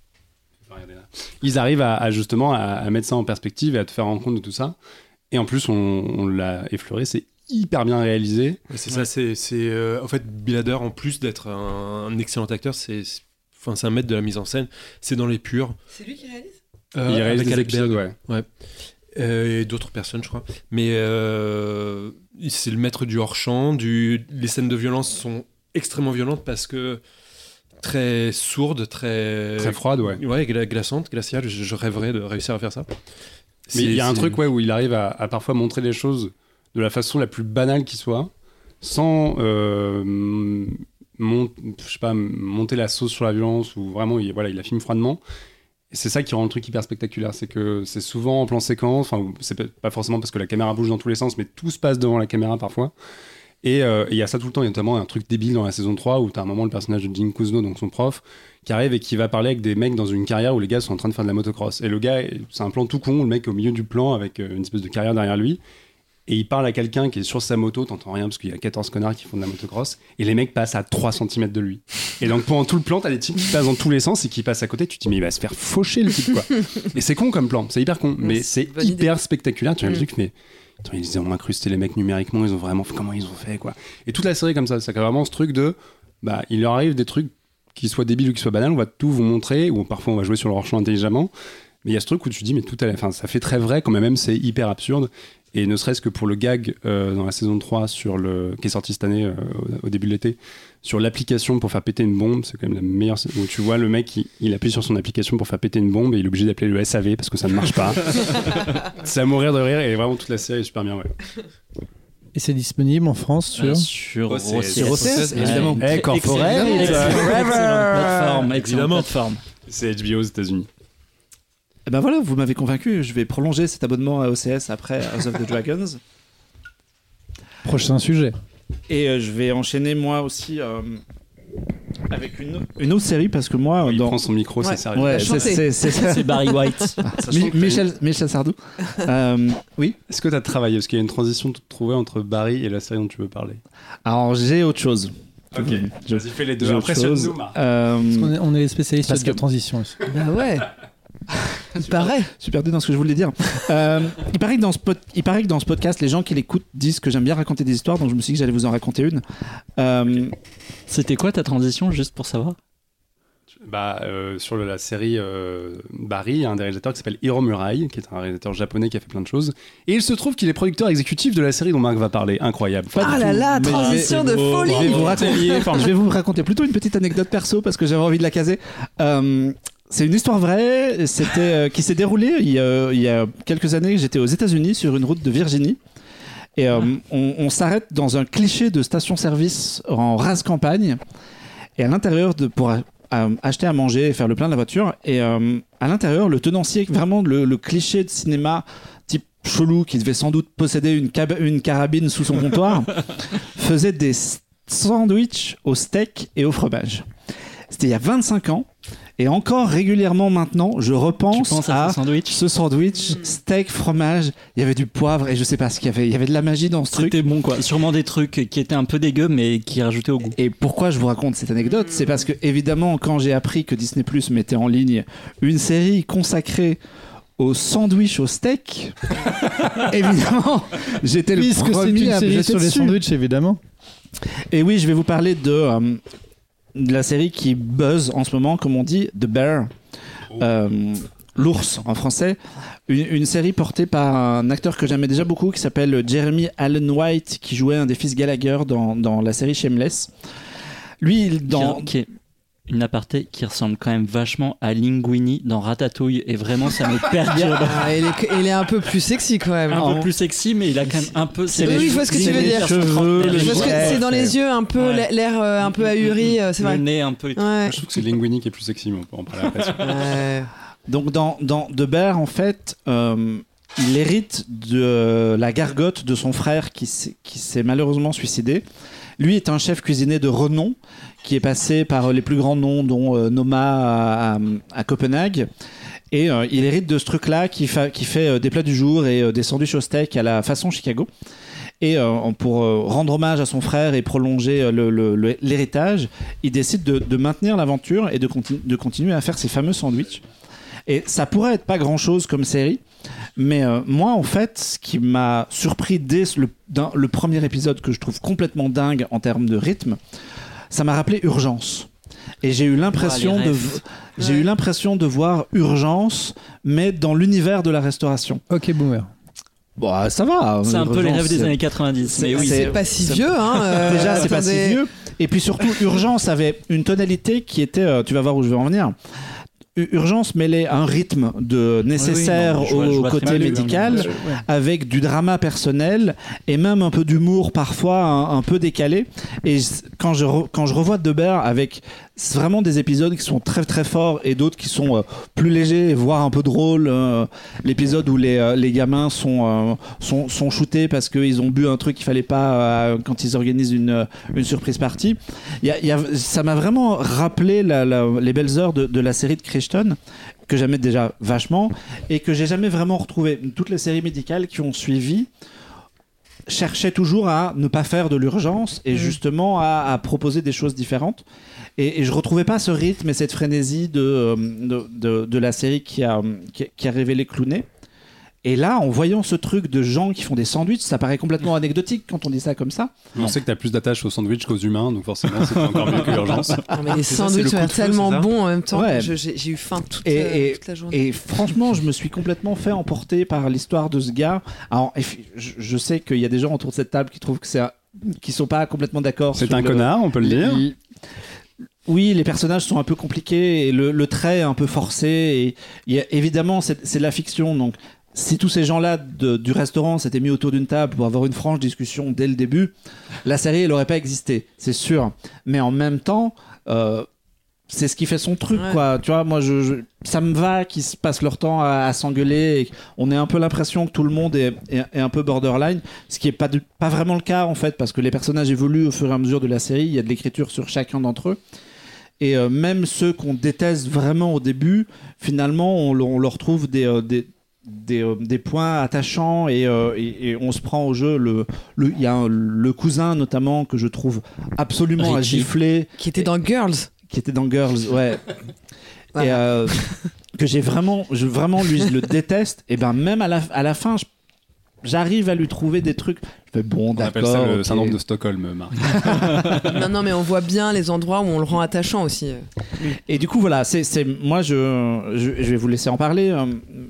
F: Ils arrivent à, à justement à, à mettre ça en perspective et à te faire rendre compte de tout ça. Et en plus, on, on l'a effleuré, c'est hyper bien réalisé.
C: Ouais, c'est ouais. ça, c'est, c'est euh, en fait Bill Hader, en plus d'être un, un excellent acteur, c'est, c'est, enfin, c'est un maître de la mise en scène. C'est dans les purs.
D: C'est lui qui réalise
C: euh,
F: Il réalise
C: avec
F: des
C: Alec
F: épisodes,
C: Berg,
F: ouais.
C: ouais. Euh, et d'autres personnes, je crois. Mais euh, c'est le maître du hors-champ. Du... Les scènes de violence sont extrêmement violentes parce que très sourdes, très
F: très froides, ouais.
C: Ouais, gla- glaçantes, glaciales. Je, je rêverais de réussir à faire ça.
F: Mais il y a un truc, ouais, où il arrive à, à parfois montrer les choses de la façon la plus banale qui soit, sans euh, mont, je sais pas, monter la sauce sur la violence, ou vraiment, il, voilà, il la filme froidement. Et c'est ça qui rend le truc hyper spectaculaire, c'est que c'est souvent en plan séquence, enfin, c'est pas forcément parce que la caméra bouge dans tous les sens, mais tout se passe devant la caméra parfois. Et il euh, y a ça tout le temps, il y a notamment un truc débile dans la saison trois où t'as un moment le personnage de Jim Kuzno, donc son prof, qui arrive et qui va parler avec des mecs dans une carrière où les gars sont en train de faire de la motocross. Et le gars, c'est un plan tout con, le mec est au milieu du plan avec une espèce de carrière derrière lui. Et il parle à quelqu'un qui est sur sa moto, t'entends rien parce qu'il y a quatorze connards qui font de la motocross, et les mecs passent à trois centimètres de lui. Et donc pendant tout le plan, t'as des types qui passent dans tous les sens et qui passent à côté, tu te dis mais il va se faire faucher le type quoi. Et c'est con comme plan, c'est hyper con, mais c'est, c'est hyper idée. Spectaculaire, tu vois mm. le truc, mais attends, ils ont incrusté les mecs numériquement, ils ont vraiment fait comment ils ont fait quoi. Et toute la série comme ça, c'est vraiment ce truc de, bah il leur arrive des trucs qui soient débiles ou qui soient banals, on va tout vous montrer, ou parfois on va jouer sur le hors-champ intelligemment, mais il y a ce truc où tu te dis mais tout à la fin, ça fait très vrai quand même, c'est hyper absurde. Et ne serait-ce que pour le gag euh, dans la saison trois sur le, qui est sorti cette année euh, au, au début de l'été, sur l'application pour faire péter une bombe, c'est quand même la meilleure, où tu vois le mec il, il appuie sur son application pour faire péter une bombe et il est obligé d'appeler le S A V parce que ça ne marche pas. C'est à mourir de rire et vraiment toute la série est super bien, ouais.
E: Et c'est disponible en France sur
B: Euh, sur
C: O C S.
B: O C S.
C: Sur O C S, évidemment.
E: Eh, Corporate.
B: Excellente plateforme, excellente
C: Évidemment.
B: plateforme.
F: C'est H B O aux États-Unis.
A: Eh ben voilà, vous m'avez convaincu. Je vais prolonger cet abonnement à O C S après House of the Dragons.
E: Prochain sujet.
A: Et euh, je vais enchaîner moi aussi euh, avec une, une autre série parce que moi,
F: Il
A: dans...
F: prend son micro,
D: Ouais.
F: c'est sérieux.
A: Ouais,
D: chanter.
A: c'est, c'est, c'est...
B: C'est Barry White.
A: Mi- Michel, Michel Sardou. Euh, oui.
F: Est-ce que tu as travaillé? Parce qu'il y a une transition de trouver entre Barry et la série dont tu veux parler.
A: Alors j'ai autre chose.
F: Ok,
A: Je-
F: vas-y, fais les deux.
A: j'ai autre chose.
F: Impressionne-nous, Marc.
A: Euh,
E: Parce qu'on est, on est les spécialistes
A: Parce
E: de la
A: que-
E: transition aussi.
D: Bah ouais. Il paraît.
A: Je suis perdu dans ce que je voulais dire. Euh, il, paraît que dans ce pod- il paraît que dans ce podcast, les gens qui l'écoutent disent que j'aime bien raconter des histoires, donc je me suis dit que j'allais vous en raconter une. Euh,
B: C'était quoi ta transition, juste pour savoir?
F: Bah, euh, sur le- la série euh, Barry, il y a un des réalisateurs qui s'appelle Hiro Murai, qui est un réalisateur japonais qui a fait plein de choses. Et il se trouve qu'il est producteur exécutif de la série dont Marc va parler. Incroyable.
A: Pas du
D: Ah là
A: tout.
D: là,
A: Mais
D: transition
A: je vais-
D: de folie.
A: Je vais, vous raconter, enfin, je vais vous raconter plutôt une petite anecdote perso parce que j'avais envie de la caser. Euh, c'est une histoire vraie, c'était euh, qui s'est déroulée il y, a, il y a quelques années. J'étais aux États-Unis sur une route de Virginie et euh, on, on s'arrête dans un cliché de station-service en rase campagne et à l'intérieur de pour a- a- acheter à manger et faire le plein de la voiture et euh, à l'intérieur le tenancier, vraiment le, le cliché de cinéma type chelou qui devait sans doute posséder une, cab- une carabine sous son comptoir faisait des s- sandwichs au steak et au fromage. C'était il y a vingt-cinq ans et encore régulièrement maintenant je
B: Tu
A: repense
B: penses à
A: à
B: ce sandwich?
A: ce sandwich steak fromage. Il y avait du poivre et je sais pas ce qu'il y avait. Il y avait de la magie dans ce truc.
B: C'était bon, quoi. Sûrement des trucs qui étaient un peu dégueux, mais qui rajoutaient au goût.
A: Et pourquoi je vous raconte cette anecdote, c'est parce que évidemment quand j'ai appris que Disney Plus mettait en ligne une série consacrée au sandwich au steak, évidemment j'étais le
E: Puisque c'est
A: premier
E: une
A: à me
E: série
A: jeter
E: sur les
A: dessus.
E: sandwichs, évidemment.
A: Et oui, je vais vous parler de, euh, de la série qui buzz en ce moment, comme on dit, The Bear, euh, l'ours en français. Une, une série portée par un acteur que j'aimais déjà beaucoup, qui s'appelle Jeremy Allen White, qui jouait un des fils Gallagher dans, dans la série Shameless. Lui, il- dans...
B: Qui, qui est une aparté qui ressemble quand même vachement à Linguini dans Ratatouille, et vraiment ça me perturbe.
D: Ah, il, est, il est un peu plus sexy quand même.
B: Un peu plus sexy, mais il a quand même un peu.
A: C'est
D: Oui,
A: les
D: je vois ce que tu veux
A: les
D: dire.
A: cheveux,
B: Je
A: les
D: Je pense que
A: Ouais,
D: c'est dans les yeux un peu,
B: Ouais.
D: l'air euh, un peu ahuri, euh, c'est
B: Le
D: vrai.
B: nez un peu.
D: Ouais.
F: Je trouve que c'est Linguini qui est plus sexy, mais on peut en parler après.
D: Ouais.
A: Donc dans, dans The Bear, en fait, euh, il hérite de la gargote de son frère qui s'est, qui s'est malheureusement suicidé. Lui est un chef cuisinier de renom qui est passé par les plus grands noms, dont euh, Noma à, à, à Copenhague. Et euh, il hérite de ce truc-là qui, fa- qui fait euh, des plats du jour et euh, des sandwichs au steak à la façon Chicago. Et euh, pour euh, rendre hommage à son frère et prolonger euh, le- le- le- l'héritage, il décide de, de maintenir l'aventure et de, continu- de continuer à faire ses fameux sandwichs. Et ça pourrait être pas grand-chose comme série, mais euh, moi, en fait, ce qui m'a surpris dès le, d'un- le premier épisode, que je trouve complètement dingue en termes de rythme, ça m'a rappelé Urgence. Et j'ai eu l'impression
B: Oh, les
A: de,
B: rêves.
A: j'ai
D: Ouais.
A: eu l'impression de voir Urgence, mais dans l'univers de la restauration.
E: Ok, boomer.
A: Bon, ah, ça va.
B: C'est un peu les
A: Urgence,
B: rêves des
A: c'est-
B: années quatre-vingt-dix.
A: c'est-
B: Mais oui,
A: c'est-
D: C'est pas si
A: c'est-
D: vieux, hein. euh,
A: Déjà, c'est pas si
D: attendez.
A: vieux. Et puis surtout, Urgence avait une tonalité qui était, euh, tu vas voir où je vais en venir. U- Urgence mêlait un rythme de nécessaire
B: Oui, oui, non, je vois- je
A: au
B: vois très
A: côté
B: bien,
A: médical,
B: oui, oui.
A: avec du drama personnel et même un peu d'humour parfois un, un peu décalé. Et j- quand je, re- quand je revois The Bear avec c'est vraiment des épisodes qui sont très très forts et d'autres qui sont euh, plus légers, voire un peu drôles. euh, L'épisode où les, euh, les gamins sont, euh, sont, sont shootés parce qu'ils ont bu un truc qu'il fallait pas euh, quand ils organisent une, une surprise party. Il y a- il y a- ça m'a vraiment rappelé la- la- les belles heures de, de la série de Crichton, que j'aimais déjà vachement et que j'ai jamais vraiment retrouvé. Toutes les séries médicales qui ont suivi cherchaient toujours à ne pas faire de l'urgence et justement à, à proposer des choses différentes. Et, et je retrouvais pas ce rythme et cette frénésie de, euh, de, de, de la série qui a, qui, a- qui a révélé Clooney. Et là, en voyant ce truc de gens qui font des sandwichs, ça paraît complètement anecdotique quand on dit ça comme ça.
F: On sait que tu as plus d'attache au sandwich qu'aux humains, donc forcément, c'est encore mieux que l'urgence.
D: Non, mais les
C: C'est ça,
D: sandwichs
C: c'est le
D: sont
C: coup de feu,
D: tellement
C: c'est ça
D: bons en même temps
A: Ouais.
D: que je- j'ai j'ai eu faim toute,
A: Et-
D: euh,
A: et-
D: toute la journée.
A: Et franchement, je me suis complètement fait emporter par l'histoire de ce gars. Alors, eff- je, je sais qu'il y a des gens autour de cette table qui trouvent que c'est un- qui sont pas complètement d'accord.
F: C'est
A: sur
F: un
A: le-
F: connard, on peut le dire.
A: l- Oui, les personnages sont un peu compliqués et le, le trait est un peu forcé. Et il y a- évidemment, c'est c'est de la fiction, donc si tous ces gens-là de, du restaurant s'étaient mis autour d'une table pour avoir une franche discussion dès le début, la série, elle n'aurait pas existé, c'est sûr. Mais en même temps, euh, c'est ce qui fait son truc,
D: Ouais.
A: quoi. Tu vois, moi, je, je- ça me va qu'ils se passent leur temps à, à s'engueuler et qu'on ait un peu l'impression que tout le monde est, est, est un peu borderline, ce qui n'est pas, de- pas vraiment le cas, en fait, parce que les personnages évoluent au fur et à mesure de la série, il y a de l'écriture sur chacun d'entre eux. Et euh, même ceux qu'on déteste vraiment au début, finalement, on, le- on leur trouve des, euh, des, des, euh, des points attachants et, euh, et, et on se prend au jeu. Le, le, il y a un- le cousin, notamment, que je trouve absolument à
B: Richie.
A: gifler,
D: Qui était dans Girls.
A: qui était dans Girls, ouais.
D: Voilà.
A: Et euh, que j'ai vraiment, je, vraiment, lui, je le déteste. Et ben même à la, à la fin, je- j'arrive à lui trouver des trucs. Je fais bon,
F: On
A: d'accord.
F: appelle ça le
A: ok.
F: syndrome de Stockholm, Marc.
D: non, non, mais on voit bien les endroits où on le rend attachant aussi.
A: Et du coup, voilà, c'est, c'est, moi, je, je, je vais vous laisser en parler. euh,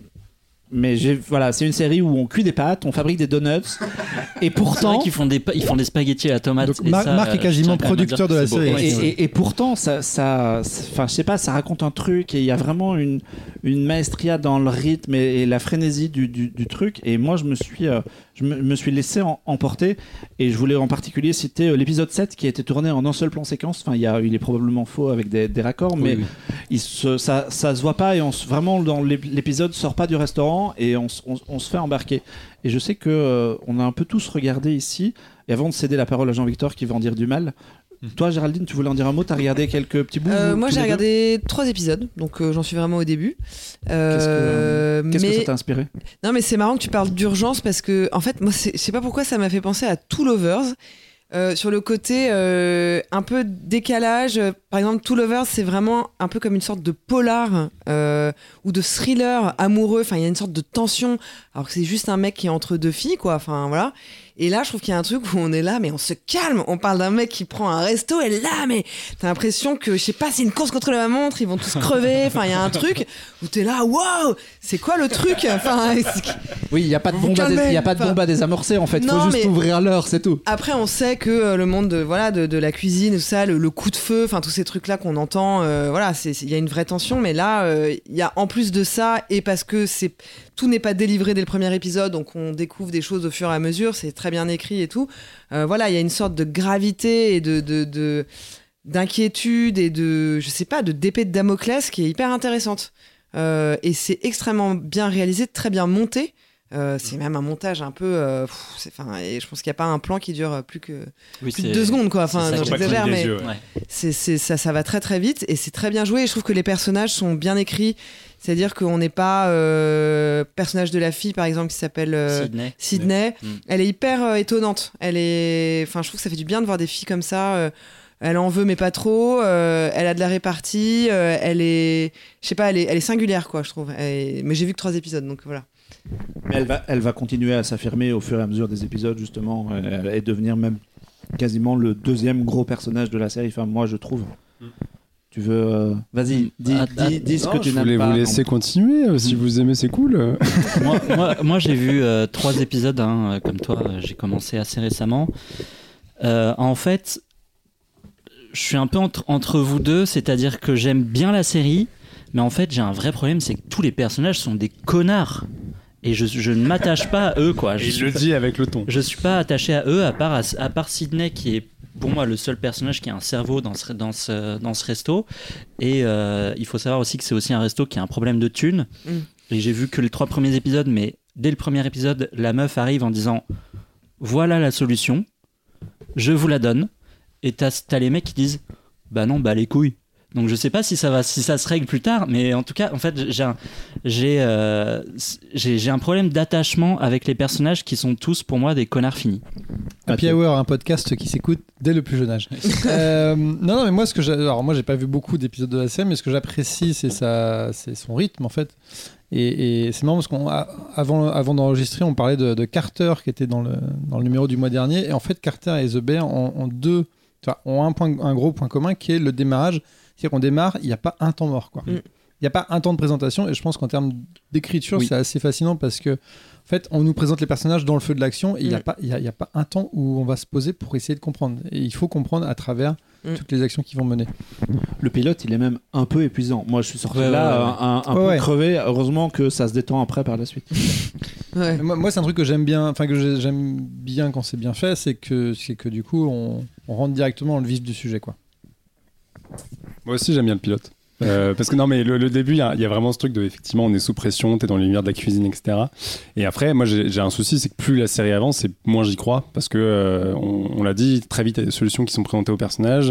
A: mais j'ai, voilà, c'est une série où on cuit des pâtes, on fabrique des donuts. Et
B: C'est
A: pourtant,
B: vrai qu'ils font des, pa- ils font des spaghettis à la tomate.
E: Donc,
B: et
E: Mar-
B: ça,
E: Marc est
B: euh,
E: quasiment
B: je tiens quand même à dire
E: producteur
B: que
E: de la
B: c'est beau.
E: série.
B: Ouais,
A: et,
B: c'est
A: et- et pourtant, ça, ça, enfin, je sais pas, ça raconte un truc et il y a vraiment une, une maestria dans le rythme et, et la frénésie du, du, du truc. Et moi, je me suis, euh, je me, me suis laissé en- emporter. Et je voulais en particulier citer euh, l'épisode sept qui a été tourné en un seul plan séquence. Enfin, il, y a, il est probablement faux avec des, des raccords, mais
F: Oui, oui.
A: il se, ça, ça se voit pas et on se, vraiment dans l'ép- l'épisode sort pas du restaurant et on, s- on, on se fait embarquer. Et je sais que euh, on a un peu tous regardé ici. Et avant de céder la parole à Jean-Victor qui va en dire du mal, toi Géraldine, tu voulais en dire un mot? T'as regardé quelques petits bouts?
D: Euh,
A: vous,
D: moi,
A: tous
D: j'ai
A: les deux
D: regardé trois épisodes, donc euh, j'en suis vraiment au début.
A: Qu'est-ce que,
D: Euh,
A: Qu'est-ce
D: mais...
A: que ça t'a inspiré?
D: Non, mais c'est marrant que tu parles d'urgence parce que, en fait, moi, c'est- je sais pas pourquoi ça m'a fait penser à Two Lovers. Euh, sur le côté euh, un peu décalage. Euh, Par exemple, Two Lovers, c'est vraiment un peu comme une sorte de polar euh, ou de thriller amoureux. Enfin, il y a une sorte de tension, alors que c'est juste un mec qui est entre deux filles, quoi. Enfin, voilà. Et là, je trouve qu'il y a un truc où on est là, mais on se calme. On parle d'un mec qui prend un resto, et là, mais t'as l'impression que, je sais pas, c'est une course contre la montre, ils vont tous crever. Enfin, il y a un truc où t'es là, waouh, c'est quoi le truc? Enfin, c'est-
A: Oui, il n'y a pas de
D: Vous
A: bombe à,
D: calmez.
A: dé- y a pas de
D: Enfin,
A: bombe à désamorcer en fait. Il faut
D: non,
A: juste
D: mais-
A: ouvrir l'heure, c'est tout.
D: Après, on sait que euh, le monde de, voilà, de, de la cuisine, tout ça, le, le coup de feu, enfin tous ces trucs-là qu'on entend, euh, voilà, c'est- c'est- il y a une vraie tension. Mais là, euh, il y a en plus de ça, et parce que c'est tout n'est pas délivré dès le premier épisode, donc on découvre des choses au fur et à mesure, c'est très bien écrit et tout. Euh, voilà, il y a une sorte de gravité et de, de, de- d'inquiétude et de, je sais pas, de d'épée de Damoclès qui est hyper intéressante. Euh, et c'est extrêmement bien réalisé, très bien monté. Euh, c'est même un montage un peu. euh, pff, c'est- enfin, et je pense qu'il n'y a pas un plan qui dure plus que
B: Oui,
D: plus de
B: c'est-
D: deux secondes, quoi.
B: c'est
D: Enfin,
B: ça
D: non,
B: qui
F: Faut pas
D: j'exagère,
F: cligner
D: mais
F: des yeux, ouais.
B: Ouais.
D: c'est, c'est, ça, ça va très très vite et c'est très bien joué. Et je trouve que les personnages sont bien écrits. C'est-à-dire qu'on n'est pas euh, personnage de la fille, par exemple, qui s'appelle euh,
B: Sydney.
D: Sydney.
B: Mm.
D: Elle est hyper euh, étonnante. Elle est, enfin, je trouve que ça fait du bien de voir des filles comme ça. euh, elle en veut mais pas trop. euh, elle a de la répartie. euh, elle est, je sais pas, elle est, elle est singulière, quoi, je trouve. Elle est- Mais j'ai vu que trois épisodes, donc voilà.
A: Mais elle va, elle va continuer à s'affirmer au fur et à mesure des épisodes justement euh, et devenir même quasiment le deuxième gros personnage de la série. Enfin, moi, je trouve. Tu veux euh, Vas-y, dis,
B: Ah, ah,
A: dis, dis ce
F: Non,
A: que tu
F: je
A: n'aimes
F: voulais
A: pas.
F: vous laisser continuer. euh, Si vous aimez, c'est cool.
B: moi, moi, moi, j'ai vu euh, trois épisodes, hein, euh, comme toi, euh, j'ai commencé assez récemment. Euh, en fait, je suis un peu entre, entre vous deux, c'est-à-dire que j'aime bien la série, mais en fait, j'ai un vrai problème, c'est que tous les personnages sont des connards. Et je, je ne m'attache pas à eux, quoi. Je
F: Et il
B: suis
F: le
B: pas-
F: dit avec le ton.
B: Je suis pas attaché à eux, à part, à, à part Sydney, qui est pour moi le seul personnage qui a un cerveau dans ce, dans ce, dans ce resto. Et euh, il faut savoir aussi que c'est aussi un resto qui a un problème de thunes.
D: Mm.
B: Et j'ai vu que les trois premiers épisodes, mais dès le premier épisode, la meuf arrive en disant voilà la solution, je vous la donne. Et t'as, t'as les mecs qui disent bah non, bah les couilles. Donc je sais pas si ça va, si ça se règle plus tard, mais en tout cas, en fait, j'ai un, j'ai, euh, j'ai, j'ai un problème d'attachement avec les personnages qui sont tous pour moi des connards finis.
E: Happy Hour, un podcast qui s'écoute dès le plus jeune âge. Euh, non, non, mais moi, ce que j'ai, alors moi, j'ai pas vu beaucoup d'épisodes de la série, mais ce que j'apprécie, c'est sa, c'est son rythme, en fait. Et, et c'est marrant parce qu'on, a- avant, avant d'enregistrer, on parlait de, de Carter qui était dans le, dans le numéro du mois dernier, et en fait, Carter et The Bear ont, ont deux, enfin, ont un point, un gros point commun qui est le démarrage. C'est-à-dire qu'on démarre, il n'y a pas un temps mort, quoi.
D: Mm.
E: il n'y a pas un temps de présentation, et je pense qu'en termes d'écriture,
B: Oui.
E: c'est assez fascinant parce que, en fait, on nous présente les personnages dans le feu de l'action, et il n'y a,
D: Mm.
E: pas- il y a, il y a pas un temps où on va se poser pour essayer de comprendre. Et il faut comprendre à travers
D: Mm.
E: toutes les actions qu'ils vont mener.
A: Le pilote, il est même un peu épuisant. Moi, je suis sorti
B: Ouais,
A: là
B: ouais, ouais.
A: un, un
E: Ouais,
A: peu
E: ouais.
A: crevé. Heureusement que ça se détend après par la suite.
D: Ouais.
E: Mais Moi, moi, c'est un truc que j'aime bien, enfin que j'ai- j'aime bien quand c'est bien fait, c'est que, c'est que du coup, on, on rentre directement dans le vif du sujet, quoi.
F: Moi aussi, j'aime bien le pilote. Euh, parce que non, mais le, le début, il y, a- il y a vraiment ce truc de effectivement, on est sous pression, t'es dans l'univers de la cuisine, et cetera. Et après, moi, j'ai j'ai un souci, c'est que plus la série avance, c'est moins j'y crois, parce que euh, on, on l'a dit très vite, il y a des solutions qui sont présentées aux personnages.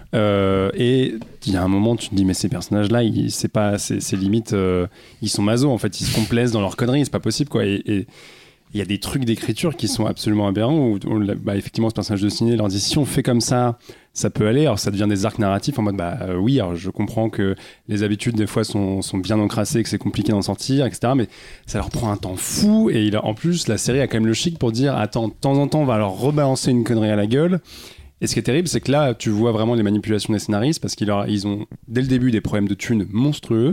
F: Euh, et il y a un moment, tu te dis, mais ces personnages-là, ils- c'est pas, c'est c'est limite, euh, ils sont masos en fait, ils se complaisent dans leurs conneries, c'est pas possible quoi. Et, et il y a des trucs d'écriture qui sont absolument aberrants où, où, bah, effectivement ce personnage de ciné leur dit si on fait comme ça ça peut aller, alors ça devient des arcs narratifs en mode bah euh, oui, alors je comprends que les habitudes des fois sont, sont bien encrassées, que c'est compliqué d'en sortir, etc, mais ça leur prend un temps fou. Et il a, en plus la série a quand même le chic pour dire attends, de temps en temps on va leur rebalancer une connerie à la gueule. Et ce qui est terrible, c'est que là tu vois vraiment les manipulations des scénaristes parce qu'ils leur- ils ont dès le début des problèmes de thunes monstrueux.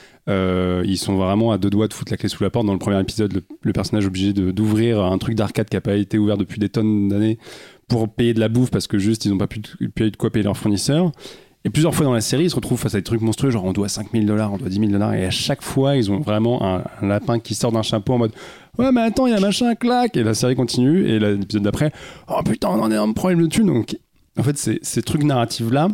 F: Euh, ils sont vraiment à deux doigts de foutre la clé sous la porte. Dans le premier épisode, le, le personnage est obligé de- d'ouvrir un truc d'arcade qui n'a pas été ouvert depuis des tonnes d'années pour payer de la bouffe parce que juste ils n'ont pas pu, pu de quoi payer leurs fournisseurs. Et plusieurs fois dans la série, ils se retrouvent face à des trucs monstrueux, genre on doit cinq mille dollars, on doit dix mille dollars, et à chaque fois, ils ont vraiment un, un lapin qui sort d'un chapeau en mode ouais, mais attends, il y a machin, clac, et la série continue, et l'épisode d'après, oh putain, on en a un problème de thunes. Donc en fait, ces, ces trucs narratifs-là,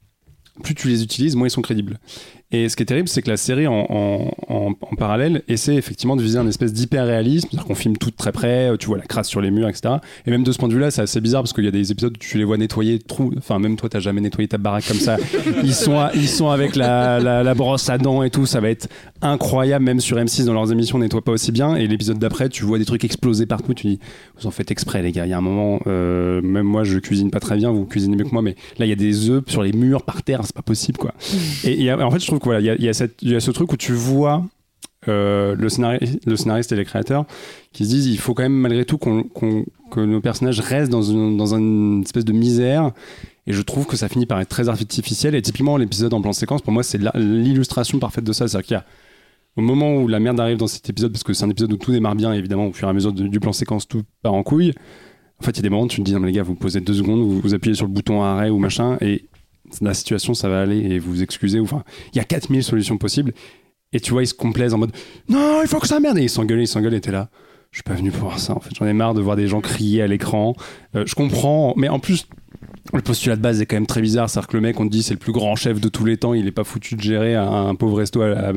F: plus tu les utilises, moins ils sont crédibles. Et ce qui est terrible, c'est que la série, en, en, en, en parallèle, essaie effectivement de viser un espèce d'hyper-réalisme, c'est-à-dire qu'on filme tout de très près, tu vois la crasse sur les murs, et cetera. Et même de ce point de vue-là, c'est assez bizarre parce qu'il y a des épisodes où tu les vois nettoyer, trou... enfin même toi, t'as jamais nettoyé ta baraque comme ça. Ils sont, à, ils sont avec la, la, la brosse à dents et tout, ça va être incroyable. Même sur M six, dans leurs émissions, on nettoie pas aussi bien. Et l'épisode d'après, tu vois des trucs exploser partout, tu dis, vous en faites exprès, les gars. Il y a un moment, euh, même moi, je cuisine pas très bien, vous cuisinez mieux que moi, mais là, il y a des œufs sur les murs par terre, c'est pas possible, quoi. Et, et en fait, je trouve que voilà, il y a, il y a cette il y a ce truc où tu vois euh, le, scénari- le scénariste et les créateurs qui se disent il faut quand même malgré tout qu'on, qu'on, que nos personnages restent dans une, dans une espèce de misère, et je trouve que ça finit par être très artificiel. Et typiquement l'épisode en plan séquence, pour moi c'est la, l'illustration parfaite de ça. C'est-à-dire qu'il y a au moment où la merde arrive dans cet épisode, parce que c'est un épisode où tout démarre bien, évidemment au fur et à mesure de, du plan séquence tout part en couille, en fait il y a des moments où tu te dis non mais les gars, vous posez deux secondes, vous, vous appuyez sur le bouton arrêt ou machin, et la situation ça va aller et vous vous excusez, enfin il y a quatre mille solutions possibles, et tu vois ils se complaisent en mode non il faut que ça merde, et ils s'engueulent ils s'engueulent et t'es là je suis pas venu pour voir ça en fait, j'en ai marre de voir des gens crier à l'écran. Euh, je comprends, mais en plus le postulat de base est quand même très bizarre, c'est-à-dire que le mec on te dit c'est le plus grand chef de tous les temps, il est pas foutu de gérer un, un pauvre resto à,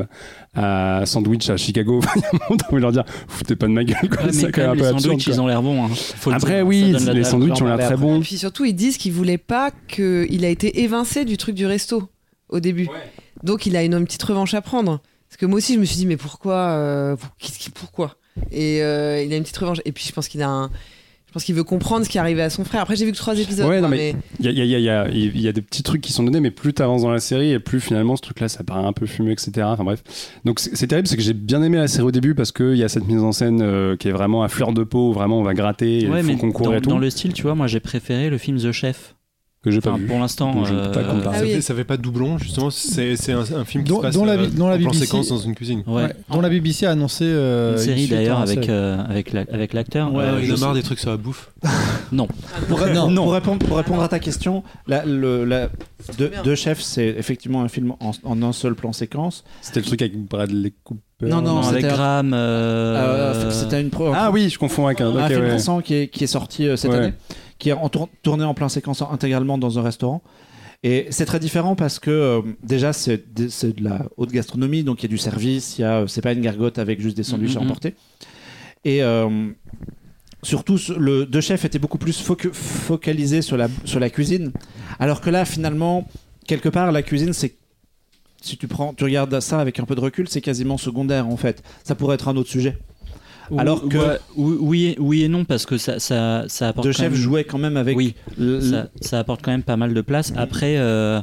F: à, à sandwich à Chicago. Il y a un moment où il leur dire vous foutez pas de ma gueule quoi.
B: Ouais,
F: C'est
B: mais
F: quand même un
B: les
F: peu absurde,
B: sandwichs,
F: quoi.
B: ils ont l'air bons. Hein. Faut le
F: Après
B: dire,
F: oui,
B: ça donne la
F: les
B: dalle.
F: sandwichs ont l'air très bons.
D: Et puis surtout, ils disent qu'ils voulaient pas qu'il a été évincé du truc du resto au début. Donc il a une, une petite revanche à prendre. Parce que moi aussi, je me suis dit, mais pourquoi euh, pour- qu'est-ce qui- Pourquoi Et euh, il a une petite revanche. Et puis je pense qu'il a un. Je pense qu'il veut comprendre ce qui est arrivé à son frère. Après, j'ai vu que trois épisodes.
F: Ouais, non,
D: quoi,
F: mais
D: mais...
F: il y a, il y, a, il y, a, il y a des petits trucs qui sont donnés, mais plus t'avances dans la série et plus finalement ce truc-là ça paraît un peu fumeux, et cetera. Enfin bref. Donc c'est, c'est terrible, c'est que j'ai bien aimé la série au début parce qu'il y a cette mise en scène euh, qui est vraiment à fleur de peau, où vraiment on va gratter, il
B: Ouais,
F: faut
B: mais
F: qu'on court
B: dans,
F: et tout.
B: dans le style, tu vois, moi j'ai préféré le film The Chef.
F: Que j'ai pas
B: Enfin,
F: vu.
B: pour l'instant,
F: Donc, je ne peux pas
B: euh,
F: comparer.
D: Ah
C: ça,
D: oui.
C: fait, ça fait pas de doublon, justement. C'est, c'est un, un film qui
E: Dont-
C: se passe
E: dont la
C: euh,
E: bi- dont la
C: en plan
E: B B C
C: séquence dans une cuisine.
B: ouais.
E: Ouais, dont la B B C a annoncé euh,
B: Une série
E: suite
B: d'ailleurs
E: à la
B: avec,
E: série.
B: euh, avec, la- avec l'acteur.
C: Ouais,
B: Euh,
C: il
B: je
C: a marre
B: sais-
C: des trucs sur la bouffe.
B: Non.
A: Pour,
E: Non.
A: pour répondre, pour répondre à ta question, la, le, la, de,
D: bien.
A: de Chef, c'est effectivement un film en, en un seul plan séquence.
F: C'était le truc avec Bradley Cooper.
A: Non, non,
B: Non, avec
A: c'était-
B: Graham.
A: Euh,
B: Euh...
A: c'était une pro-
F: Ah oui, je confonds avec un.
A: un
F: ok,
A: film
F: ouais.
A: récent qui est, qui est sorti euh, cette
F: Ouais.
A: année, qui est en tour- tourné en plein séquence intégralement dans un restaurant. Et c'est très différent parce que euh, déjà c'est de, c'est de la haute gastronomie, donc il y a du service, il y a, c'est pas une gargote avec juste des sandwichs
B: Mhm.
A: à emporter. Et euh, surtout ce- le De Chef était beaucoup plus focu- focalisé sur la, sur la cuisine, alors que là finalement quelque part la cuisine c'est, si tu prends, tu regardes ça avec un peu de recul, c'est quasiment secondaire en fait. Ça pourrait être un autre sujet. Alors
B: Ou-
A: que-
B: ouais, oui, oui, et- oui et non, parce que ça, ça, ça apporte.
A: De
B: quand
A: Chef
B: même-
A: jouait quand même avec
B: Oui,
A: le-
B: ça, ça apporte quand même pas mal de place. Après, euh,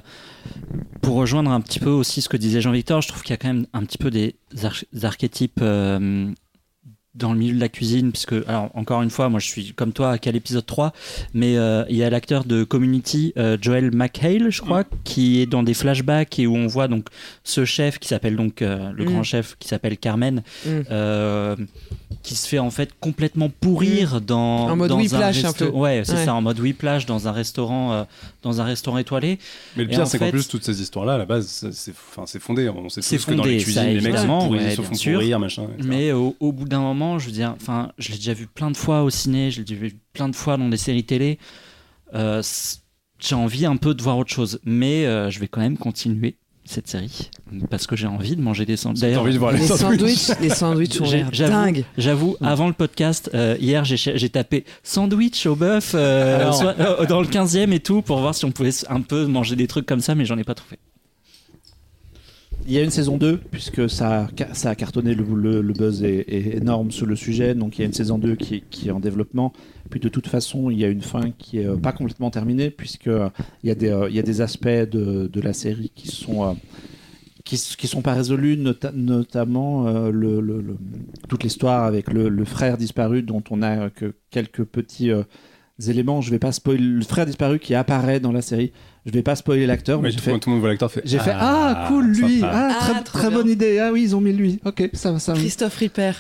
B: pour rejoindre un petit peu aussi ce que disait Jean-Victor, je trouve qu'il y a quand même un petit peu des, arch- des archétypes euh, dans le milieu de la cuisine, puisque, alors, encore une fois, moi je suis comme toi qu'à l'épisode trois, mais euh, il y a l'acteur de Community, euh, Joel McHale, je crois, mm. qui est dans des flashbacks et où on voit donc ce chef qui s'appelle donc euh, le mm. grand chef qui s'appelle Carmen, mm. euh, qui se fait en fait complètement pourrir mm. dans
D: en mode
B: dans
D: whiplash
B: un,
D: resto-
B: un peu. Ouais, c'est
D: ouais.
B: ça, en mode whiplash dans un restaurant, euh, dans un restaurant étoilé.
F: Mais le pire, c'est fait, qu'en plus toutes ces histoires-là, à la base, c'est, c'est, enfin, c'est fondé. On sait tous que dans les cuisines, les mecs se pourrissent,
B: ouais,
F: se font
B: sûr,
F: pourrir, machin. et cetera.
B: Mais au, au bout d'un moment, je veux dire, enfin, je l'ai déjà vu plein de fois au ciné, je l'ai déjà vu plein de fois dans des séries télé. Euh, j'ai envie un peu de voir autre chose, mais euh, je vais quand même continuer cette série parce que j'ai envie de manger des sandwichs.
F: D'ailleurs, envie de voir les,
D: les
F: sandwichs.
D: sandwichs, les sandwichs ont l'air dingues.
B: J'avoue, avant le podcast, euh, hier, j'ai, j'ai tapé sandwich au bœuf euh, soit, euh, dans le quinzième et tout pour voir si on pouvait un peu manger des trucs comme ça, mais j'en ai pas trouvé.
A: Il y a une saison deux, puisque ça a, ça a cartonné, le, le, le buzz est, est énorme sur le sujet, donc il y a une saison deux qui, qui est en développement. Puis de toute façon, il y a une fin qui n'est pas complètement terminée, puisqu'il y, euh, y a des aspects de, de la série qui sont, euh, qui, qui sont pas résolus, nota- notamment euh, le, le, le, toute l'histoire avec le, le frère disparu, dont on a que quelques petits euh, éléments. Je vais pas spoiler le frère disparu qui apparaît dans la série. Je vais pas spoiler l'acteur, mais,
F: mais
A: j'ai
F: fait,
A: tout
F: le monde voit l'acteur fait.
A: J'ai ah, fait ah cool lui, ah, très,
D: ah,
A: très bonne idée. Ah oui, ils ont mis lui. Ok, ça ça.
D: Christophe Ripper.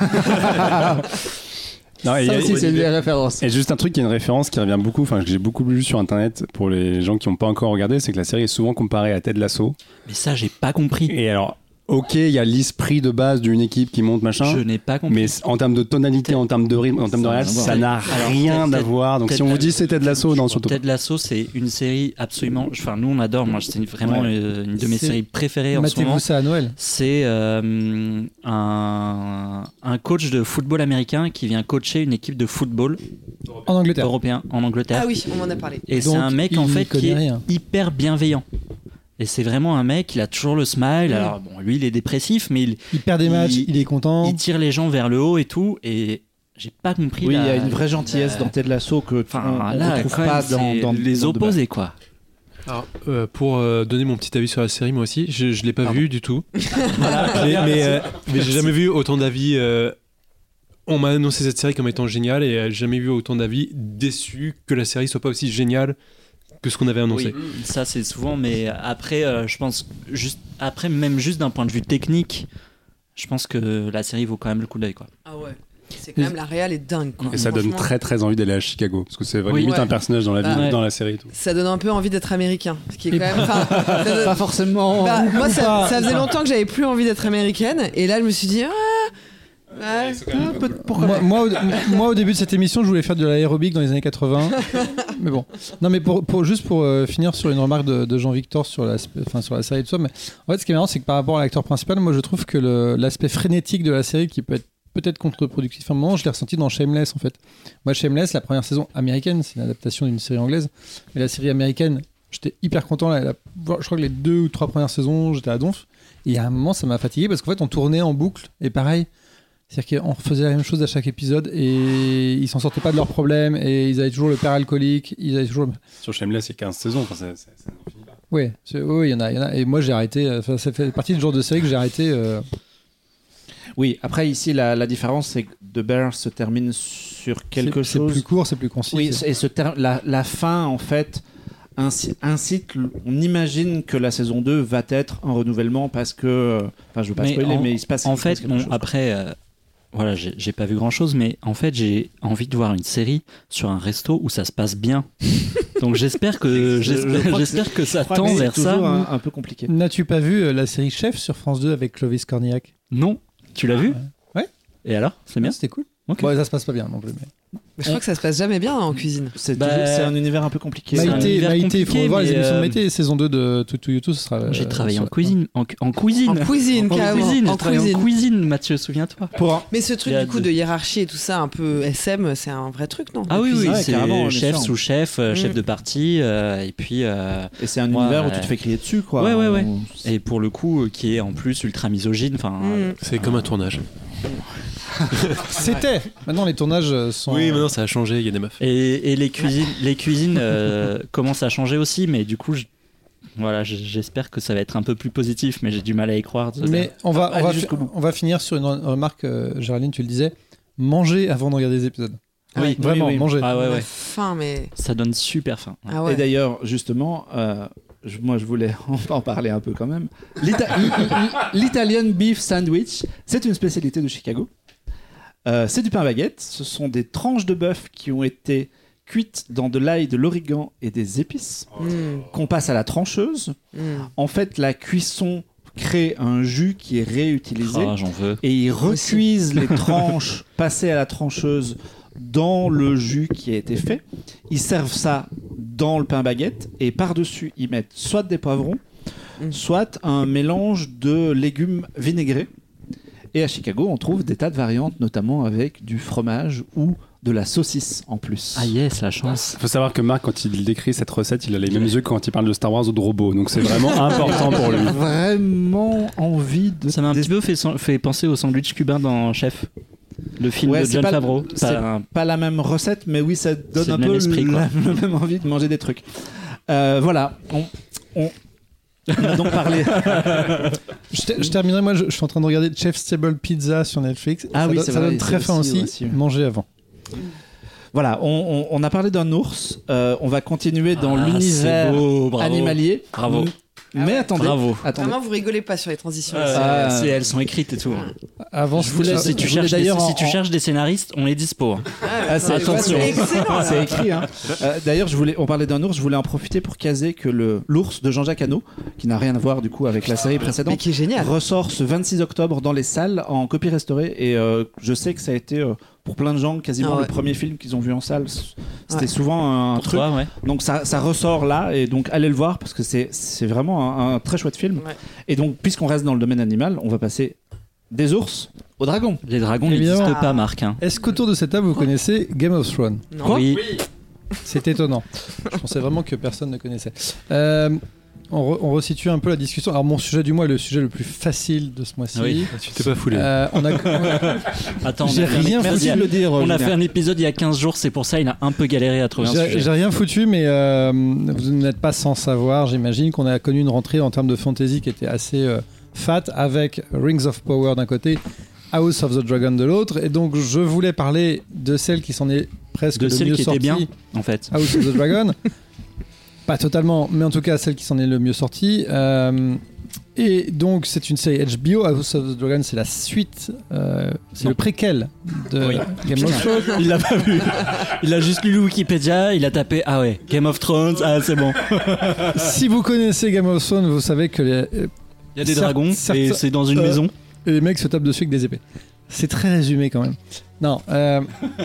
F: Non, et
A: ça
F: y a,
A: aussi, c'est une des références.
F: Et juste un truc qui est une référence qui revient beaucoup, enfin que j'ai beaucoup lu sur internet pour les gens qui n'ont pas encore regardé, c'est que la série est souvent comparée à Ted Lasso.
B: Mais ça, j'ai pas compris.
F: Et alors, ok, il y a l'esprit de base d'une équipe qui monte machin.
B: Je n'ai pas compris.
F: Mais en termes de tonalité, en termes de rythme, en termes de réel, ça n'a rien à voir. Donc si on vous dit c'est Ted Lasso, non surtout.
B: Ted Lasso, c'est une série absolument. Enfin, nous on adore. Moi, c'est vraiment
E: ouais.
B: une de mes
E: c'est...
B: séries préférées en ce moment.
E: Mettez-vous ça à Noël.
B: C'est euh, un un coach de football américain qui vient coacher une équipe de football
E: en Angleterre.
B: Européen en Angleterre.
D: Ah oui, on m'en a parlé.
B: Et donc, c'est un mec en fait qui rien. est hyper bienveillant. Et c'est vraiment un mec, il a toujours le smile. Mmh. Alors, bon, lui, il est dépressif, mais il,
E: il perd des matchs, il, il est content.
B: Il tire les gens vers le haut et tout. Et j'ai pas compris.
A: Oui,
B: la,
A: il y a une vraie gentillesse la... dans Ted Lasso que
B: enfin,
A: on,
B: là,
A: on trouve pas dans, dans
B: les
A: dans
B: opposés, quoi.
C: Alors, euh, pour euh, donner mon petit avis sur la série, moi aussi, je, je l'ai pas Pardon. vu du tout. Voilà, mais mais, euh, mais j'ai jamais vu autant d'avis. Euh, on m'a annoncé cette série comme étant géniale et euh, j'ai jamais vu autant d'avis déçus que la série soit pas aussi géniale que ce qu'on avait annoncé.
B: Oui, ça c'est souvent, mais après, euh, je pense juste après, même juste d'un point de vue technique, je pense que la série vaut quand même le coup d'œil, quoi.
D: Ah ouais. C'est quand même la réal est dingue, quoi.
F: Et ça donne très très envie d'aller à Chicago parce que c'est oui, limite ouais. un personnage dans la vie, bah, ouais. dans la série et tout.
D: Ça donne un peu envie d'être américain, ce qui est quand même donne...
A: pas forcément.
D: Bah, moi ça, ça faisait longtemps que j'avais plus envie d'être américaine et là je me suis dit ah ouais.
E: Ah, peu... moi, moi, au, moi au début de cette émission je voulais faire de l'aérobic dans les années quatre-vingts mais bon non mais pour, pour juste pour euh, finir sur une remarque de, de Jean-Victor sur la, enfin, sur la série et tout ça, mais en fait ce qui est marrant c'est que par rapport à l'acteur principal, moi je trouve que le, l'aspect frénétique de la série qui peut être peut-être contre-productif à un moment, je l'ai ressenti dans Shameless en fait. Moi Shameless, la première saison américaine, c'est une adaptation d'une série anglaise, mais la série américaine j'étais hyper content, la, la, je crois que les deux ou trois premières saisons j'étais à donf et à un moment ça m'a fatigué parce qu'en fait on tournait en boucle et pareil, c'est-à-dire qu'on faisait la même chose à chaque épisode et ils s'en sortaient pas de leurs problèmes et ils avaient toujours le père alcoolique, ils avaient toujours...
F: Sur Shameless, il y a quinze saisons, enfin, ça, ça, ça n'en finit pas.
E: Oui, oui, il y en a, il y en a. Et moi j'ai arrêté, enfin, ça fait partie du genre de série que j'ai arrêté. Euh...
A: Oui, après ici la, la différence c'est que The Bear se termine sur quelque
E: c'est,
A: chose...
E: C'est plus court, c'est plus concis.
A: Oui,
E: c'est...
A: et ce ter... la, la fin en fait... incite, on imagine que la saison deux va être un renouvellement parce que, enfin je veux pas
B: mais
A: spoiler,
B: en,
A: mais il se passe
B: en fait, bon,
A: chose,
B: après, euh, voilà, j'ai, j'ai pas vu grand chose, mais en fait j'ai envie de voir une série sur un resto où ça se passe bien. Donc j'espère que j'espère, j'espère que, que ça tend que vers ça.
A: Un, un peu compliqué.
E: N'as-tu pas vu euh, la série Chef sur France deux avec Clovis Cornillac ?
B: Non, tu l'as ah, vu ?
E: Ouais.
B: Et alors, c'est bien ?
E: Ouais, c'était cool.
B: Okay.
E: Bon, ça se passe pas bien non plus, mais.
D: Mais je crois que ça se passe jamais bien en cuisine.
A: C'est,
B: bah,
A: toujours, c'est un univers un peu compliqué.
E: Maïté, Maïté, il faut voir les émissions de Maïté, saison deux de To To You Too, ce sera.
B: J'ai travaillé
E: euh,
B: en cuisine, en, en cuisine.
D: En cuisine,
B: en
D: carrément.
B: Cuisine,
D: en
B: cuisine. En cuisine, Mathieu, souviens-toi.
A: Pour...
D: Mais ce truc du coup de hiérarchie et tout ça, un peu S M, c'est un vrai truc, non ?
B: Ah oui, oui,
A: ouais,
B: c'est
A: carrément,
B: chef, sous-chef, mmh. chef de partie, euh, et puis. Euh,
A: et c'est un
B: moi,
A: univers
B: euh,
A: où tu te fais crier dessus, quoi.
B: Ouais, ouais, ouais.
A: Où...
B: Et pour le coup, qui est en plus ultra misogyne. Enfin.
D: Mmh.
C: C'est comme un tournage.
E: C'était. Maintenant les tournages sont.
C: Oui, maintenant ça a changé, il y a des meufs.
B: Et, et les cuisines, les cuisines euh, commencent à changer aussi, mais du coup, je... Voilà, j- j'espère que ça va être un peu plus positif, mais j'ai du mal à y croire.
E: Mais on va,
A: Ah,
E: on, va
A: allez
E: fi-
A: jusqu'au bout.
E: on va finir sur une remarque, euh, Géraldine, tu le disais. Manger avant de regarder des épisodes.
B: Oui,
E: Vraiment,
A: oui, oui.
E: manger.
B: Ah ouais,
D: On a
B: ouais.
D: faim, mais.
B: Ça donne super faim. Ouais.
D: Ah ouais.
A: Et d'ailleurs, justement, euh, je- moi je voulais en parler un peu quand même. L'Ita- L'Italian Beef Sandwich, c'est une spécialité de Chicago. Euh, c'est du pain baguette. Ce sont des tranches de bœuf qui ont été cuites dans de l'ail, de l'origan et des épices
D: Mm,
A: qu'on passe à la trancheuse.
D: mm.
A: En fait, la cuisson crée un jus qui est réutilisé.
B: Ah, j'en veux.
A: Et ils recuisent les tranches passées à la trancheuse dans le jus qui a été fait. Ils servent ça dans le pain baguette et par-dessus, ils mettent soit des poivrons,
D: Mm.
A: soit un mélange de légumes vinaigrés. Et à Chicago, on trouve des tas de variantes, notamment avec du fromage ou de la saucisse en plus.
B: Ah yes, la chance.
F: Il faut savoir que Marc, quand il décrit cette recette, il a les mêmes yeux que quand il parle de Star Wars ou de robots. Donc c'est vraiment important pour lui.
A: Vraiment envie de...
B: Ça m'a un
A: des-
B: petit peu fait, san- fait penser au sandwich cubain dans Chef, le film
A: Ouais,
B: de
A: c'est
B: Jon
A: pas-
B: Favreau.
A: c'est
B: Pas-
A: pas la même recette, mais oui, ça donne
B: C'est
A: un
B: le même
A: peu
B: esprit, quoi.
A: la, la même envie de manger des trucs. Euh, voilà, on, on, on a donc parlé.
E: Je, te- je terminerai, moi je, je suis en train de regarder Chef's Table Pizza sur Netflix.
A: Ah
E: ça
A: oui,
E: donne,
A: c'est
E: ça
A: vrai,
E: donne très
A: c'est
E: faim
A: aussi-
E: aussi.
A: aussi, ouais.
E: Manger avant.
A: Voilà, on, on- on a parlé d'un ours. euh, on va continuer dans
B: Ah,
A: l'univers
B: c'est beau, bravo.
A: animalier.
B: Bravo.
A: M- Mais attendez,
B: Bravo.
A: attendez.
D: Vraiment, vous rigolez pas sur les transitions.
B: Euh,
A: Ah.
B: c'est- elles sont écrites et tout.
E: Avant,
A: Je voulais-
B: Si tu
A: je voulais
B: cherches, des,
A: d'ailleurs
B: si
A: en-
B: tu
A: en-
B: cherches des scénaristes, on est dispo. hein.
A: Ah, c'est-
B: Attention.
A: ouais, c'est-
D: Excellent, là.
A: C'est écrit. Hein. Euh, D'ailleurs, je voulais, on parlait d'un ours. Je voulais en profiter pour caser que le l'ours de Jean-Jacques Hano, qui n'a rien à voir du coup avec la série
D: Mais
A: précédente,
D: qui est génial.
A: ressort ce vingt-six octobre dans les salles en copie restaurée. Et euh, je sais que ça a été euh, pour plein de gens quasiment
D: Ah ouais.
A: le premier film qu'ils ont vu en salle. C'était
D: Ouais.
A: souvent un
B: Pour
A: truc.
B: toi, ouais.
A: Donc ça, ça ressort là et donc allez le voir parce que c'est c'est vraiment un, un très chouette film.
D: Ouais.
A: Et donc puisqu'on reste dans le domaine animal, on va passer des ours aux dragons.
B: Les dragons
E: Évidemment.
B: n'existent pas,
D: Ah.
B: Marc. hein.
E: Est-ce qu'autour de cette table, vous connaissez Game of Thrones?
D: Non.
B: Oui.
E: C'est étonnant. Je pensais vraiment que personne ne connaissait. Euh, on, re- on resitue un peu la discussion. Alors, mon sujet du mois est le sujet le plus facile de ce mois-ci.
B: Oui.
C: Tu t'es pas foulé.
E: Euh, on a,
B: Attends, on
E: J'ai
B: a fait un
E: rien
B: épisode
A: Merci
B: il y a-
A: de le dire.
B: On a
A: Julien.
B: fait un épisode il y a quinze jours, c'est pour ça il a un peu galéré à trouver un
E: j'ai
B: sujet.
E: j'ai rien foutu, mais euh, vous n'êtes pas sans savoir, j'imagine, qu'on a connu une rentrée en termes de fantasy qui était assez euh, fat, avec Rings of Power d'un côté, House of the Dragon de l'autre. Et donc, je voulais parler de celle qui s'en est presque
B: De
E: le
B: celle
E: mieux
B: qui était
E: sortie.
B: bien, en fait.
E: House of the Dragon. Pas totalement, mais en tout cas celle qui s'en est le mieux sortie. Euh, et donc c'est une série H B O. House of the Dragon, c'est la suite, euh, c'est
B: Non.
E: le préquel de
B: Oui.
E: Game of Thrones.
B: Il l'a pas vu. Il a juste lu le Wikipédia, il a tapé ah ouais, Game of Thrones, ah c'est bon.
E: Si vous connaissez Game of Thrones, vous savez que les,
B: Il y a des
E: Certes-
B: dragons
E: certes,
B: et c'est dans une
E: euh,
B: maison.
E: les mecs se tapent dessus avec des épées. C'est très résumé quand même. Non. Euh,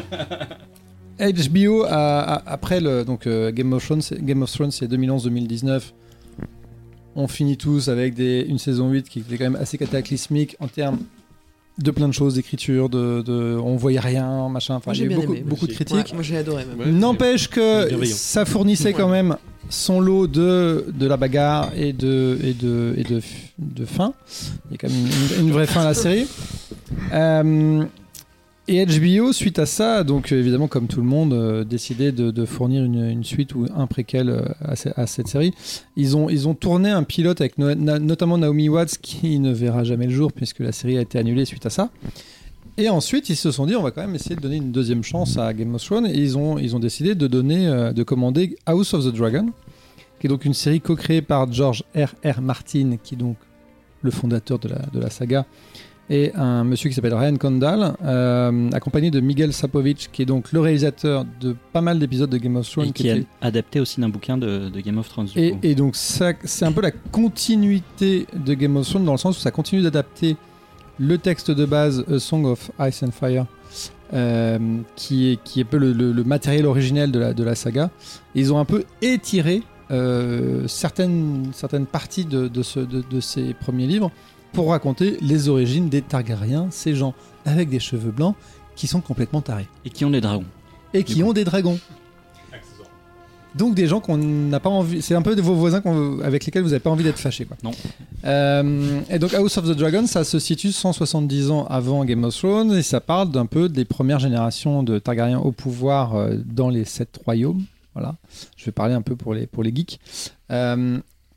E: H B O a- a- après le donc euh, Game of Thrones, c'est- Game of Thrones c'est deux mille onze deux mille dix-neuf. On finit tous avec des, une saison huit qui était quand même assez cataclysmique en termes de plein de choses, d'écriture, de, de on voyait rien, machin. Enfin,
D: Moi,
E: il y
D: j'ai
E: a eu
D: bien
E: beaucoup,
D: aimé.
E: beaucoup de
D: Ouais,
E: critiques.
D: moi j'ai adoré même.
C: Ouais.
E: N'empêche que
C: Bienveillant.
E: ça fournissait quand même son lot de, de la bagarre et de, et de, et de, de fin. Il y a quand même une, une vraie fin à la série. Euh, et H B O, suite à ça, donc euh, évidemment, comme tout le monde, euh, décidé de, de fournir une, une suite ou un préquel euh, à, ce- à cette série. Ils ont, ils ont tourné un pilote avec no- na- notamment Naomi Watts qui ne verra jamais le jour puisque la série a été annulée suite à ça. Et ensuite, ils se sont dit, on va quand même essayer de donner une deuxième chance à Game of Thrones. Et ils ont, ils ont décidé de donner, euh, de commander House of the Dragon, qui est donc une série co-créée par George R R. Martin, qui est donc le fondateur de la, de la saga, et un monsieur qui s'appelle Ryan Condal, euh, accompagné de Miguel Sapovich, qui est donc le réalisateur de pas mal d'épisodes de Game of Thrones.
B: Et qui est
E: était-
B: adapté aussi d'un bouquin de, de Game of Thrones. Du
E: et,
B: coup.
E: et donc, ça, c'est un peu la continuité de Game of Thrones, dans le sens où ça continue d'adapter le texte de base A Song of Ice and Fire, euh, qui, est, qui est un peu le, le- le matériel originel de la, de la saga. Et ils ont un peu étiré euh, certaines, certaines parties de, de, ce, de, de ces premiers livres pour raconter les origines des Targaryens, ces gens avec des cheveux blancs qui sont complètement tarés
B: Et qui ont des dragons.
E: et qui ont des dragons. Donc des gens qu'on n'a pas envie, c'est un peu de vos voisins qu'on- avec lesquels vous n'avez pas envie d'être fâchés, quoi.
B: Non.
E: Euh, et donc House of the Dragon, ça se situe cent soixante-dix ans avant Game of Thrones et ça parle d'un peu des premières générations de Targaryens au pouvoir euh, dans les sept royaumes. Voilà. Je vais parler un peu pour les pour les geeks. Euh,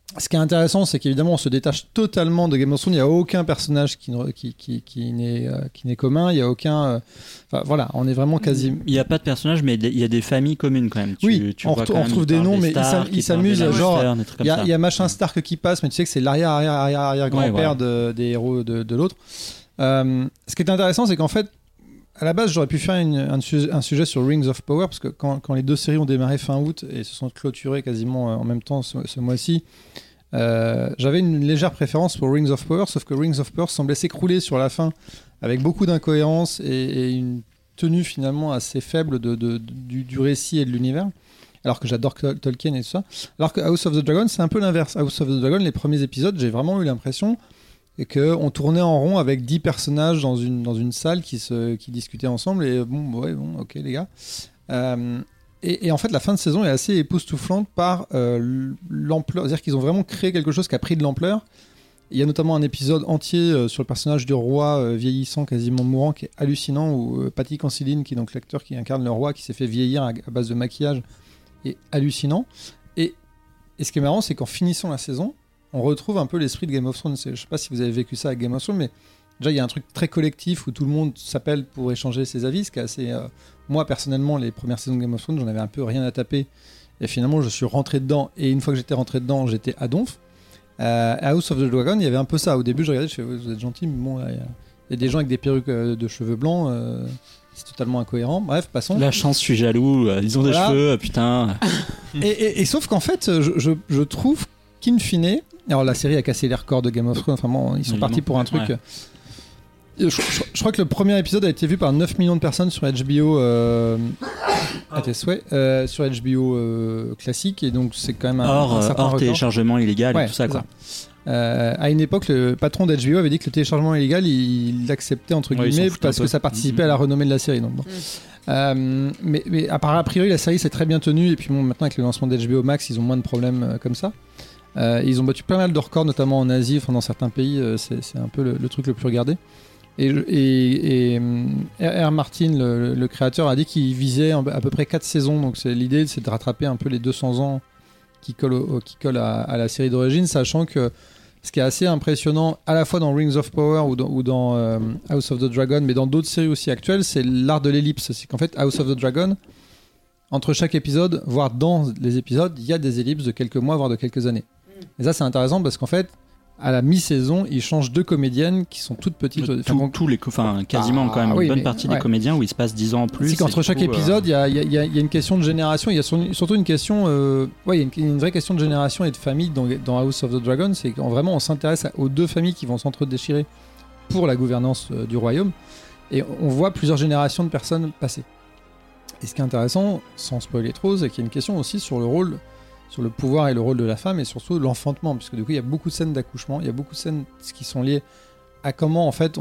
E: ce qui est intéressant, c'est qu'évidemment, on se détache totalement de Game of Thrones. Il n'y a aucun personnage qui, qui, qui, qui, n'est, euh, qui n'est commun. Il n'y a aucun. Euh, enfin, voilà, on est vraiment quasi.
B: Il n'y a pas de personnage, mais il y a des familles communes quand même. Tu,
E: oui,
B: tu
E: on,
B: vois
E: retrouve,
B: quand
E: on
B: même,
E: retrouve des noms, mais Stark, ils s'amusent. Genre, il y, y a machin Stark qui passe, mais tu sais que c'est l'arrière, arrière, arrière, arrière grand-père ouais, voilà. de, des héros de, de l'autre. Euh, ce qui est intéressant, c'est qu'en fait, à la base, j'aurais pu faire une, un, sujet, un sujet sur Rings of Power, parce que quand, quand les deux séries ont démarré fin août et se sont clôturées quasiment en même temps ce, ce mois-ci. Euh, j'avais une légère préférence pour Rings of Power, sauf que Rings of Power semblait s'écrouler sur la fin avec beaucoup d'incohérences et, et une tenue finalement assez faible de, de, de, du, du récit et de l'univers, alors que j'adore Tolkien et tout ça. Alors que House of the Dragon, c'est un peu l'inverse. House of the Dragon, les premiers épisodes, j'ai vraiment eu l'impression qu'on tournait en rond avec dix personnages dans une, dans une salle qui, se, qui discutaient ensemble et bon, ouais, bon, ok les gars. Euh, Et, et en fait, la fin de saison est assez époustouflante par euh, l'ampleur. C'est-à-dire qu'ils ont vraiment créé quelque chose qui a pris de l'ampleur. Il y a notamment un épisode entier euh, sur le personnage du roi euh, vieillissant, quasiment mourant, qui est hallucinant, où euh, Patty Considine, qui est donc l'acteur qui incarne le roi, qui s'est fait vieillir à, à base de maquillage, est hallucinant. Et, et ce qui est marrant, c'est qu'en finissant la saison, on retrouve un peu l'esprit de Game of Thrones. Je ne sais pas si vous avez vécu ça avec Game of Thrones, mais déjà, il y a un truc très collectif où tout le monde s'appelle pour échanger ses avis, ce qui est assez... Euh, moi, personnellement, les premières saisons de Game of Thrones, j'en avais un peu rien à taper. Et finalement, je suis rentré dedans. Et une fois que j'étais rentré dedans, j'étais à donf. Euh, à House of the Dragon, il y avait un peu ça. Au début, je regardais, je fais, vous êtes gentil, mais bon, il y, y a des gens avec des perruques euh, de cheveux blancs. Euh, c'est totalement incohérent. Bref, passons.
B: La chance, je suis jaloux. Euh, ils ont voilà. des cheveux, putain.
E: et, et, et sauf qu'en fait, je, je, je trouve qu'in fine... Alors, la série a cassé les records de Game of Thrones. Enfin, bon, ils sont partis pour un truc... Ouais. Je, je, je crois que le premier épisode a été vu par neuf millions de personnes sur H B O euh, à tes souhaits, euh, sur H B O euh, classique, et donc c'est quand même un,
B: hors,
E: un certain
B: hors
E: record.
B: téléchargement illégal ouais, et tout ça, quoi.
E: Ça. Euh, à une époque, le patron d'H B O avait dit que le téléchargement illégal, il l'acceptait entre
B: ouais,
E: guillemets parce que ça participait mmh. à la renommée de la série. Donc, bon. mmh. euh, mais, mais à part a priori, la série s'est très bien tenue, et puis bon, maintenant avec le lancement d'H B O Max, ils ont moins de problèmes euh, comme ça. Euh, ils ont battu pas mal de records, notamment en Asie, enfin, dans certains pays, euh, c'est, c'est un peu le, le truc le plus regardé. Et, et, et R R. Martin, le, le créateur, a dit qu'il visait à peu près quatre saisons. Donc c'est, l'idée, c'est de rattraper un peu les deux cents ans qui collent, au, qui collent à, à la série d'origine, sachant que ce qui est assez impressionnant, à la fois dans Rings of Power ou dans, ou dans euh, House of the Dragon, mais dans d'autres séries aussi actuelles, c'est l'art de l'ellipse. C'est qu'en fait, House of the Dragon, entre chaque épisode, voire dans les épisodes, il y a des ellipses de quelques mois, voire de quelques années. Et ça, c'est intéressant parce qu'en fait, à la mi-saison, ils changent deux comédiennes qui sont toutes petites.
B: Tout, enfin, tous les, enfin, quasiment ah, quand même oui, une bonne mais, partie ouais. des comédiens où il se passe dix ans en plus.
E: C'est qu'entre chaque coup, épisode, il euh... y, y, y, y a une question de génération. Il y a surtout une question, euh, ouais, il y a une, une vraie question de génération et de famille dans, dans House of the Dragon. C'est qu'en vraiment, on s'intéresse aux deux familles qui vont s'entre-déchirer pour la gouvernance euh, du royaume, et on voit plusieurs générations de personnes passer. Et ce qui est intéressant, sans spoiler trop, c'est qu'il y a une question aussi sur le rôle. Sur le pouvoir et le rôle de la femme, et surtout l'enfantement, puisque du coup il y a beaucoup de scènes d'accouchement, il y a beaucoup de scènes qui sont liées à comment en fait on,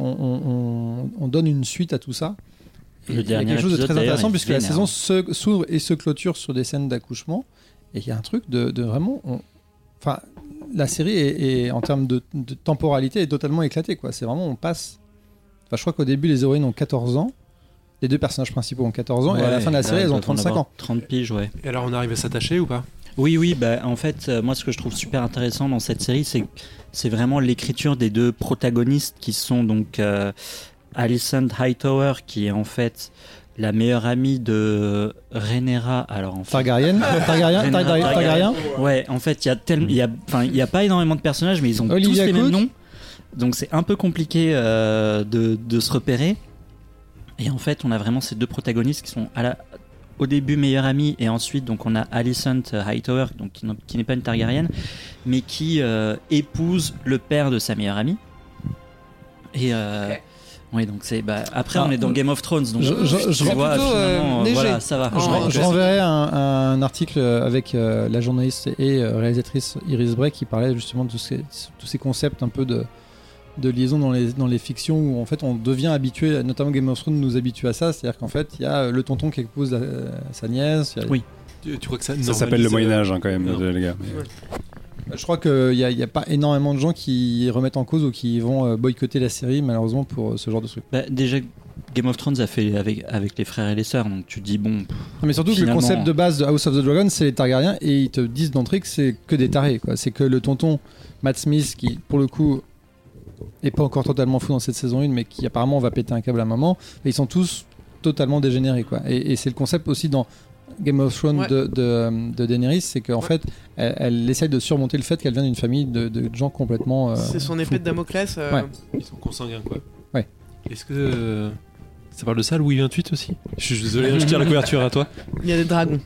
E: on, on donne une suite à tout ça. Et il y a quelque chose de très intéressant puisque la saison se, s'ouvre et se clôture sur des scènes d'accouchement, et il y a un truc de, de vraiment, on... enfin la série est, est en termes de, de temporalité est totalement éclatée quoi. C'est vraiment on passe, enfin je crois qu'au début les héroïnes ont quatorze ans. Les deux personnages principaux ont quatorze ans, ouais, et à la fin de la série, elles ont trente-cinq ans.
B: trente piges, ouais.
C: Et alors, on arrive à s'attacher ou pas ?
B: Oui, oui, bah, en fait, euh, moi, ce que je trouve super intéressant dans cette série, c'est, c'est vraiment l'écriture des deux protagonistes qui sont donc euh, Alicent Hightower, qui est en fait la meilleure amie de Rhaenyra. Alors, en fait,
E: Targaryen, Targaryen, Targaryen, Targaryen.
B: Ouais, en fait, il y a tellement, il y a, enfin, il y a pas énormément de personnages, mais ils ont Olivia tous les Cook. mêmes noms, donc c'est un peu compliqué euh, de, de se repérer. Et en fait, on a vraiment ces deux protagonistes qui sont à la, au début meilleure amie, et ensuite donc on a Alicent Hightower, donc qui, qui n'est pas une Targaryen, mais qui euh, épouse le père de sa meilleure amie. Et euh, okay. oui, donc c'est bah, après ah, on est dans Game of Thrones, donc
E: je, je, je
B: vois
E: plutôt,
B: finalement,
E: euh,
B: voilà, ça va.
E: Je, je renverrai un, un article avec euh, la journaliste et euh, réalisatrice Iris Bray qui parlait justement de ces, tous ces concepts un peu de de liaison dans les, dans les fictions où en fait on devient habitué, notamment Game of Thrones nous habitue à ça, c'est-à-dire qu'en fait il y a le tonton qui épouse la, sa nièce. Y a...
B: Oui.
C: Tu, tu crois que ça,
F: ça s'appelle le Moyen-Âge hein, quand même, non. les gars. Mais...
E: Ouais. Je crois qu'il n'y a, y a pas énormément de gens qui remettent en cause ou qui vont boycotter la série malheureusement pour ce genre de truc.
B: Bah, déjà, Game of Thrones a fait avec, avec les frères et les sœurs, donc tu te dis bon. Pff,
E: mais surtout que le concept de base de House of the Dragon, c'est les Targaryens, et ils te disent d'entrée que c'est que des tarés, quoi. C'est que le tonton Matt Smith, qui pour le coup est pas encore totalement fou dans cette saison un, mais qui apparemment va péter un câble à un moment, et ils sont tous totalement dégénérés, quoi. Et, et c'est le concept aussi dans Game of Thrones
D: ouais.
E: de, de, de Daenerys, c'est qu'en ouais. fait elle, elle essaye de surmonter le fait qu'elle vient d'une famille de, de gens complètement euh,
D: c'est son épée fou. De Damoclès euh...
E: ouais.
C: Ils sont consanguins, quoi.
E: Ouais.
C: Est-ce que euh, ça parle de ça, Louis vingt-huit aussi? Je suis désolé, je tire la couverture à toi.
D: Il y a des dragons.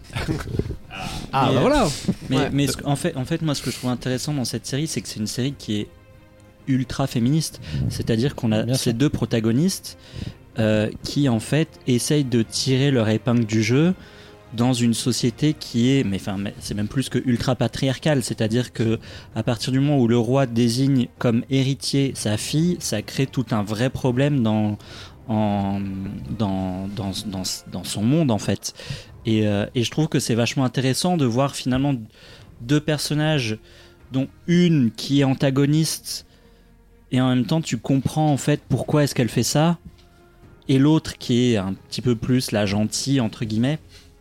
B: Ah
A: mais, bah voilà.
B: Mais, ouais. mais ce, en, fait, en fait moi ce que je trouve intéressant dans cette série, c'est que c'est une série qui est ultra féministe, c'est-à-dire qu'on a Bien ces sûr. deux protagonistes euh, qui en fait essayent de tirer leur épingle du jeu dans une société qui est, mais enfin, c'est même plus que ultra patriarcale, c'est-à-dire que à partir du moment où le roi désigne comme héritier sa fille, ça crée tout un vrai problème dans en, dans, dans, dans, dans son monde en fait. Et, euh, et je trouve que c'est vachement intéressant de voir finalement deux personnages, dont une qui est antagoniste et en même temps tu comprends en fait pourquoi est-ce qu'elle fait ça, et l'autre qui est un petit peu plus la gentille entre guillemets.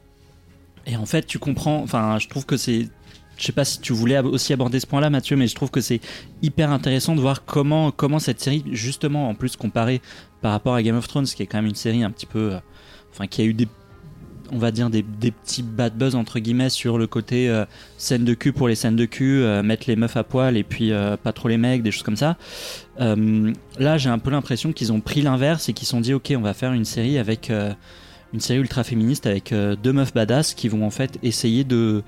B: Et en fait, tu comprends. Enfin, je trouve que c'est. Je sais pas si tu voulais aussi aborder ce point-là, Mathieu, mais je trouve que c'est hyper intéressant de voir comment, comment cette série, justement, en plus comparée par rapport à Game of Thrones, qui est quand même une série un petit peu. Euh, enfin, qui a eu des. On va dire des, des petits bad buzz, entre guillemets, sur le côté euh, scène de cul pour les scènes de cul, euh, mettre les meufs à poil et puis euh, pas trop les mecs, des choses comme ça. Euh, là, j'ai un peu l'impression qu'ils ont pris l'inverse et qu'ils se sont dit, ok, on va faire une série avec. Euh, une série ultra féministe avec euh, deux meufs badass qui vont en fait essayer de,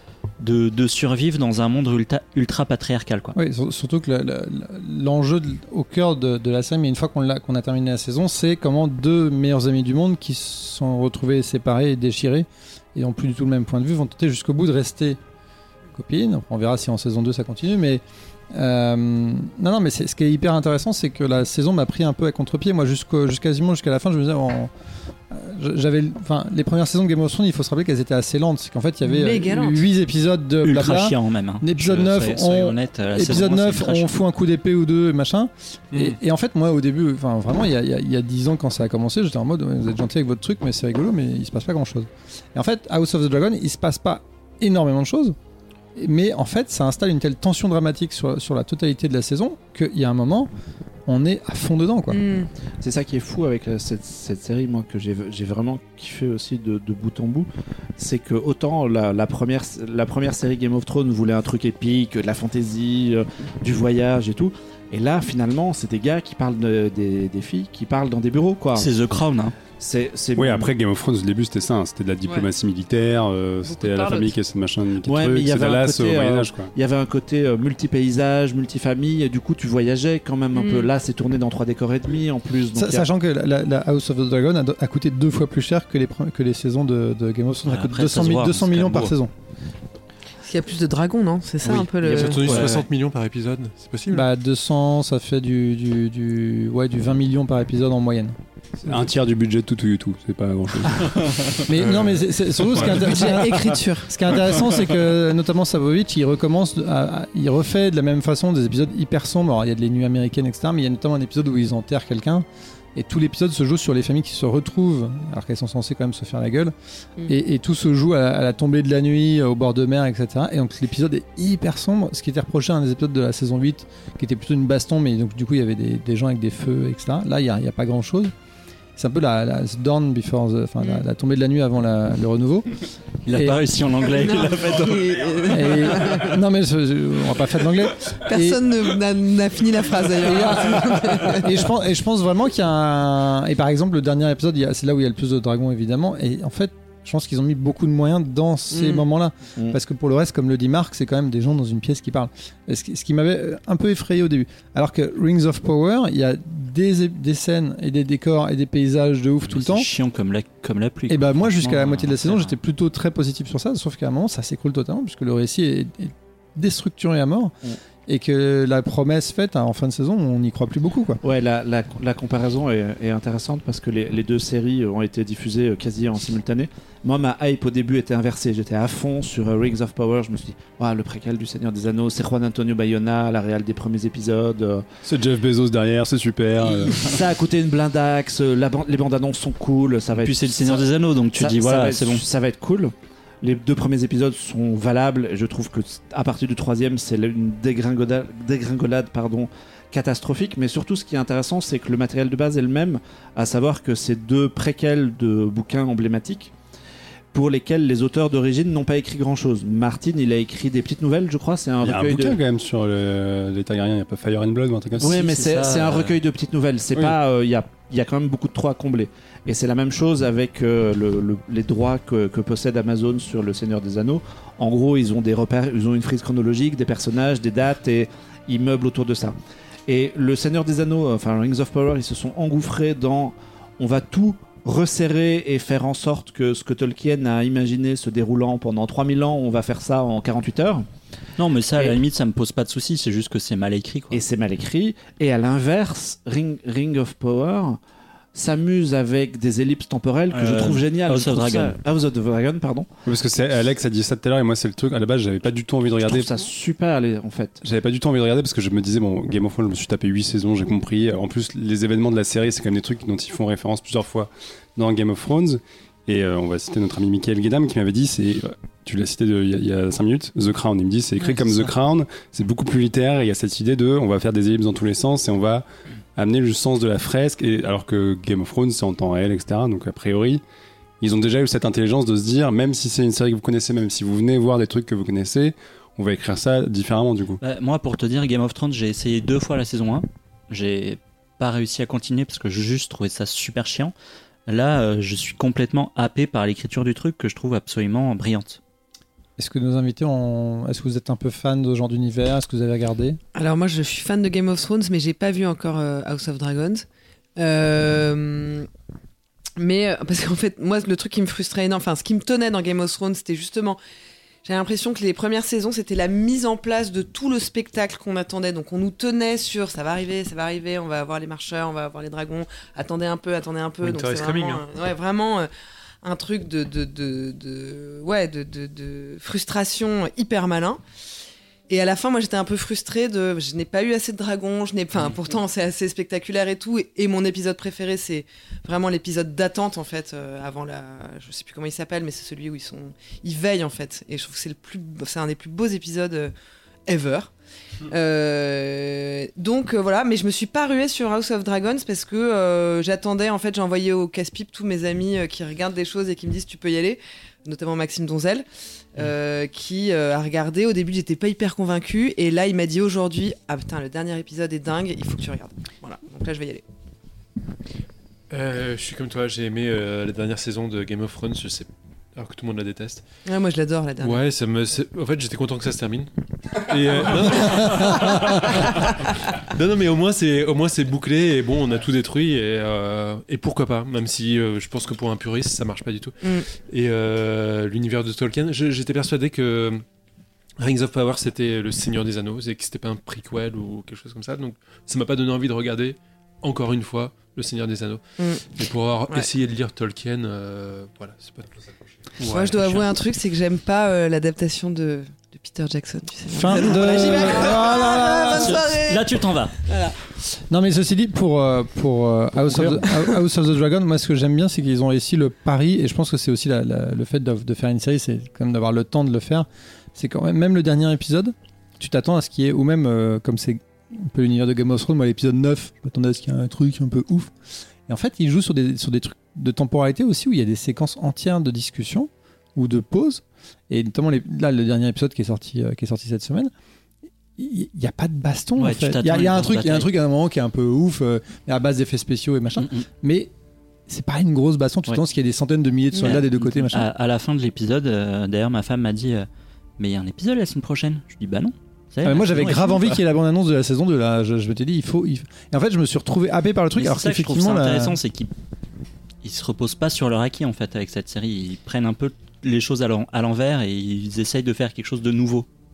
B: de, de survivre dans un monde ultra, ultra patriarcal, quoi.
E: Oui, surtout que le, le, l'enjeu de, au cœur de, de la série, mais une fois qu'on, l'a, qu'on a terminé la saison, c'est comment deux meilleurs amis du monde qui se sont retrouvés séparés et déchirés et n'ont plus du tout le même point de vue vont tenter jusqu'au bout de rester copines. On verra si en saison deux ça continue, mais Euh, non, non, mais c'est, ce qui est hyper intéressant, c'est que la saison m'a pris un peu à contre-pied. Moi, jusqu'au, jusqu'à, quasiment jusqu'à la fin, je me disais, en, j'avais, enfin, les premières saisons de Game of Thrones, il faut se rappeler qu'elles étaient assez lentes. C'est qu'en fait, il y avait huit épisodes de blabla.
B: Ultra chiant même. Hein.
E: L'épisode neuf, on, honnête, épisode neuf, on fout un coup d'épée ou deux, machin. Mm. Et, et en fait, moi, au début, enfin, vraiment, il y a, il y a dix ans, quand ça a commencé, j'étais en mode, vous êtes gentil avec votre truc, mais c'est rigolo, mais il se passe pas grand-chose. Et en fait, House of the Dragon, il se passe pas énormément de choses. Mais en fait, ça installe une telle tension dramatique sur, sur la totalité de la saison qu'il y a un moment, on est à fond dedans, quoi.
A: Mmh. C'est ça qui est fou avec la, cette, cette série, moi, que j'ai, j'ai vraiment kiffé aussi de, de bout en bout. C'est que autant la, la, première, la première série Game of Thrones voulait un truc épique, de la fantasy, euh, du voyage et tout. Et là, finalement, c'est des gars qui parlent de, des, des filles qui parlent dans des bureaux, quoi.
B: C'est The Crown, hein.
A: C'est, c'est
F: oui, après Game of Thrones, au début c'était ça, hein, c'était de la diplomatie ouais. militaire, euh, c'était la famille qui a cette machin,
A: ouais,
F: truc,
A: c'était Dallas
F: au Moyen-Âge.
A: Il y avait un côté euh, multi-paysage, multi-famille, et du coup tu voyageais quand même un mm. peu. Là, c'est tourné dans trois décors et demi en plus. Donc
E: Sa-
A: a...
E: Sachant que la, la House of the Dragon a, a coûté deux fois plus cher que les, que les saisons de, de Game of Thrones. Ouais, ça coûte deux cents, voit, deux cents millions par beau. saison.
D: Parce qu'il y a plus de dragons, non? C'est ça
C: oui.
D: un peu le.
C: Il y a peut-être
D: ouais.
C: soixante millions par épisode, c'est possible?
E: Bah deux cents, ça fait du, du, du, ouais, du vingt millions par épisode en moyenne.
F: C'est un tiers du budget de tout YouTube, c'est pas grand chose.
E: Mais euh... non, mais c'est, c'est, surtout ce qui est intéressant.
D: Écriture.
E: Ce qui est intéressant, c'est que notamment Savovitch, il recommence, à, à, il refait de la même façon des épisodes hyper sombres. Alors il y a de les nuits américaines, et cetera. Mais il y a notamment un épisode où ils enterrent quelqu'un. Et tout l'épisode se joue sur les familles qui se retrouvent, alors qu'elles sont censées quand même se faire la gueule. Mm. Et, et tout se joue à la, à la tombée de la nuit, au bord de mer, et cetera. Et donc l'épisode est hyper sombre, ce qui était reproché à un des épisodes de la saison huit, qui était plutôt une baston, mais donc du coup il y avait des, des gens avec des feux, et cetera. Là, il n'y a, a pas grand-chose. C'est un peu la, la dawn before the, enfin, mm. la, la tombée de la nuit avant la, le renouveau.
B: Il a et... pas réussi en anglais.
D: Non,
B: il a fait
E: et... non mais je, on va pas faire de l'anglais.
D: Personne et... n'a, n'a fini la phrase d'ailleurs.
E: et, je pense, et je pense vraiment qu'il y a un... Et par exemple, le dernier épisode, il y a, c'est là où il y a le plus de dragons évidemment. Et en fait, je pense qu'ils ont mis beaucoup de moyens dans ces mmh. moments-là. Mmh. Parce que pour le reste, comme le dit Marc, c'est quand même des gens dans une pièce qui parlent. Ce qui, ce qui m'avait un peu effrayé au début. Alors que Rings of Power, il y a des, des scènes et des décors et des paysages de ouf mais tout le temps.
B: C'est chiant comme la, comme la pluie.
E: Et bah moi, jusqu'à la moitié de la saison, j'étais plutôt très positif sur ça. Sauf qu'à un moment, ça s'écroule totalement puisque le récit est, est déstructuré à mort. Mmh. et que la promesse faite hein, en fin de saison, on n'y croit plus beaucoup. Quoi.
A: Ouais, la, la, la comparaison est, est intéressante parce que les, les deux séries ont été diffusées quasi en simultané. Moi, ma hype au début était inversée. J'étais à fond sur Rings of Power. Je me suis dit, oh, le préquel du Seigneur des Anneaux, c'est Juan Antonio Bayona, la réal des premiers épisodes.
F: C'est Jeff Bezos derrière, c'est super.
A: Ça a coûté une blindax, la ban- les bandes annonces sont cool. Ça va
B: Et puis
A: être,
B: c'est le Seigneur
A: ça,
B: des Anneaux, donc tu
A: ça,
B: dis
A: ça
B: voilà,
A: va
B: c'est
A: être,
B: bon.
A: Ça va être cool. Les deux premiers épisodes sont valables. Et je trouve que à partir du troisième, c'est une dégringolade, dégringolade pardon, catastrophique. Mais surtout, ce qui est intéressant, c'est que le matériel de base est le même, à savoir que c'est deux préquels de bouquins emblématiques pour lesquels les auteurs d'origine n'ont pas écrit grand-chose. Martin, il a écrit des petites nouvelles, je crois. C'est un
F: Il y a un
A: recueil
F: bouquin
A: de...
F: quand même sur le, les Targaryens. Il n'y a pas Fire and Blood ou un truc comme ça.
A: Oui,
B: Si,
A: mais
B: c'est
A: c'est,
B: ça,
A: c'est un
B: euh,
A: recueil de petites nouvelles. C'est
F: oui.
A: pas, il euh, y a, il y a quand même beaucoup de trous à combler. Et c'est la même chose avec euh, le, le, les droits que, que possède Amazon sur le Seigneur des Anneaux. En gros, ils ont des repères, ils ont une frise chronologique, des personnages, des dates et ils meublent autour de ça. Et le Seigneur des Anneaux, enfin Rings of Power, ils se sont engouffrés dans, on va tout resserrer et faire en sorte que ce que Tolkien a imaginé se déroulant pendant trois mille ans, on va faire ça en quarante-huit heures.
B: Non, mais ça, à
A: Et-
B: la limite, ça me pose pas de soucis, c'est juste que c'est mal écrit. Quoi.
A: Et c'est mal écrit. Et à l'inverse, Ring, Ring of Power s'amuse avec des ellipses temporelles que je
B: Euh,
A: trouve géniales.
B: House
A: Je
B: of
A: trouve ça-
B: Dragon.
A: House of the Dragon, pardon.
F: Oui, parce que c'est Alex a dit ça tout à l'heure et moi c'est le truc. À la base, j'avais pas du tout envie de
A: Je
F: regarder.
A: trouve ça super, les- en fait.
F: J'avais pas du tout envie de regarder parce que je me disais, bon, Game of Thrones, je me suis tapé huit saisons, j'ai compris. En plus, les événements de la série, c'est quand même des trucs dont ils font référence plusieurs fois dans Game of Thrones. Et euh, on va citer notre ami Michael Guédam qui m'avait dit, c'est, tu l'as cité de- il y a- il y a cinq minutes, The Crown. Il me dit, c'est écrit
B: Ouais,
F: comme
B: c'est
F: The
B: ça.
F: Crown, c'est beaucoup plus littéraire. Et il y a cette idée de, on va faire des ellipses dans tous les sens et on va amener le sens de la fresque. Et, alors que Game of Thrones, c'est en temps réel, et cetera. Donc a priori, ils ont déjà eu cette intelligence de se dire, même si c'est une série que vous connaissez, même si vous venez voir des trucs que vous connaissez, on va écrire ça différemment du coup.
B: Bah, moi, pour te dire, Game of Thrones, j'ai essayé deux fois la saison un. J'ai pas réussi à continuer parce que j'ai juste trouvé ça super chiant. Là, euh, je suis complètement happé par l'écriture du truc que je trouve absolument brillante.
E: Est-ce que nos invités ont... Est-ce que vous êtes un peu fan de ce genre d'univers? Est-ce que vous avez regardé?
D: Alors moi je suis fan de Game of Thrones mais j'ai pas vu encore euh, House of Dragons. Euh, mais euh, parce qu'en fait moi le truc qui me frustrait énormément, enfin ce qui me tenait dans Game of Thrones c'était justement, j'ai l'impression que les premières saisons c'était la mise en place de tout le spectacle qu'on attendait. Donc on nous tenait sur ça va arriver, ça va arriver, on va avoir les marcheurs, on va avoir les dragons, attendez un peu, attendez un peu.
C: Winter
D: Donc
C: is
D: c'est
C: coming,
D: vraiment,
C: hein.
D: euh, ouais, vraiment euh, un truc de, de, de, de, ouais, de, de, de frustration hyper malin. Et à la fin, moi, j'étais un peu frustrée de, je n'ai pas eu assez de dragons, je n'ai, enfin, pourtant, c'est assez spectaculaire et tout. Et, et mon épisode préféré, c'est vraiment l'épisode d'attente, en fait, euh, avant la, je sais plus comment il s'appelle, mais c'est celui où ils sont, ils veillent, en fait. Et je trouve que c'est le plus, c'est un des plus beaux épisodes euh, ever. Euh, donc euh, voilà, mais je me suis pas ruée sur House of Dragons parce que euh, j'attendais, en fait, j'ai envoyé au casse-pipe tous mes amis euh, qui regardent des choses et qui me disent tu peux y aller, notamment Maxime Donzel, euh, qui euh, a regardé. Au début, j'étais pas hyper convaincue et là, il m'a dit aujourd'hui ah putain, le dernier épisode est dingue, il faut que tu regardes. Voilà, donc là, je vais y aller.
C: Euh, je suis comme toi, j'ai aimé euh, la dernière saison de Game of Thrones, je sais, alors que tout le monde la déteste.
D: Ouais, moi, je l'adore la dernière.
C: Ouais, ça me, c'est- en fait, j'étais content que ça se termine. Et, euh, non, non, non, mais au moins c'est, au moins c'est bouclé et bon, on a tout détruit et, euh, et pourquoi pas, même si euh, je pense que pour un puriste ça marche pas du tout.
D: Mm.
C: Et euh, l'univers de Tolkien, je- j'étais persuadé que Rings of Power c'était le Seigneur des Anneaux et que c'était pas un prequel ou quelque chose comme ça, donc ça m'a pas donné envie de regarder encore une fois le Seigneur des Anneaux.
D: Mm.
C: Et pour avoir
D: Ouais.
C: essayé de lire Tolkien, euh, voilà, c'est pas. Ouais,
D: Moi, je dois avouer un truc, c'est que j'aime pas euh, l'adaptation de, de Peter Jackson. Tu sais.
E: Fin de...
D: Voilà, j'y vais.
E: Ah là là.
D: Bonne soirée.
B: Là, tu t'en vas.
E: Non mais ceci dit, pour, euh, pour euh, House, of the, House of the Dragon, moi ce que j'aime bien c'est qu'ils ont réussi le pari, et je pense que c'est aussi la- la- le fait de, de faire une série, c'est quand même d'avoir le temps de le faire. C'est quand même, même le dernier épisode, tu t'attends à ce qu'il y ait, ou même euh, comme c'est un peu l'univers de Game of Thrones, moi l'épisode neuf, je m'attendais à ce qu'il y ait un truc un peu ouf. Et en fait, ils jouent sur des, sur des trucs de temporalité aussi, où il y a des séquences entières de discussion ou de pause, et notamment les, là le dernier épisode qui est sorti, euh, qui est sorti cette semaine. Il n'y a pas de baston
B: Ouais,
E: en
B: tu
E: fait. Il y a,
B: t'attends
E: il y a
B: à une
E: un truc, il y a un
B: bataille.
E: truc à un moment qui est un peu ouf, euh, à base d'effets spéciaux et machin.
B: Mm, mm.
E: Mais c'est pas une grosse baston. Tu
B: Ouais.
E: penses qu'il y a des centaines de milliers de soldats
B: Ouais.
E: des deux côtés, machin.
B: À, à la fin de l'épisode, euh, d'ailleurs, ma femme m'a dit euh, mais il y a un épisode la semaine prochaine. Je dis bah non. Ça y est,
E: Ah, mais
B: la
E: moi j'avais
B: saison est
E: grave
B: finie,
E: envie
B: quoi.
E: qu'il y ait la bande annonce de la saison deux là. Je, je m'étais dit il faut, il faut- Et en fait je me suis retrouvé happé par le truc
B: Mais
E: alors
B: c'est ça que je trouve
E: qu'effectivement
B: ça
E: la...
B: intéressant, c'est qu'ils ils se reposent pas sur leur acquis en fait avec cette série. Ils prennent un peu les choses à l'en- à l'envers et ils essayent de faire quelque chose de nouveau.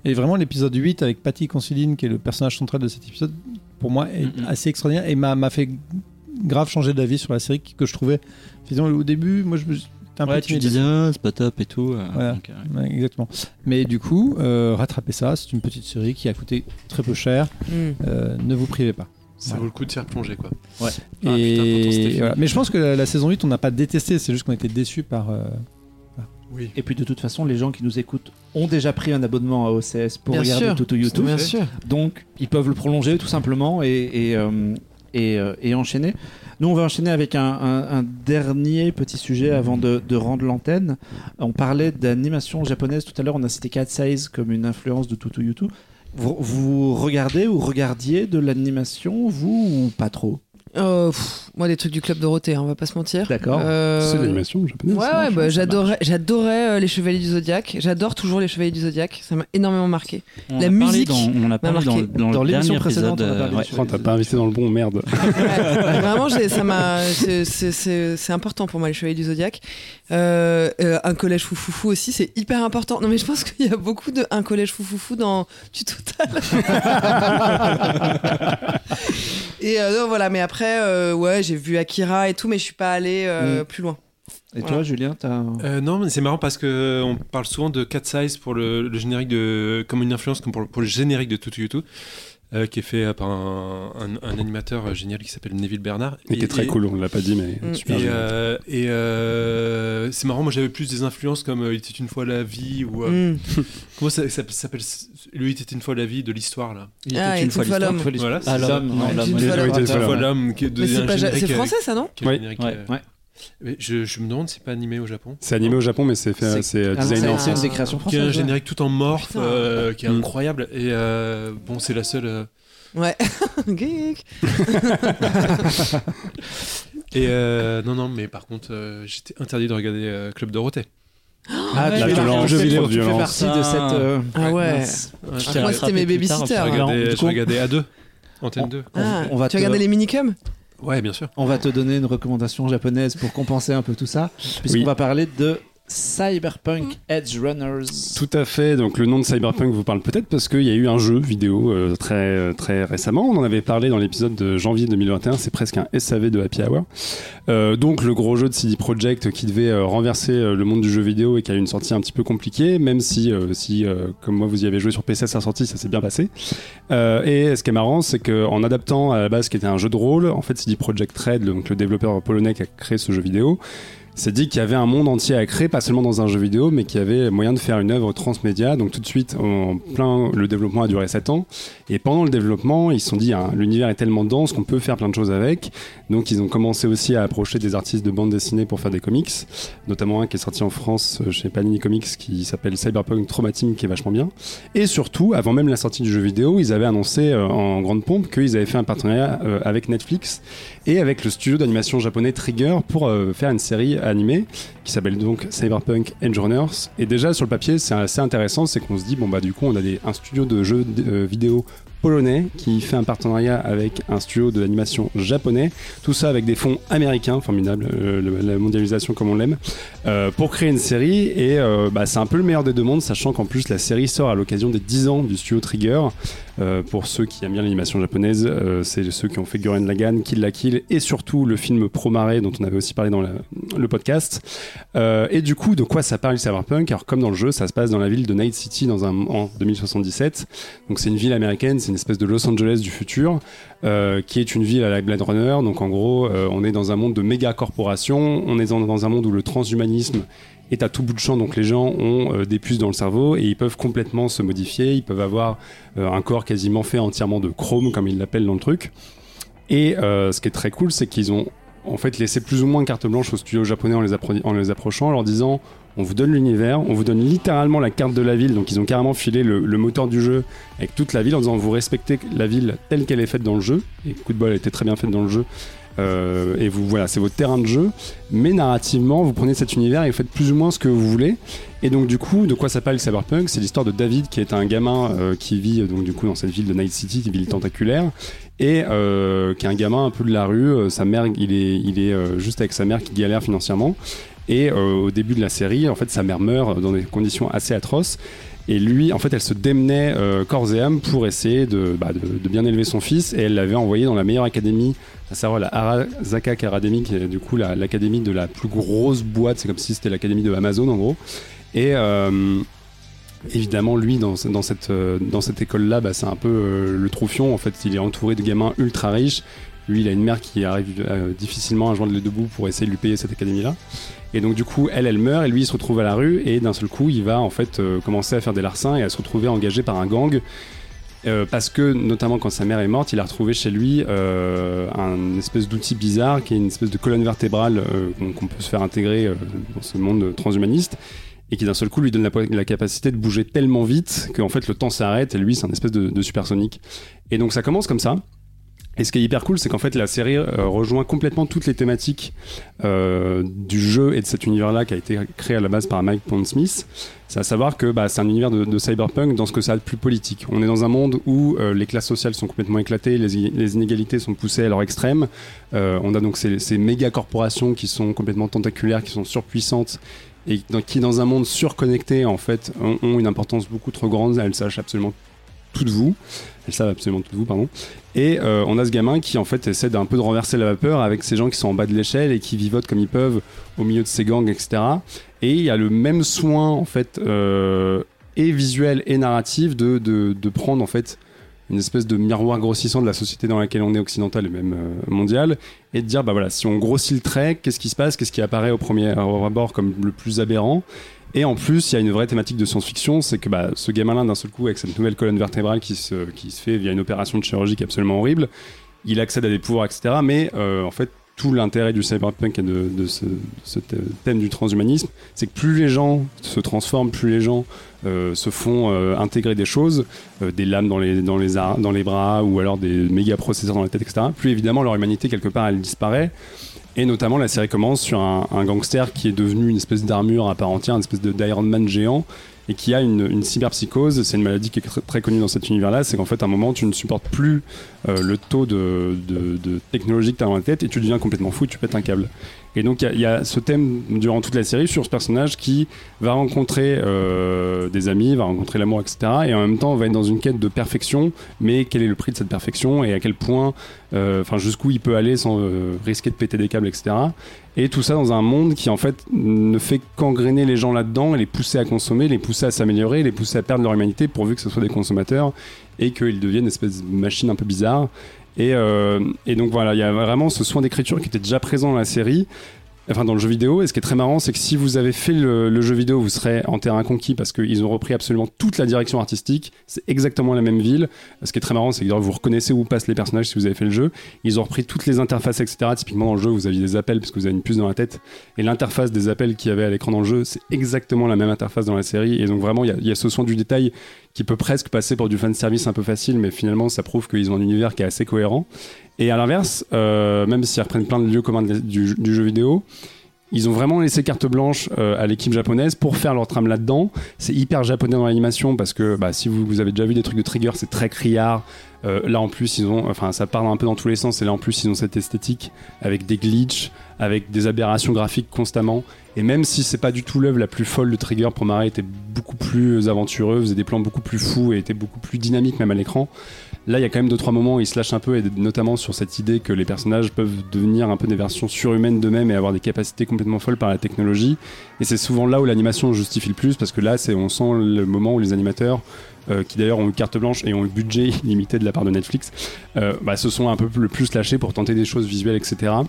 E: Et vraiment, l'épisode huit avec Patty Considine, qui est le personnage central de cet épisode, pour moi, est mm-hmm. assez extraordinaire et m'a, m'a fait grave changer d'avis sur la série que je trouvais. Finalement, au début, moi, je me un
B: ouais,
E: peu
B: tu disais ah, c'est pas top et tout. Euh,
E: voilà.
B: donc, euh,
E: ouais, exactement. Mais du coup, euh, rattrapez ça. C'est une petite série qui a coûté très peu cher. Mm. Euh, ne vous privez pas.
C: Ça
E: voilà.
C: vaut le coup de s'y replonger, quoi.
E: Ouais.
C: Ah,
E: et
C: putain,
E: voilà. Mais je pense que la, la saison huit, on n'a pas détesté. C'est juste qu'on était déçus par. Euh...
A: Oui. Et puis de toute façon, les gens qui nous écoutent ont déjà pris un abonnement à O C S pour
D: bien
A: regarder
D: sûr.
A: Toutou YouTube.
D: Bien sûr.
A: Donc ils peuvent le prolonger tout simplement et, et, euh, et, euh, et enchaîner. Nous, on va enchaîner avec un, un, un dernier petit sujet avant de, de rendre l'antenne. On parlait d'animation japonaise tout à l'heure. On a cité Cat Size comme une influence de Toutou YouTube. Vous, vous regardez ou regardiez de l'animation, vous, ou pas trop?
D: Euh, pff, moi, des trucs du Club Dorothée, hein, on va pas se mentir.
A: D'accord.
D: Euh...
F: C'est de l'animation japonaise.
D: Ouais, ouais, bah, j'adorais, j'adorais euh, les Chevaliers du Zodiaque. J'adore toujours les Chevaliers du Zodiaque. Ça m'a énormément marqué.
B: On
D: la musique.
B: Dans, on a parlé dans, dans, dans l'émission
A: précédente.
B: Euh,
F: ouais. Oh, t'as pas invité dans le bon, merde.
D: Ouais, vraiment, j'ai, ça m'a, c'est, c'est, c'est, c'est important pour moi, les Chevaliers du Zodiaque. Euh, euh, un collège foufoufou aussi, c'est hyper important. Non, mais je pense qu'il y a beaucoup de un collège foufoufou dans du total. Et euh, non, voilà, mais après, euh, ouais, j'ai vu Akira et tout, mais je suis pas allée euh, mmh. plus loin.
A: Et
D: voilà.
A: toi, Julien, t'as...
C: Euh, non, mais c'est marrant parce que on parle souvent de Cat Size pour le, le générique de, comme une influence comme pour, pour le générique de Toutou YouTube. Euh, qui est fait par un, un, un animateur génial qui s'appelle Neville Bernard.
F: Et, et qui est très et, cool, on ne l'a pas dit, mais
D: mm.
F: super.
C: Et, euh, et euh, c'est marrant, moi j'avais plus des influences comme euh, Il était une fois la vie ou. Euh, mm. Comment ça, ça, ça s'appelle Lui, il était une fois la vie de l'histoire là.
D: Il était ah, une, une fois, fois l'homme.
C: Voilà,
B: ah, l'homme. Non,
C: l'homme. Il était une fois l'homme.
D: C'est français ça, non?
C: Ouais. Mais je, je me demande si c'est pas animé au Japon.
F: C'est animé au Japon, mais c'est fait, c'est, c'est designé en
A: France. C'est une des créations françaises.
C: Qui a un générique tout en morph, euh, qui est incroyable. Et euh, bon, c'est la seule. Euh...
D: Ouais. Geek.
C: Et euh, non, non, mais par contre, euh, j'étais interdit de regarder euh, Club Dorothée.
A: Ah,
F: ouais,
A: tu fais
F: un jeu vidéo
A: tu fais partie de cette. Euh...
D: Ah ouais. ouais moi, c'était mes babysitters.
C: Je regardais, je regardais A deux, Antenne deux.
D: Ah, on va tu te... regardais les minicums?
C: Ouais, bien sûr.
A: On va te donner une recommandation japonaise pour compenser un peu tout ça, puisqu'on oui. va parler de Cyberpunk Edge Runners.
F: Tout à fait, donc le nom de Cyberpunk vous parle peut-être parce qu'il y a eu un jeu vidéo euh, très, très récemment, on en avait parlé dans l'épisode de janvier deux mille vingt et un, c'est presque un S A V de Happy Hour. Euh, donc le gros jeu de C D Projekt qui devait euh, renverser euh, le monde du jeu vidéo et qui a eu une sortie un petit peu compliquée, même si, euh, si euh, comme moi vous y avez joué sur P C à sa sortie, ça s'est bien passé. Euh, et ce qui est marrant, c'est qu'en adaptant à la base ce qui était un jeu de rôle, en fait C D Projekt Red, donc le développeur polonais qui a créé ce jeu vidéo, s'est dit qu'il y avait un monde entier à créer, pas seulement dans un jeu vidéo, mais qu'il y avait moyen de faire une œuvre transmédia. Donc tout de suite, en plein, le développement a duré sept ans. Et pendant le développement, ils se sont dit, hein, l'univers est tellement dense qu'on peut faire plein de choses avec. Donc ils ont commencé aussi à approcher des artistes de bande dessinée pour faire des comics, notamment un qui est sorti en France chez Panini Comics qui s'appelle Cyberpunk Trauma Team, qui est vachement bien. Et surtout, avant même la sortie du jeu vidéo, ils avaient annoncé euh, en grande pompe qu'ils avaient fait un partenariat euh, avec Netflix et avec le studio d'animation japonais Trigger pour euh, faire une série animé qui s'appelle donc Cyberpunk Edge Runners. Et déjà sur le papier c'est assez intéressant, c'est qu'on se dit bon bah du coup on a des, un studio de jeux euh, vidéo polonais qui fait un partenariat avec un studio d'animation japonais, tout ça avec des fonds américains, formidable, euh, le, la mondialisation comme on l'aime, euh, pour créer une série. Et euh, bah, c'est un peu le meilleur des deux mondes, sachant qu'en plus la série sort à l'occasion des dix ans du studio Trigger. Euh, pour ceux qui aiment bien l'animation japonaise, euh, c'est ceux qui ont fait Gurren Lagann, Kill la Kill et surtout le film Promare dont on avait aussi parlé dans la, le podcast. Euh, et du coup, de quoi ça parle Cyberpunk? Alors comme dans le jeu, ça se passe dans la ville de Night City dans un, en deux mille soixante-dix-sept. Donc c'est une ville américaine, c'est une espèce de Los Angeles du futur, euh, qui est une ville à la Blade Runner. Donc en gros, euh, on est dans un monde de méga corporations, on est dans, dans un monde où le transhumanisme est à tout bout de champ, donc les gens ont euh, des puces dans le cerveau et ils peuvent complètement se modifier, ils peuvent avoir euh, un corps quasiment fait entièrement de chrome, comme ils l'appellent dans le truc. Et euh, ce qui est très cool, c'est qu'ils ont en fait laissé plus ou moins carte blanche aux studios japonais en les, appro- en les approchant, en leur disant on vous donne l'univers, on vous donne littéralement la carte de la ville, donc ils ont carrément filé le, le moteur du jeu avec toute la ville en disant vous respectez la ville telle qu'elle est faite dans le jeu, et coup de bol elle était très bien faite dans le jeu. Euh, et vous voilà, c'est votre terrain de jeu, mais narrativement vous prenez cet univers et vous faites plus ou moins ce que vous voulez. Et donc du coup, de quoi ça parle Cyberpunk? C'est l'histoire de David qui est un gamin euh, qui vit donc du coup dans cette ville de Night City, une ville tentaculaire, et euh, qui est un gamin un peu de la rue. Euh, sa mère, il est, il est euh, juste avec sa mère qui galère financièrement, Et euh, au début de la série, en fait, sa mère meurt dans des conditions assez atroces. Et lui, en fait, elle se démenait euh, corps et âme pour essayer de, bah, de, de bien élever son fils. Et elle l'avait envoyé dans la meilleure académie, à savoir la Arasaka Academy, qui est du coup la, l'académie de la plus grosse boîte. C'est comme si c'était l'académie de Amazon, en gros. Et euh, évidemment, lui, dans, dans, cette, dans cette école-là, bah, c'est un peu euh, le troufion. En fait, il est entouré de gamins ultra riches. Lui, il a une mère qui arrive euh, difficilement à joindre les deux bouts pour essayer de lui payer cette académie-là. Et donc du coup, elle, elle meurt et lui, il se retrouve à la rue et d'un seul coup, il va en fait euh, commencer à faire des larcins et à se retrouver engagé par un gang euh, parce que, notamment quand sa mère est morte, il a retrouvé chez lui euh, un espèce d'outil bizarre qui est une espèce de colonne vertébrale euh, qu'on, qu'on peut se faire intégrer euh, dans ce monde transhumaniste et qui d'un seul coup lui donne la, la capacité de bouger tellement vite qu'en fait le temps s'arrête et lui, c'est un espèce de, de supersonique. Et donc ça commence comme ça. Et ce qui est hyper cool, c'est qu'en fait la série euh, rejoint complètement toutes les thématiques euh, du jeu et de cet univers-là qui a été créé à la base par Mike Pondsmith. C'est à savoir que bah, c'est un univers de, de cyberpunk dans ce que ça a de plus politique. On est dans un monde où euh, les classes sociales sont complètement éclatées, les, les inégalités sont poussées à leur extrême. Euh, on a donc ces, ces méga corporations qui sont complètement tentaculaires, qui sont surpuissantes et dans, qui dans un monde surconnecté en fait ont, ont une importance beaucoup trop grande. Elles sachent absolument tout de vous. Elles savent absolument tout de vous, pardon. Et euh, on a ce gamin qui en fait essaie d'un peu de renverser la vapeur avec ces gens qui sont en bas de l'échelle et qui vivotent comme ils peuvent au milieu de ces gangs, et cetera. Et il y a le même soin en fait euh, et visuel et narratif de, de, de prendre en fait une espèce de miroir grossissant de la société dans laquelle on est, occidentale et même euh, mondiale, et de dire bah voilà, si on grossit le trait, qu'est-ce qui se passe, qu'est-ce qui apparaît au premier abord comme le plus aberrant. Et en plus, il y a une vraie thématique de science-fiction, c'est que bah, ce gamin-là, d'un seul coup, avec cette nouvelle colonne vertébrale qui se, qui se fait via une opération de chirurgie qui est absolument horrible, il accède à des pouvoirs, et cetera. Mais euh, en fait, tout l'intérêt du cyberpunk et de, de ce, ce thème du transhumanisme, c'est que plus les gens se transforment, plus les gens euh, se font euh, intégrer des choses, euh, des lames dans les, dans, les ar- dans les bras ou alors des méga processeurs dans la tête, et cetera, plus évidemment leur humanité, quelque part, elle disparaît. Et notamment, la série commence sur un, un gangster qui est devenu une espèce d'armure à part entière, une espèce de, d'Iron Man géant, et qui a une, une cyberpsychose. C'est une maladie qui est très, très connue dans cet univers-là. C'est qu'en fait, à un moment, tu ne supportes plus euh, le taux de, de, de technologie que tu as dans la tête et tu deviens complètement fou, tu pètes un câble. Et donc, il y, y a ce thème durant toute la série sur ce personnage qui va rencontrer euh, des amis, va rencontrer l'amour, et cetera. Et en même temps, va être dans une quête de perfection. Mais quel est le prix de cette perfection et à quel point, enfin, euh, jusqu'où il peut aller sans euh, risquer de péter des câbles, et cetera. Et tout ça dans un monde qui, en fait, ne fait qu'engrainer les gens là-dedans et les pousser à consommer, les pousser à s'améliorer, les pousser à perdre leur humanité pourvu que ce soit des consommateurs et qu'ils deviennent une espèce de machine un peu bizarre. Et, euh, et donc voilà, il y a vraiment ce soin d'écriture qui était déjà présent dans la série, enfin dans le jeu vidéo. Et ce qui est très marrant, c'est que si vous avez fait le, le jeu vidéo, vous serez en terrain conquis parce qu'ils ont repris absolument toute la direction artistique. C'est exactement la même ville. Ce qui est très marrant, c'est que vous reconnaissez où passent les personnages si vous avez fait le jeu. Ils ont repris toutes les interfaces, et cetera. Typiquement dans le jeu, vous aviez des appels parce que vous avez une puce dans la tête. Et l'interface des appels qu'il y avait à l'écran dans le jeu, c'est exactement la même interface dans la série. Et donc vraiment, il y a, il y a ce soin du détail qui peut presque passer pour du fanservice un peu facile, mais finalement, ça prouve qu'ils ont un univers qui est assez cohérent. Et à l'inverse, euh, même s'ils reprennent plein de lieux communs de, du, du jeu vidéo, ils ont vraiment laissé carte blanche euh, à l'équipe japonaise pour faire leur trame là-dedans. C'est hyper japonais dans l'animation parce que bah, si vous, vous avez déjà vu des trucs de Trigger, c'est très criard. Euh, là en plus, ils ont, enfin, ça parle un peu dans tous les sens. Et là en plus, ils ont cette esthétique avec des glitches, avec des aberrations graphiques constamment. Et même si c'est pas du tout l'œuvre la plus folle de Trigger, Promare était beaucoup plus aventureux, faisait des plans beaucoup plus fous et était beaucoup plus dynamique même à l'écran. Là, il y a quand même deux trois moments où ils se lâchent un peu, et notamment sur cette idée que les personnages peuvent devenir un peu des versions surhumaines d'eux-mêmes et avoir des capacités complètement folles par la technologie. Et c'est souvent là où l'animation justifie le plus, parce que là, c'est, on sent le moment où les animateurs, euh, qui d'ailleurs ont eu carte blanche et ont eu budget limité de la part de Netflix, euh, bah, se sont un peu le plus lâchés pour tenter des choses visuelles, et cetera.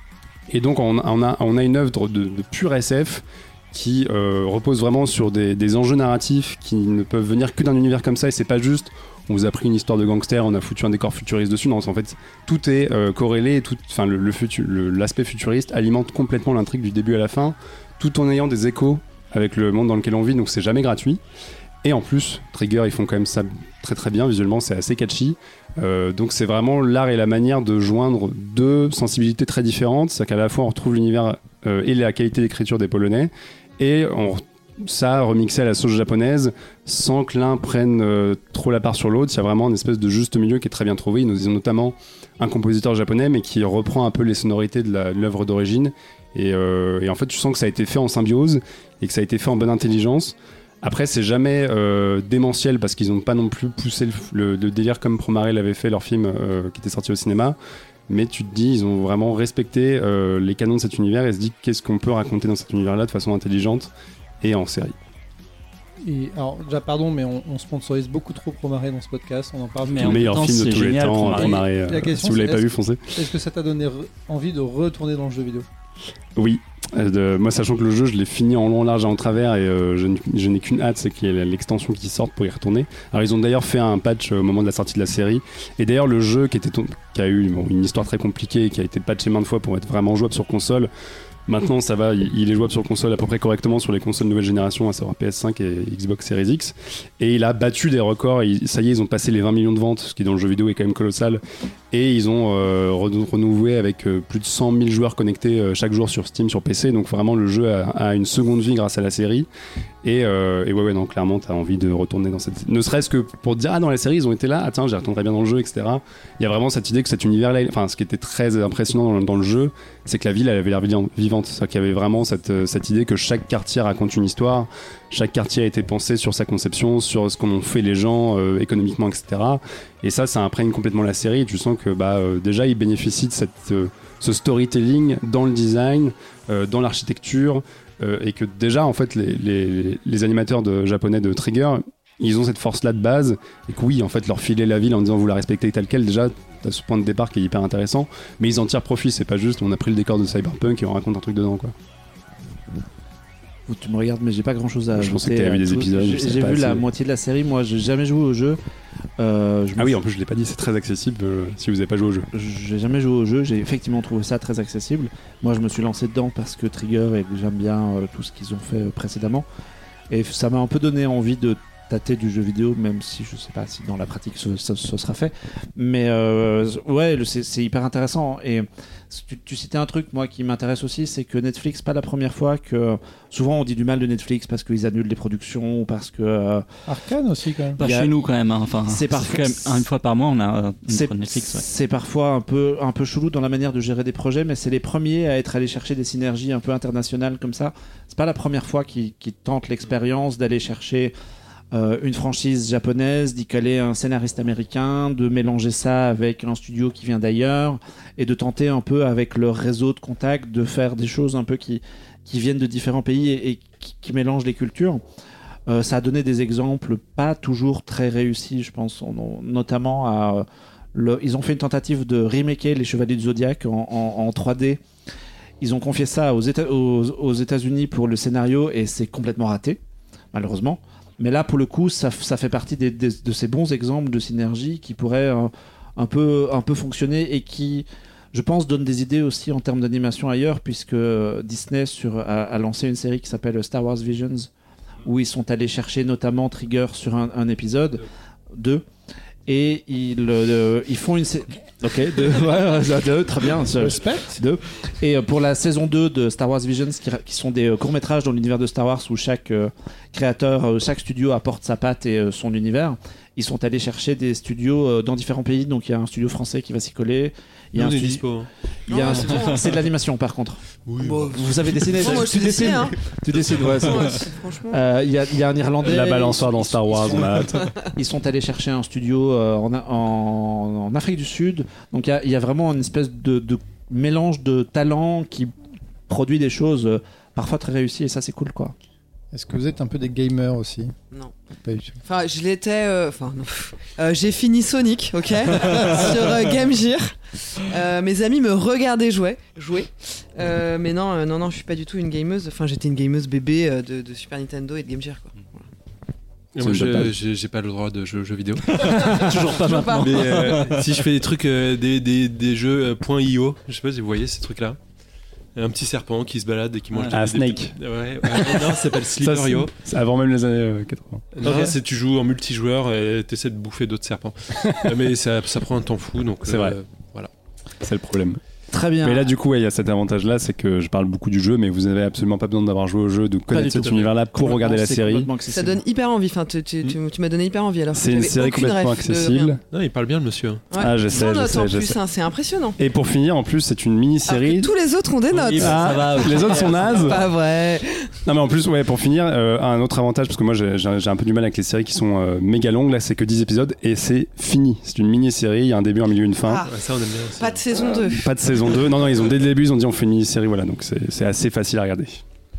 F: Et donc, on, on, a, on a une œuvre de, de pure S F qui euh, repose vraiment sur des, des enjeux narratifs qui ne peuvent venir que d'un univers comme ça, et c'est pas juste on vous a pris une histoire de gangster, on a foutu un décor futuriste dessus. Non, en fait, tout est euh, corrélé, et tout, enfin, le, le futu, le, l'aspect futuriste alimente complètement l'intrigue du début à la fin, tout en ayant des échos avec le monde dans lequel on vit, donc c'est jamais gratuit. Et en plus, Trigger, ils font quand même ça très très bien, visuellement c'est assez catchy. Euh, donc c'est vraiment l'art et la manière de joindre deux sensibilités très différentes, c'est-à-dire qu'à la fois on retrouve l'univers euh, et la qualité d'écriture des Polonais, et on ça remixé à la sauce japonaise sans que l'un prenne euh, trop la part sur l'autre. Il y a vraiment une espèce de juste milieu qui est très bien trouvé. Ils ont notamment un compositeur japonais mais qui reprend un peu les sonorités de, la, de l'œuvre d'origine et, euh, et en fait tu sens que ça a été fait en symbiose et que ça a été fait en bonne intelligence. Après c'est jamais euh, démentiel parce qu'ils n'ont pas non plus poussé le, le, le délire comme Promare l'avait fait leur film euh, qui était sorti au cinéma. Mais tu te dis, ils ont vraiment respecté euh, les canons de cet univers et se dit qu'est-ce qu'on peut raconter dans cet univers-là de façon intelligente et en série.
E: Et alors, déjà, pardon, mais on, on sponsorise beaucoup trop Promare dans ce podcast. On en parle.
B: Mais
F: Le
B: en
F: meilleur
B: même temps,
F: film de
B: c'est
F: tous les
B: génial,
F: temps,
B: Promare.
F: Promare.
E: La
F: euh,
E: question,
F: si vous l'avez
E: c'est
F: pas
E: est-ce-
F: vu, foncez.
E: Est-ce que ça t'a donné re- envie de retourner dans le jeu vidéo?
F: Oui. Euh, de- moi, sachant que le jeu, je l'ai fini en long, large et en travers, et euh, je, n- je n'ai qu'une hâte, c'est qu'il y ait l'extension qui sorte pour y retourner. Alors, ils ont d'ailleurs fait un patch au moment de la sortie de la série, et d'ailleurs, le jeu qui, était ton- qui a eu bon, une histoire très compliquée, qui a été patché maintes fois pour être vraiment jouable sur console. Maintenant, ça va, il, il est jouable sur console à peu près correctement sur les consoles nouvelle génération, à savoir P S cinq et Xbox Series X. Et il a battu des records. Et ça y est, ils ont passé les vingt millions de ventes, ce qui dans le jeu vidéo est quand même colossal. Et ils ont euh, renou- renouvelé avec euh, plus de cent mille joueurs connectés euh, chaque jour sur Steam, sur P C. Donc vraiment, le jeu a, a une seconde vie grâce à la série. Et, euh, et ouais, ouais, non, clairement, t'as envie de retourner dans cette. Ne serait-ce que pour te dire, ah, dans la série, ils ont été là, ah, tiens, j'y retournerai bien dans le jeu, et cetera. Il y a vraiment cette idée que cet univers-là, enfin, ce qui était très impressionnant dans, dans le jeu, c'est que la ville, elle avait l'air vivante. vivante. C'est-à-dire qu'il y avait vraiment cette, cette idée que chaque quartier raconte une histoire, chaque quartier a été pensé sur sa conception, sur ce qu'en ont fait les gens, euh, économiquement, et cetera. Et ça, ça imprègne complètement la série, et tu sens que, bah, euh, déjà, ils bénéficient de cette, euh, ce storytelling dans le design, euh, dans l'architecture. Euh, et que déjà en fait les, les, les animateurs de, japonais de Trigger ils ont cette force là de base et que oui en fait leur filer la ville en disant vous la respectez telle quelle, déjà t'as ce point de départ qui est hyper intéressant mais ils en tirent profit, c'est pas juste on a pris le décor de Cyberpunk et on raconte un truc dedans quoi.
A: Tu me regardes, mais j'ai pas grand chose à
F: Je
A: ajouter.
F: pensais que t'avais vu des
A: Tout-
F: épisodes, je
A: J'ai,
F: sais
A: j'ai
F: pas
A: vu la
F: assez.
A: moitié de la série. Moi, j'ai jamais joué au jeu. Euh, je me
F: Ah oui
A: suis-
F: en plus je l'ai pas dit, c'est très accessible euh, si vous avez pas joué au jeu.
A: J'ai jamais joué au jeu. J'ai effectivement trouvé ça très accessible. Moi, je me suis lancé dedans parce que Trigger et que j'aime bien euh, tout ce qu'ils ont fait euh, précédemment. Et ça m'a un peu donné envie de tâter du jeu vidéo, même si je sais pas si dans la pratique ce, ce- ce sera fait. Mais euh, ouais, le- c'est, c'est hyper intéressant. Et tu, tu citais un truc, moi, qui m'intéresse aussi, c'est que Netflix, pas la première fois que... Souvent, on dit du mal de Netflix parce qu'ils annulent les productions, ou parce que... euh,
E: Arcane aussi, quand même.
B: Pas
A: Il y a-
B: chez nous quand même. hein. Enfin,
A: C'est parfois-
B: quand même une fois par mois, on a euh, une
A: c'est,
B: fois Netflix. Ouais.
A: c'est parfois un peu, un peu chelou dans la manière de gérer des projets, mais c'est les premiers à être allés chercher des synergies un peu internationales comme ça. C'est pas la première fois qu'ils, qu'ils tentent l'expérience d'aller chercher euh, une franchise japonaise, d'y caler un scénariste américain, de mélanger ça avec un studio qui vient d'ailleurs et de tenter un peu avec leur réseau de contacts de faire des choses un peu qui, qui viennent de différents pays et, et qui, qui mélangent les cultures. Euh, ça a donné des exemples pas toujours très réussis, je pense, on- on- notamment à... euh, le- ils ont fait une tentative de remaker Les Chevaliers du Zodiac en, en- en trois D. Ils ont confié ça aux, Éta- aux, aux États-Unis pour le scénario et c'est complètement raté, malheureusement. Mais là, pour le coup, ça, f- ça fait partie des- des- de ces bons exemples de synergie qui pourraient euh, un, peu, un peu fonctionner et qui, je pense, donnent des idées aussi en termes d'animation ailleurs, puisque Disney sur, a, a lancé une série qui s'appelle Star Wars Visions, où ils sont allés chercher notamment Trigger sur un, un épisode, deux, et ils, euh, ils font une... sé- Ok, deux, ouais, ouais, deux, très bien. ce-
E: Respect.
A: deux. Et euh, pour la saison deux de Star Wars Visions, qui, ra- qui sont des euh, courts-métrages dans l'univers de Star Wars où chaque euh, créateur, euh, chaque studio apporte sa patte et euh, son univers, ils sont allés chercher des studios euh, dans différents pays. Donc il y a un studio français qui va s'y coller. Il y a
C: Nous,
A: un
C: on est
A: studio-
C: dispo. hein.
A: il y a
D: Non,
A: un-
D: c'est bon.
A: c'est de l'animation par contre.
C: Oui,
D: Bon,
C: bah,
A: Vous avez dessiné
D: Non, moi, je
A: tu
D: suis dessiné,
A: dessines.
D: hein.
A: Tu dessines, ouais, c'est
D: Ouais,
A: bon.
D: c'est- franchement.
A: Euh, Il y, a, il y a un Irlandais.
F: La balançoire
A: ils-
F: dans Star Wars, on a hâte.
A: Ils sont allés chercher un studio euh, en, en- en Afrique du Sud. Donc il y a- il y, a vraiment une espèce de, de mélange de talents qui produit des choses euh, parfois très réussies et ça c'est cool quoi.
E: Est-ce que vous êtes un peu des gamers aussi?
D: Non.
E: Pas du tout.
D: Enfin, je l'étais. euh, Enfin, non. Euh, j'ai fini Sonic, ok, sur euh, Game Gear. Euh, mes amis me regardaient jouer, jouer. Euh, mais non, euh, non, non, je suis pas du tout une gameuse. Enfin, j'étais une gameuse bébé euh, de, de Super Nintendo et de Game Gear, quoi.
C: Et moi,
F: C'est une
C: je-
F: bataille.
C: j'ai j'ai pas le droit de jouer aux jeux vidéo.
A: Toujours pas
D: Toujours pas.
C: Mais euh, si je fais des trucs, euh, des, des, des jeux euh, point .io, je sais pas si vous voyez ces trucs-là. Un petit serpent qui se balade et qui mange
F: Ah,
C: des,
F: Snake.
C: des- Ouais, ouais. Non, ça s'appelle
F: Ça,
C: Slither.io.
F: c'est- c'est avant même les années euh, quatre-vingts.
C: Non, non, c'est tu joues en multijoueur et t'essaies de bouffer d'autres serpents. Euh, Mais ça, ça prend un temps fou, donc
F: C'est vrai.
C: voilà.
F: C'est le problème.
A: Très bien.
F: Mais là, du coup, ouais, il y a cet avantage-là, c'est que je parle beaucoup du jeu, mais vous n'avez absolument pas besoin d'avoir joué au jeu, de connaître
A: du
F: cet
A: tout.
F: univers-là pour
A: Complètement,
F: regarder la
A: c'est
F: série.
A: complètement
D: Ça
A: accessible.
D: donne hyper envie. Enfin, tu, tu, tu, tu m'as donné hyper envie. Alors que
F: C'est une
D: j'avais
F: série
D: aucune
F: complètement
D: ref de rien.
F: accessible.
C: Non, il parle bien, le monsieur.
D: Ouais.
F: Ah, je sais,
D: Sans
F: je
D: notes
F: sais,
D: en
F: je
D: plus,
F: sais.
D: hein, c'est impressionnant.
F: Et pour finir, en plus, c'est une
D: Alors
F: mini-série.
D: que tous les autres ont des notes.
B: Oui, bah, ça va, ok.
F: Les autres sont nazes.
D: Pas vrai.
F: Non, mais en plus, ouais, pour finir, euh, un autre avantage, parce que moi j'ai j'ai- j'ai un peu du mal avec les séries qui sont euh, méga longues, là c'est que dix épisodes et c'est fini. C'est une mini-série, il y a un début, un milieu, une fin.
D: Ah,
C: Ouais, ça, on aime bien aussi.
D: pas de saison deux.
F: Pas de saison deux. Non, non, ils ont dès le début, ils ont dit on fait une mini-série, voilà, donc c'est c'est assez facile à regarder.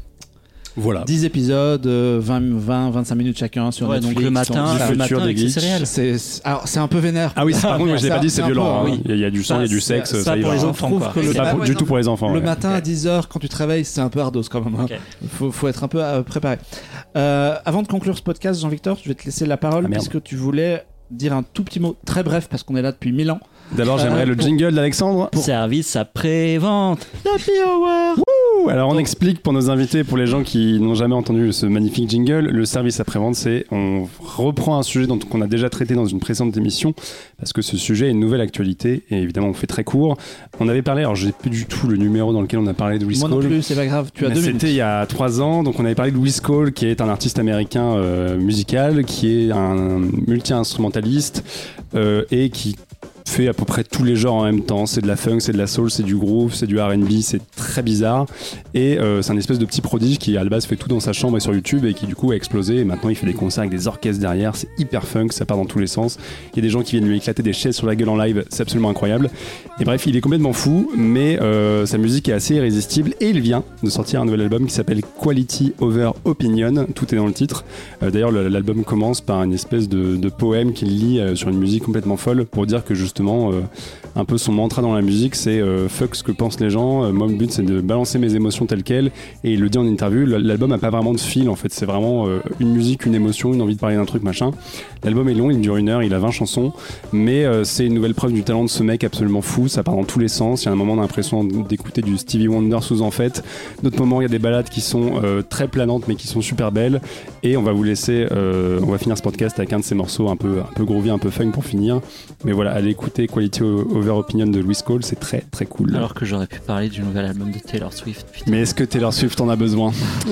F: Voilà.
A: dix épisodes, euh, vingt, vingt, vingt-cinq minutes chacun sur
B: Ouais,
A: Netflix.
B: donc le matin,
F: du
B: le
F: futur,
B: matin
F: des
B: avec les
F: glitches.
B: céréales.
A: C'est, c'est- alors, c'est un peu vénère.
F: Ah oui, c'est- par contre, moi je l'ai
A: Ça,
F: pas dit,
A: c'est
F: c'est
A: un peu,
F: violent. hein.
A: oui.
F: Il y, a- il y a du sang, il y a du
B: Ça,
F: sexe,
B: ça,
F: ça, y
B: pour
F: va.
B: les
A: Je
B: enfants,
A: trouve
B: quoi.
A: que le,
D: C'est
F: Pas
D: pas
F: pour-
D: pour
F: du
D: les
F: tout pour les enfants.
A: le
F: ouais.
A: matin à
B: Ok.
A: dix heures, quand tu travailles, c'est un peu ardos quand même. Il
B: Ok.
A: faut, faut être un peu euh, préparé. Euh, avant de conclure ce podcast, Jean-Victor, je vais te laisser la parole
F: Ah, merde.
A: puisque tu voulais dire un tout petit mot très bref parce qu'on est là depuis mille ans.
F: D'abord, j'aimerais
A: Euh,
F: le
A: pour-
F: jingle d'Alexandre.
B: Service après-vente.
A: Happy Hour.
F: Ouh, alors on explique pour nos invités, pour les gens qui n'ont jamais entendu ce magnifique jingle, le service après-vente, c'est on reprend un sujet dont qu'on a déjà traité dans une précédente émission, parce que ce sujet est une nouvelle actualité, et évidemment on fait très court. On avait parlé, alors j'ai plus du tout le numéro dans lequel on a parlé de Louis
A: Moi non
F: Cole.
A: plus, c'est pas grave. Tu as
F: Mais
A: deux
F: C'était
A: minutes.
F: il y a trois ans, donc on avait parlé de Louis Cole, qui est un artiste américain euh, musical, qui est un multi-instrumentaliste euh, et qui fait à peu près tous les genres en même temps. C'est de la funk, c'est de la soul, c'est du groove, c'est du R and B, c'est très bizarre. Et euh, c'est un espèce de petit prodige qui à la base fait tout dans sa chambre et sur YouTube et qui du coup a explosé. Et maintenant il fait des concerts avec des orchestres derrière. C'est hyper funk, ça part dans tous les sens. Il y a des gens qui viennent lui éclater des chaises sur la gueule en live, c'est absolument incroyable. Et bref, il est complètement fou, mais euh, sa musique est assez irrésistible. Et il vient de sortir un nouvel album qui s'appelle Quality Over Opinion. Tout est dans le titre. Euh, D'ailleurs, le- l'album commence par une espèce de, de poème qu'il lit euh, sur une musique complètement folle pour dire que justement, euh, un peu son mantra dans la musique, c'est euh, fuck ce que pensent les gens. Euh, moi, le but, c'est de balancer mes émotions telles quelles. Et il le dit en interview. L- L'album a pas vraiment de fil, en fait. C'est vraiment euh, une musique, une émotion, une envie de parler d'un truc, machin. L'album est long, il dure une heure, il a vingt chansons. Mais euh, c'est une nouvelle preuve du talent de ce mec absolument fou. Ça part dans tous les sens. Il y a un moment, on a l'impression d'écouter du Stevie Wonder sous en fait. D'autres moments, il y a des balades qui sont euh, très planantes, mais qui sont super belles. Et on va vous laisser, euh, on va finir ce podcast avec un de ces morceaux un peu, un peu groovy, un peu fun pour finir. Mais voilà, allez écouter Quality Over Opinion de Louis Cole, c'est très très cool.
B: Alors que j'aurais pu parler du nouvel album de Taylor Swift. Putain,
F: Mais est-ce que Taylor Swift en a besoin?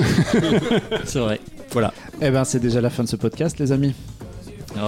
B: c'est vrai.
F: Voilà.
A: Eh ben, c'est déjà la fin de ce podcast, les amis.
B: Oh.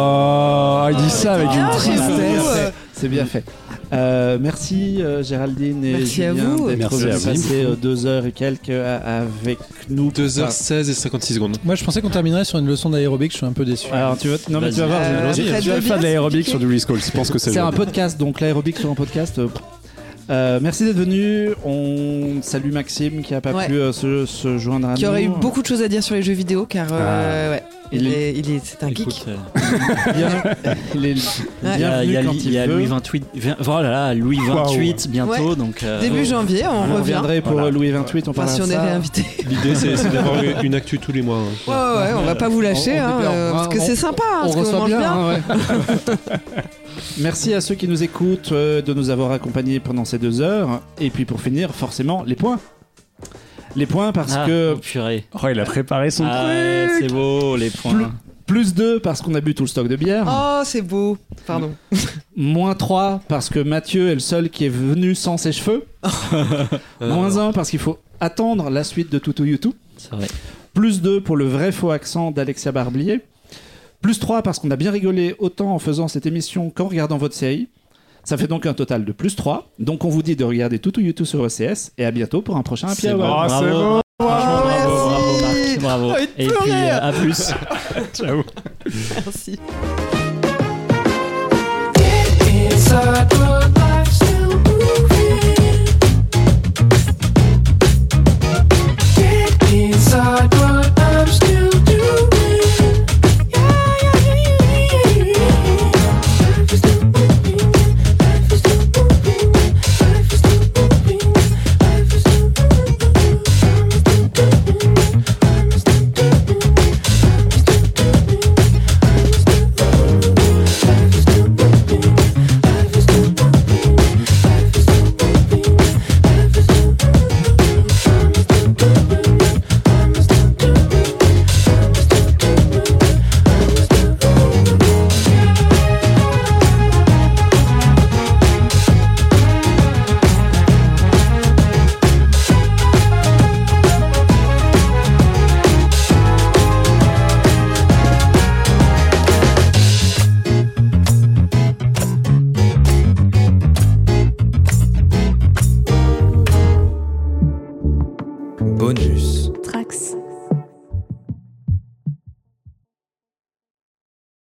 F: Oh, il dit ça avec une
D: Ah,
A: C'est
D: j'avoue,
A: bien
F: tristesse.
A: fait.
D: euh.
A: C'est bien fait. Euh, merci euh, Géraldine et
D: Merci à
A: Julien
D: vous.
A: d'être
F: Merci
A: venus
F: à vous.
A: passer euh, deux heures et quelques à- avec nous.
C: deux heures seize et cinquanté-six secondes.
E: Moi, je pensais qu'on terminerait sur une leçon d'aérobic. Je suis un peu déçu.
A: Alors tu vas, non mais tu vas voir.
D: Euh,
A: je-
F: Tu
D: Fred
F: vas
D: de
F: faire de
D: Bias,
F: l'aérobic
D: c'est
F: sur du Louis Cole, je pense que c'est
A: C'est
F: le
A: un
F: genre.
A: podcast, donc l'aérobic sur un podcast. euh, euh, merci d'être venu. On salue Maxime qui a pas
D: Ouais.
A: pu euh, se, se joindre à nous.
D: Qui aurait eu beaucoup de choses à dire sur les jeux vidéo car euh, ouais, il,
A: Il
D: est, il est, c'est un geek.
B: Écoute, euh,
A: Bien- il est
B: il y a, il y a,
A: bienvenu quand
B: il y a
A: il veut.
B: Louis vingt-huit. vingt Voilà, Louis vingt-huit bientôt. Donc, euh,
D: Début janvier, on,
A: On
D: revient.
A: reviendrait pour
F: Voilà.
A: Louis vingt-huit. On
D: Enfin,
A: parlera
D: si on
A: de
D: est
A: ça.
D: réinvité.
C: L'idée, c'est c'est d'avoir une- une actu tous les mois. hein.
D: Ouais, ouais, ouais, on va pas vous lâcher,
A: On- on
D: hein,
A: est bien,
D: euh,
A: on-
D: parce que
A: on-
D: c'est sympa, hein,
A: On
D: parce qu'on
A: reçoit
D: mange
A: bien.
D: bien.
A: hein, ouais. Merci à ceux qui nous écoutent euh, de nous avoir accompagnés pendant ces deux heures. Et puis pour finir, forcément, les points. Les points parce
B: ah,
A: que
B: oh, purée.
F: Oh, il a préparé son
B: Ah, ouais,
F: truc.
B: c'est beau, les points.
A: plus deux parce qu'on a bu tout le stock de bière.
D: Oh, c'est beau. Pardon.
A: Moins trois parce que Mathieu est le seul qui est venu sans ses cheveux.
C: Euh,
A: Moins un parce qu'il faut attendre la suite de Toutou Youtou.
B: C'est vrai.
A: Plus deux pour le vrai faux accent d'Alexia Barblier. Plus trois parce qu'on a bien rigolé autant en faisant cette émission qu'en regardant votre série. Ça fait donc un total de plus trois. Donc on vous dit de regarder Toutou Youtou sur O C S et à bientôt pour un prochain Happy
B: C'est
A: Hour.
B: bon.
F: Oh, c'est
B: Bravo.
F: beau.
B: Franchement, bravo, bravo,
D: merci.
B: Marc. Bravo.
D: Envie de
B: Et puis,
D: pleurer.
B: euh, à plus.
F: Ciao.
D: Merci.